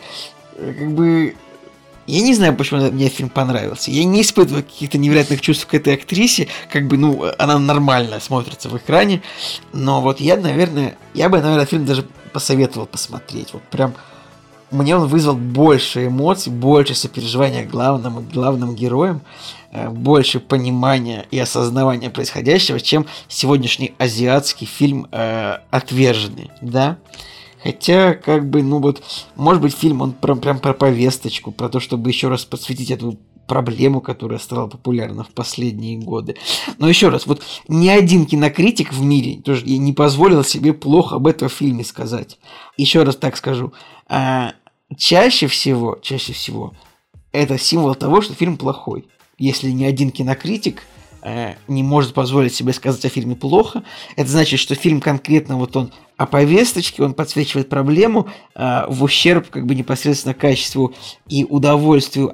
Я не знаю, почему мне фильм понравился. Я не испытываю каких-то невероятных чувств к этой актрисе. Она нормально смотрится в экране. Но вот я бы, наверное, фильм даже посоветовал посмотреть. Вот прям мне он вызвал больше эмоций, больше сопереживания главным героям, больше понимания и осознавания происходящего, чем сегодняшний азиатский фильм «Отверженный», да? Хотя, может быть, фильм, он прям про повесточку, про то, чтобы еще раз подсветить эту проблему, которая стала популярна в последние годы. Но еще раз, вот ни один кинокритик в мире тоже не позволил себе плохо об этом фильме сказать. Еще раз так скажу. Чаще всего это символ того, что фильм плохой. Если ни один кинокритик не может позволить себе сказать о фильме плохо, это значит, что фильм конкретно он о повесточке, он подсвечивает проблему в ущерб непосредственно качеству и удовольствию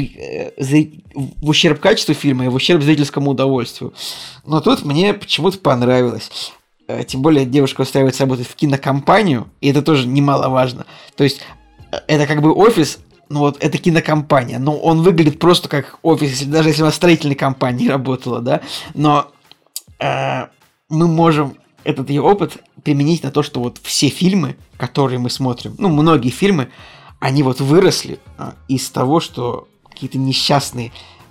в ущерб качеству фильма и в ущерб зрительскому удовольствию. Но тут мне почему-то понравилось. Тем более девушка устраивается работать в кинокомпанию, и это тоже немаловажно. То есть это офис, это кинокомпания, но он выглядит просто как офис, даже если она в строительной компании работала, да, но мы можем этот ее опыт применить на то, что все фильмы, которые мы смотрим, многие фильмы, они выросли из того, что какие-то несчастные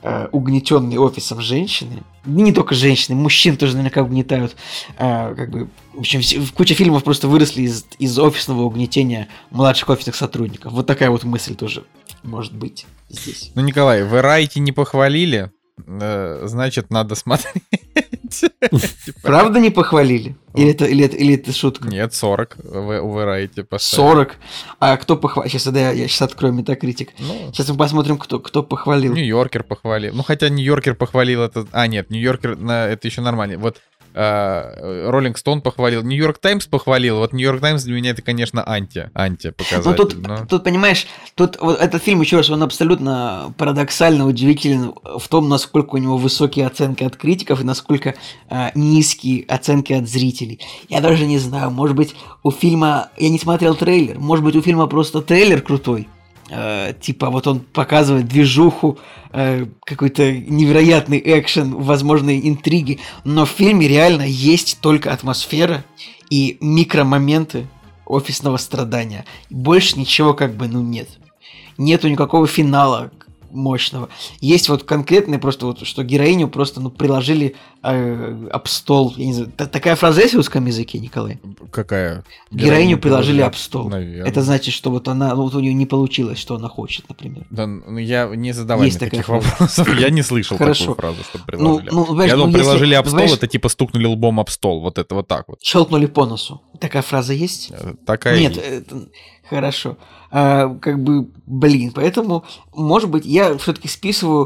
угнетенные офисом женщины, не только женщины, мужчин тоже наверняка угнетают, как бы, в общем, куча фильмов просто выросли из офисного угнетения младших офисных сотрудников. Вот такая вот мысль тоже может быть здесь. Ну, Николай, Variety не похвалили, значит, надо смотреть. Правда не похвалили? Или это шутка? Нет, 40 у Variety поставили. 40? А кто похвалил? Сейчас я сейчас открою Metacritic. Сейчас мы посмотрим, кто похвалил. Нью-Йоркер похвалил. Ну, хотя Нью-Йоркер похвалил это... А, нет, Нью-Йоркер, это еще нормально. Вот Роллинг Стоун похвалил, Нью-Йорк Таймс похвалил. Вот Нью-Йорк Таймс для меня это, конечно, анти-показатель. Ну, тут, понимаешь, тут вот этот фильм, еще раз, он абсолютно парадоксально удивителен в том, насколько у него высокие оценки от критиков и насколько низкие оценки от зрителей. Я даже не знаю, может быть, у фильма... Я не смотрел трейлер, может быть, у фильма просто трейлер крутой. Типа вот он показывает движуху, какой-то невероятный экшен, возможные интриги, но в фильме реально есть только атмосфера и микромоменты офисного страдания. Больше ничего как бы, нет. Нету никакого финала мощного. Есть вот конкретный просто вот, что героиню просто приложили об стол. Я не знаю, такая фраза есть в русском языке, Николай? Какая? Героиню приложили об стол. Наверное. Это значит, что вот она, вот у нее не получилось, что она хочет, например. Да, ну я не задавай мне таких вопросов. Я не слышал такую фразу, что приложили. Я думаю, приложили об стол, это типа стукнули лбом об стол. Вот это вот так вот. Щелкнули по носу. Такая фраза есть? Такая есть. Нет, хорошо. Как бы, поэтому, может быть, я все-таки списываю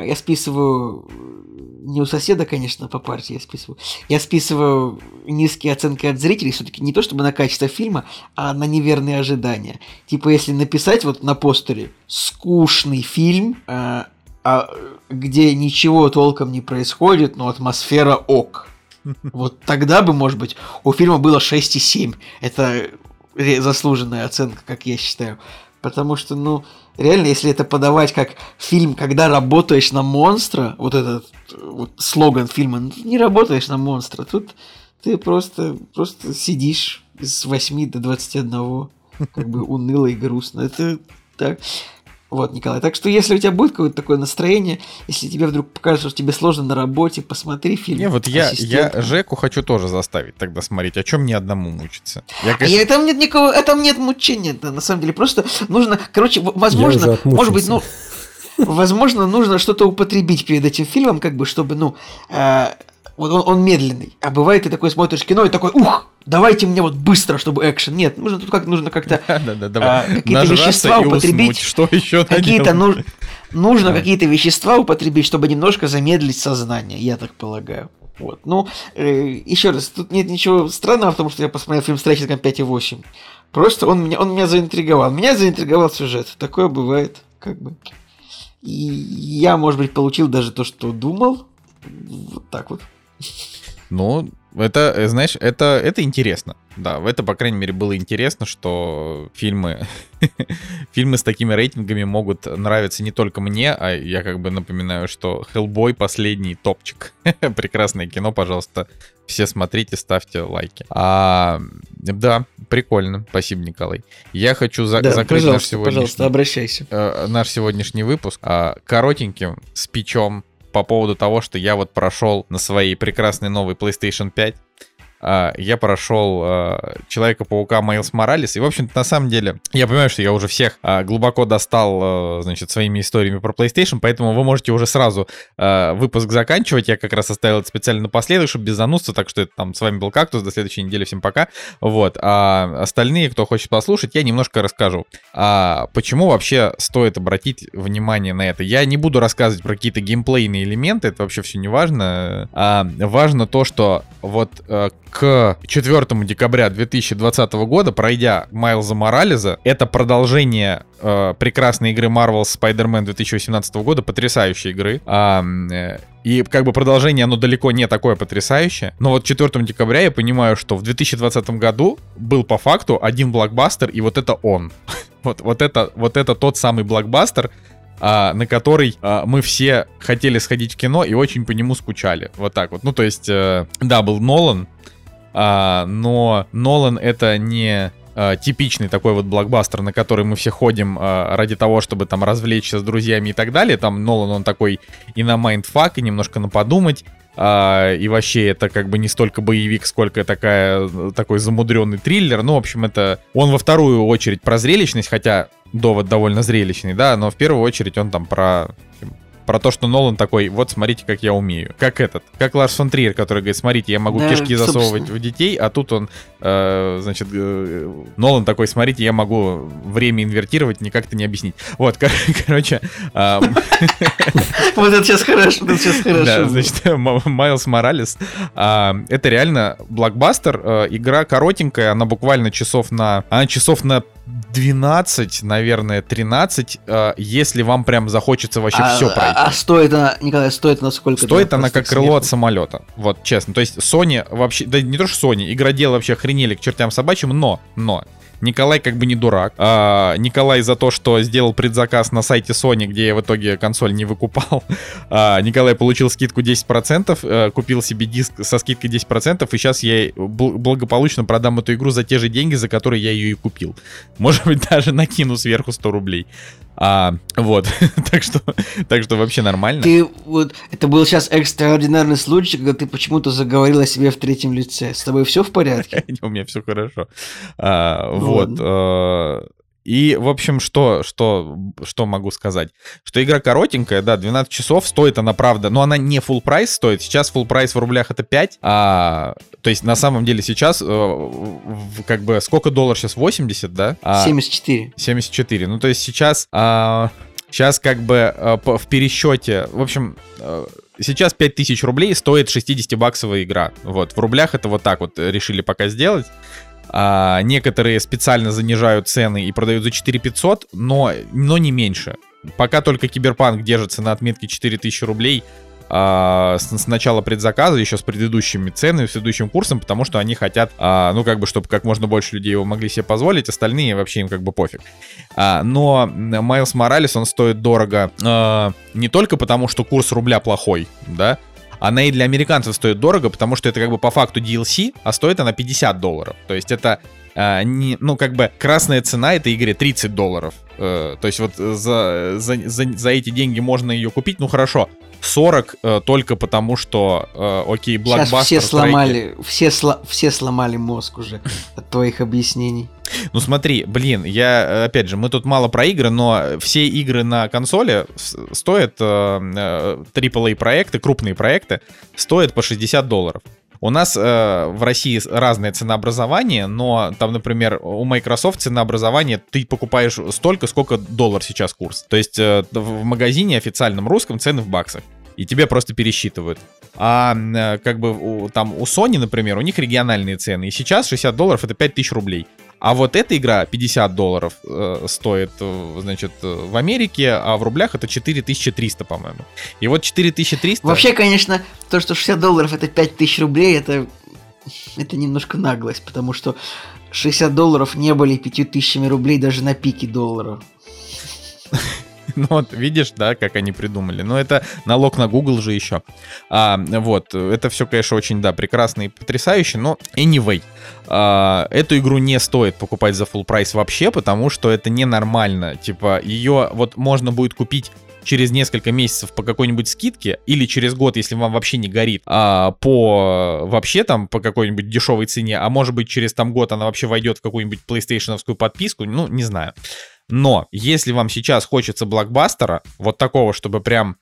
не у соседа, конечно, по партии я списываю низкие оценки от зрителей, все-таки не то чтобы на качество фильма, а на неверные ожидания. Типа, если написать вот на постере скучный фильм, где ничего толком не происходит, но атмосфера ок. Вот тогда бы, может быть, у фильма было 6,7. Это заслуженная оценка, как я считаю. Потому что, реально, если это подавать как фильм, когда работаешь на монстра, вот этот вот слоган фильма, не работаешь на монстра, тут ты просто сидишь с 8 до 21, как бы уныло и грустно. Это так. Вот, Николай. Так что, если у тебя будет какое-то такое настроение, если тебе вдруг покажется, что тебе сложно на работе, посмотри фильм. Не, вот я Жеку хочу тоже заставить тогда смотреть. О чем мне одному мучиться? Там нет никакого, там нет мучения, на самом деле. Просто нужно, возможно, может быть, возможно, нужно что-то употребить перед этим фильмом, как бы, чтобы, вот он медленный. А бывает, ты такой смотришь кино и такой, давайте мне вот быстро, чтобы экшен. Нет, нужно как-то какие-то вещества употребить. Что еще нужно какие-то вещества употребить, чтобы немножко замедлить сознание, я так полагаю. Вот. Еще раз, тут нет ничего странного в том, что я посмотрел фильм с рейтингом 5,8. Просто он меня заинтриговал. Меня заинтриговал сюжет. Такое бывает, как бы. И я, может быть, получил даже то, что думал. Вот так вот. Это, знаешь, это интересно. Да, это, по крайней мере, было интересно, что фильмы с такими рейтингами могут нравиться не только мне, а я как бы напоминаю, что Hellboy последний топчик. Прекрасное кино, пожалуйста, все смотрите, ставьте лайки. Да, прикольно. Спасибо, Николай. Я хочу закрыть наш сегодняшний выпуск коротеньким спичом по поводу того, что я вот прошел на своей прекрасной новой PlayStation 5. Я прошел Человека-паука Майлз Моралес. И, в общем-то, на самом деле, я понимаю, что я уже всех глубоко достал, своими историями про PlayStation, поэтому вы можете уже сразу выпуск заканчивать. Я как раз оставил это специально напоследок, чтобы без занудства, так что это там с вами был Кактус. До следующей недели. Всем пока. Вот. А остальные, кто хочет послушать, я немножко расскажу. Почему вообще стоит обратить внимание на это? Я не буду рассказывать про какие-то геймплейные элементы, это вообще все не важно. Важно то, что вот к 4 декабря 2020 года, пройдя Майлза Моралеса, это продолжение прекрасной игры Marvel's Spider-Man 2018 года, потрясающей игры. И как бы продолжение, оно далеко не такое потрясающее. Но вот 4 декабря я понимаю, что в 2020 году был по факту один блокбастер, и вот это он. Вот это тот самый блокбастер, на который мы все хотели сходить в кино и очень по нему скучали. Вот так вот. То есть, да, был Нолан, но Нолан это не типичный такой вот блокбастер, на который мы все ходим ради того, чтобы там развлечься с друзьями и так далее. Там Нолан, он такой и на майндфак, и немножко на подумать. И вообще это как бы не столько боевик, сколько такой замудренный триллер. Ну, в общем, это он во вторую очередь про зрелищность, хотя довод довольно зрелищный, да, но в первую очередь он там про то, что Нолан такой, вот смотрите, как я умею. Как Ларс фон Триер, который говорит, смотрите, я могу кишки засовывать в детей, а тут он, Нолан такой, смотрите, я могу время инвертировать, никак это не объяснить. Вот, короче... Вот это сейчас хорошо, Да, значит, Майлз Моралес. Это реально блокбастер, игра коротенькая, она буквально часов на 12, наверное, 13, если вам прям захочется вообще все пройти. А стоит она, Николай, стоит она сколько? Стоит она как крыло от самолета. Вот, честно. То есть Sony вообще, да не то что Sony, игроделы вообще охренели к чертям собачьим, но Николай как бы не дурак. Николай за то, что сделал предзаказ на сайте Sony, где я в итоге консоль не выкупал. Николай получил скидку 10%, купил себе диск со скидкой 10%, и сейчас я благополучно продам эту игру за те же деньги, за которые я ее и купил. Может быть, даже накину сверху 100 рублей. Вот, так что вообще нормально. Это был сейчас экстраординарный случай, когда ты почему-то заговорил о себе в третьем лице. С тобой все в порядке? У меня все хорошо. Вот. И, в общем, что могу сказать? Что игра коротенькая, да, 12 часов, стоит она, правда, но она не full прайс стоит. Сейчас full прайс в рублях это 5, то есть на самом деле сейчас, как бы, сколько долларов сейчас, 80, да? 74. 74, ну то есть сейчас как бы в пересчете, в общем... Сейчас 5000 рублей стоит 60-баксовая игра. Вот, в рублях это вот так вот решили пока сделать. Некоторые специально занижают цены и продают за 4500, но не меньше. Пока только Киберпанк держится на отметке 4000 рублей с начала предзаказа, еще с предыдущими ценами, с предыдущим курсом, потому что они хотят, ну, как бы, чтобы как можно больше людей его могли себе позволить, остальные вообще им как бы пофиг. Но Майлз Моралес, он стоит дорого не только потому, что курс рубля плохой, да, она и для американцев стоит дорого, потому что это как бы по факту DLC, а стоит она $50. То есть это, ну, как бы красная цена этой игре $30. То есть вот за эти деньги можно ее купить, ну хорошо, 40 только потому, что, окей, блокбастер. Сейчас все сломали мозг уже от твоих объяснений. Ну смотри, блин, опять же, мы тут мало про игры, но все игры на консоли стоят, AAA проекты, крупные проекты, стоят по $60. У нас в России разное ценообразование, но там, например, у Microsoft ценообразование ты покупаешь столько, сколько доллар сейчас курс. То есть в магазине официальном русском цены в баксах. И тебе просто пересчитывают. А как бы там у Sony, например, у них региональные цены. И сейчас $60 это 5000 рублей. А вот эта игра $50 стоит, значит, в Америке, а в рублях это 4300, по-моему. И вот 4300... Вообще, конечно, то, что $60 это 5000 рублей, это немножко наглость, потому что $60 не были 5000 рублей даже на пике доллара. Ну вот, видишь, да, как они придумали. Но это налог на Google же еще. Вот, это все, конечно, очень, да, прекрасно и потрясающе, но anyway. Эту игру не стоит покупать за full прайс вообще, потому что это ненормально. Типа, ее вот можно будет купить через несколько месяцев по какой-нибудь скидке, или через год, если вам вообще не горит, по какой-нибудь дешевой цене, а может быть через там год она вообще войдет в какую-нибудь PlayStation-овскую подписку, ну, не знаю. Но если вам сейчас хочется блокбастера, вот такого, чтобы прям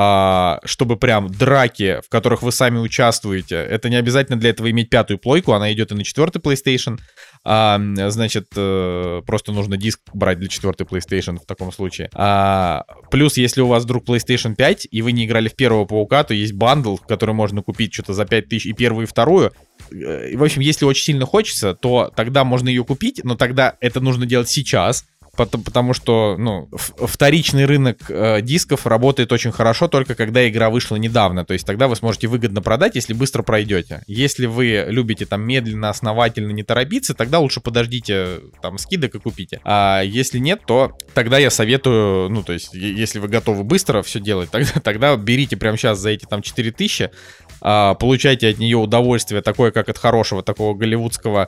драки, в которых вы сами участвуете, это не обязательно для этого иметь 5-ю плойку, она идет и на 4-й PlayStation, значит, просто нужно диск брать для 4-й PlayStation в таком случае. Плюс, если у вас вдруг PlayStation 5, и вы не играли в первого Паука, то есть бандл, который можно купить что-то за 5000 и первую, и вторую. В общем, если очень сильно хочется, то тогда можно ее купить, но тогда это нужно делать сейчас, потому что, ну, вторичный рынок дисков работает очень хорошо только когда игра вышла недавно. То есть тогда вы сможете выгодно продать, если быстро пройдете. Если вы любите там медленно, основательно, не торопиться, тогда лучше подождите там скидок и купите. А если нет, то тогда я советую, ну, то есть если вы готовы быстро все делать, тогда берите прямо сейчас за эти там 4000, получайте от нее удовольствие такое, как от хорошего такого голливудского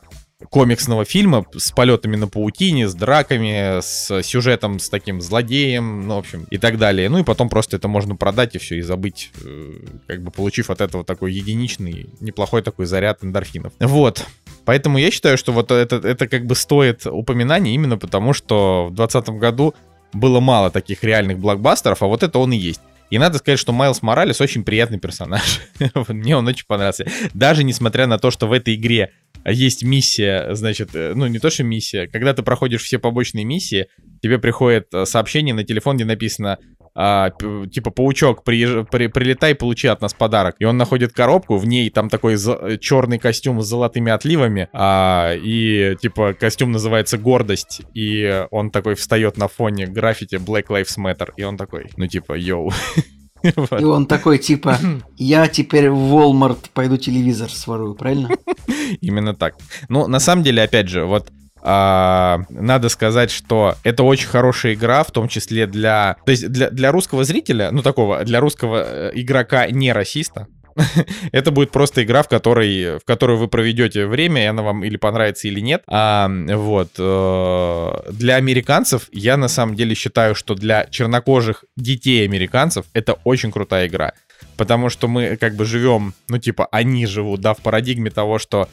комиксного фильма с полетами на паутине, с драками, с сюжетом с таким злодеем, ну, в общем, и так далее. Ну, и потом просто это можно продать и все, и забыть, как бы получив от этого такой единичный, неплохой такой заряд эндорфинов. Вот. Поэтому я считаю, что вот это как бы стоит упоминания именно потому, что в 2020 году было мало таких реальных блокбастеров, а вот это он и есть. И надо сказать, что Майлз Моралес очень приятный персонаж. Мне он очень понравился. Даже несмотря на то, что в этой игре есть миссия, значит, ну не то, что миссия, когда ты проходишь все побочные миссии, тебе приходит сообщение на телефон, где написано, типа, паучок, прилетай, получи от нас подарок. И он находит коробку, в ней там такой черный костюм с золотыми отливами, и, типа, костюм называется «Гордость», и он такой встает на фоне граффити «Black Lives Matter», и он такой, ну, типа, йоу. И он такой, типа, я теперь в Walmart пойду телевизор сворую, правильно? Именно так. Ну, на самом деле, опять же, вот надо сказать, что это очень хорошая игра, в том числе для... То есть для русского зрителя, ну, такого, для русского игрока не расиста, это будет просто игра, в которой вы проведете время, и она вам или понравится, или нет. Вот. Для американцев я на самом деле считаю, что для чернокожих детей американцев это очень крутая игра. Потому что мы как бы живем, ну типа они живут, да, в парадигме того, что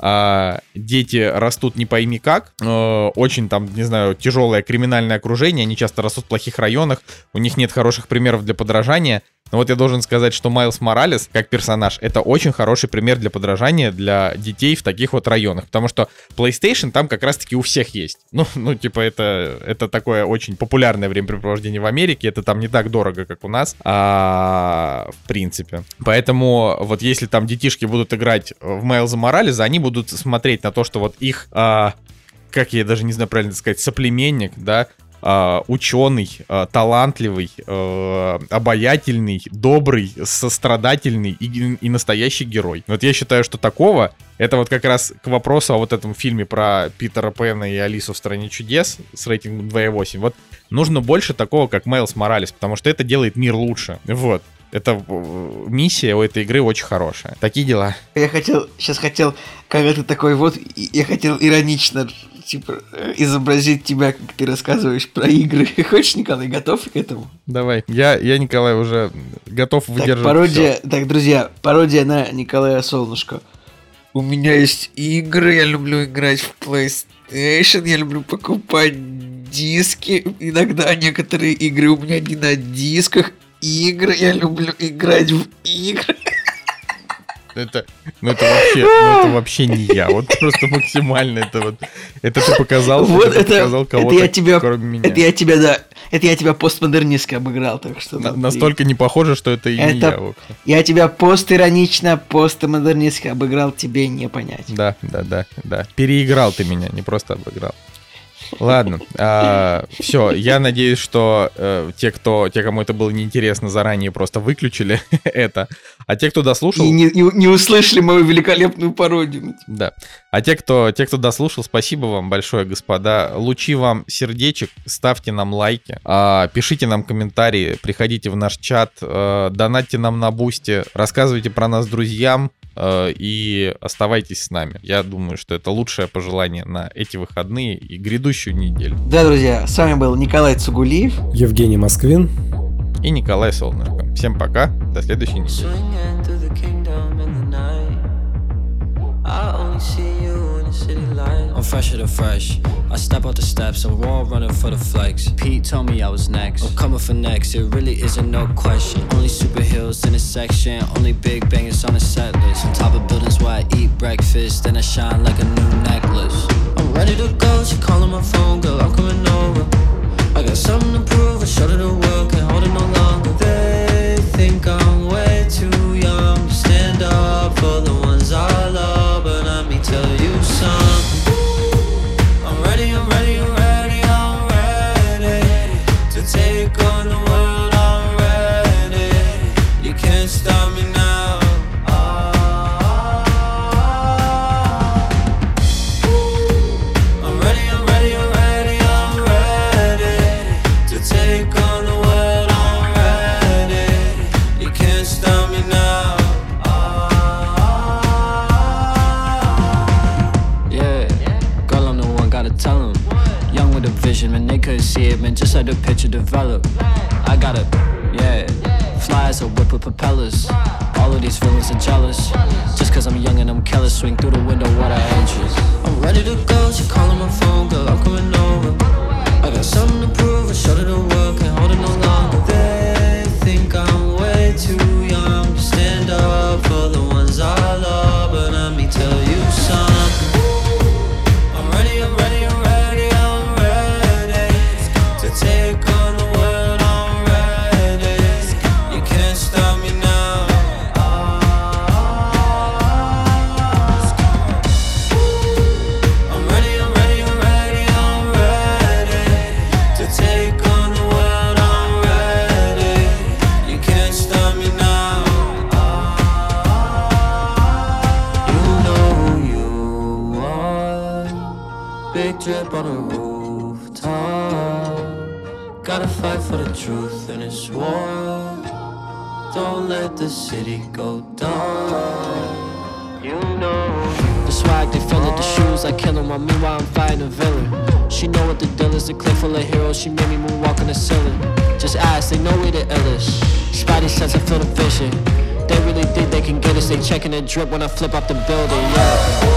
дети растут не пойми как, очень там, не знаю, тяжелое криминальное окружение, они часто растут в плохих районах, у них нет хороших примеров для подражания. Но вот я должен сказать, что Майлз Моралес, как персонаж, это очень хороший пример для подражания для детей в таких вот районах. Потому что PlayStation там как раз-таки у всех есть. Ну типа, это такое очень популярное времяпрепровождение в Америке. Это там не так дорого, как у нас, в принципе. Поэтому вот если там детишки будут играть в Майлза Моралеса, они будут смотреть на то, что вот их, как я даже не знаю правильно сказать, соплеменник, да, ученый, талантливый, обаятельный, добрый, сострадательный и настоящий герой. Вот я считаю, что такого, это вот как раз к вопросу о вот этом фильме про Питера Пэна и Алису в стране чудес с рейтингом 2,8. Вот нужно больше такого, как Майлз Моралес, потому что это делает мир лучше. Вот. Это миссия у этой игры очень хорошая. Такие дела. Я сейчас хотел, когда ты такой вот, я хотел иронично, типа, изобразить тебя, как ты рассказываешь про игры. Хочешь, Николай, готов к этому? Давай. Я Николай, уже готов выдерживать. Так, друзья, пародия на Николая Солнышко. У меня есть игры, я люблю играть в PlayStation, я люблю покупать диски. Иногда некоторые игры у меня не на дисках. Игры, я люблю играть в игры. Это вообще не я. Вот просто максимально это ты показал, вот ты показал кого-то, кроме меня. Это я тебя постмодернистски обыграл, так что... Настолько не похоже, что это и не я. Я тебя постиронично, постмодернистски обыграл, тебе не понять. Да. Переиграл ты меня, не просто обыграл. Ладно, все, я надеюсь, что те, кому это было неинтересно, заранее просто выключили это, а те, кто дослушал... И не услышали мою великолепную пародию. Да, а те, кто дослушал, спасибо вам большое, господа, лучи вам сердечек, ставьте нам лайки, пишите нам комментарии, приходите в наш чат, донатьте нам на Бусти, рассказывайте про нас друзьям, и оставайтесь с нами. Я думаю, что это лучшее пожелание на эти выходные и грядущую неделю. Да, друзья, с вами был Николай Цугулиев, Евгений Москвин и Николай Солнышко. Всем пока, до следующей недели. I'm fresher than fresh. I step out the steps and won't running for the flex. Pete told me I was next. I'm coming for next, it really isn't no question. Only super heels in a section, only big bangers on the set list. On top of buildings where I eat breakfast, then I shine like a new necklace. I'm ready to go, she calling my phone, girl, I'm coming over. I got something to prove, I showed her the world, can't hold it no longer. They think I'm way too young to stand up for the ones I love, but let me tell you something. I'm ready to take on the world, I'm ready. You can't stop me now. I'm ready to take on the world, I'm ready. You can't stop me now. vision, man, they couldn't see it, man, just let the picture develop. I got it, yeah. Fly as a whip with propellers. All of these feelings are jealous. Just cause I'm young and I'm careless, swing through the window, what I interest. I'm ready to go, she calling my phone, girl, I'm coming over. I got something to prove, I showed her the world, can't hold it no longer. They think I'm way too young to stand up for the ones I love, but let me tell you something. I'm ready, I'm ready, I'm ready, I'm ready to take on the world, I'm ready. You can't stop me now. I'm ready, I'm ready, I'm ready, I'm ready to take on the world, I'm ready. You can't stop me now. You know who you are. Big drip on a rooftop. Gotta fight for the truth in this war. Don't let the city go dark. You know the swag, they feel it, the shoes I kill 'em. Meanwhile I'm fighting a villain. She know what the deal is, a clip full of heroes. She made me moonwalk on the ceiling. Just ask, they know we the illest. Spidey sense, I feel the vision. They really think they can get us. They checking the drip when I flip off the building, yeah.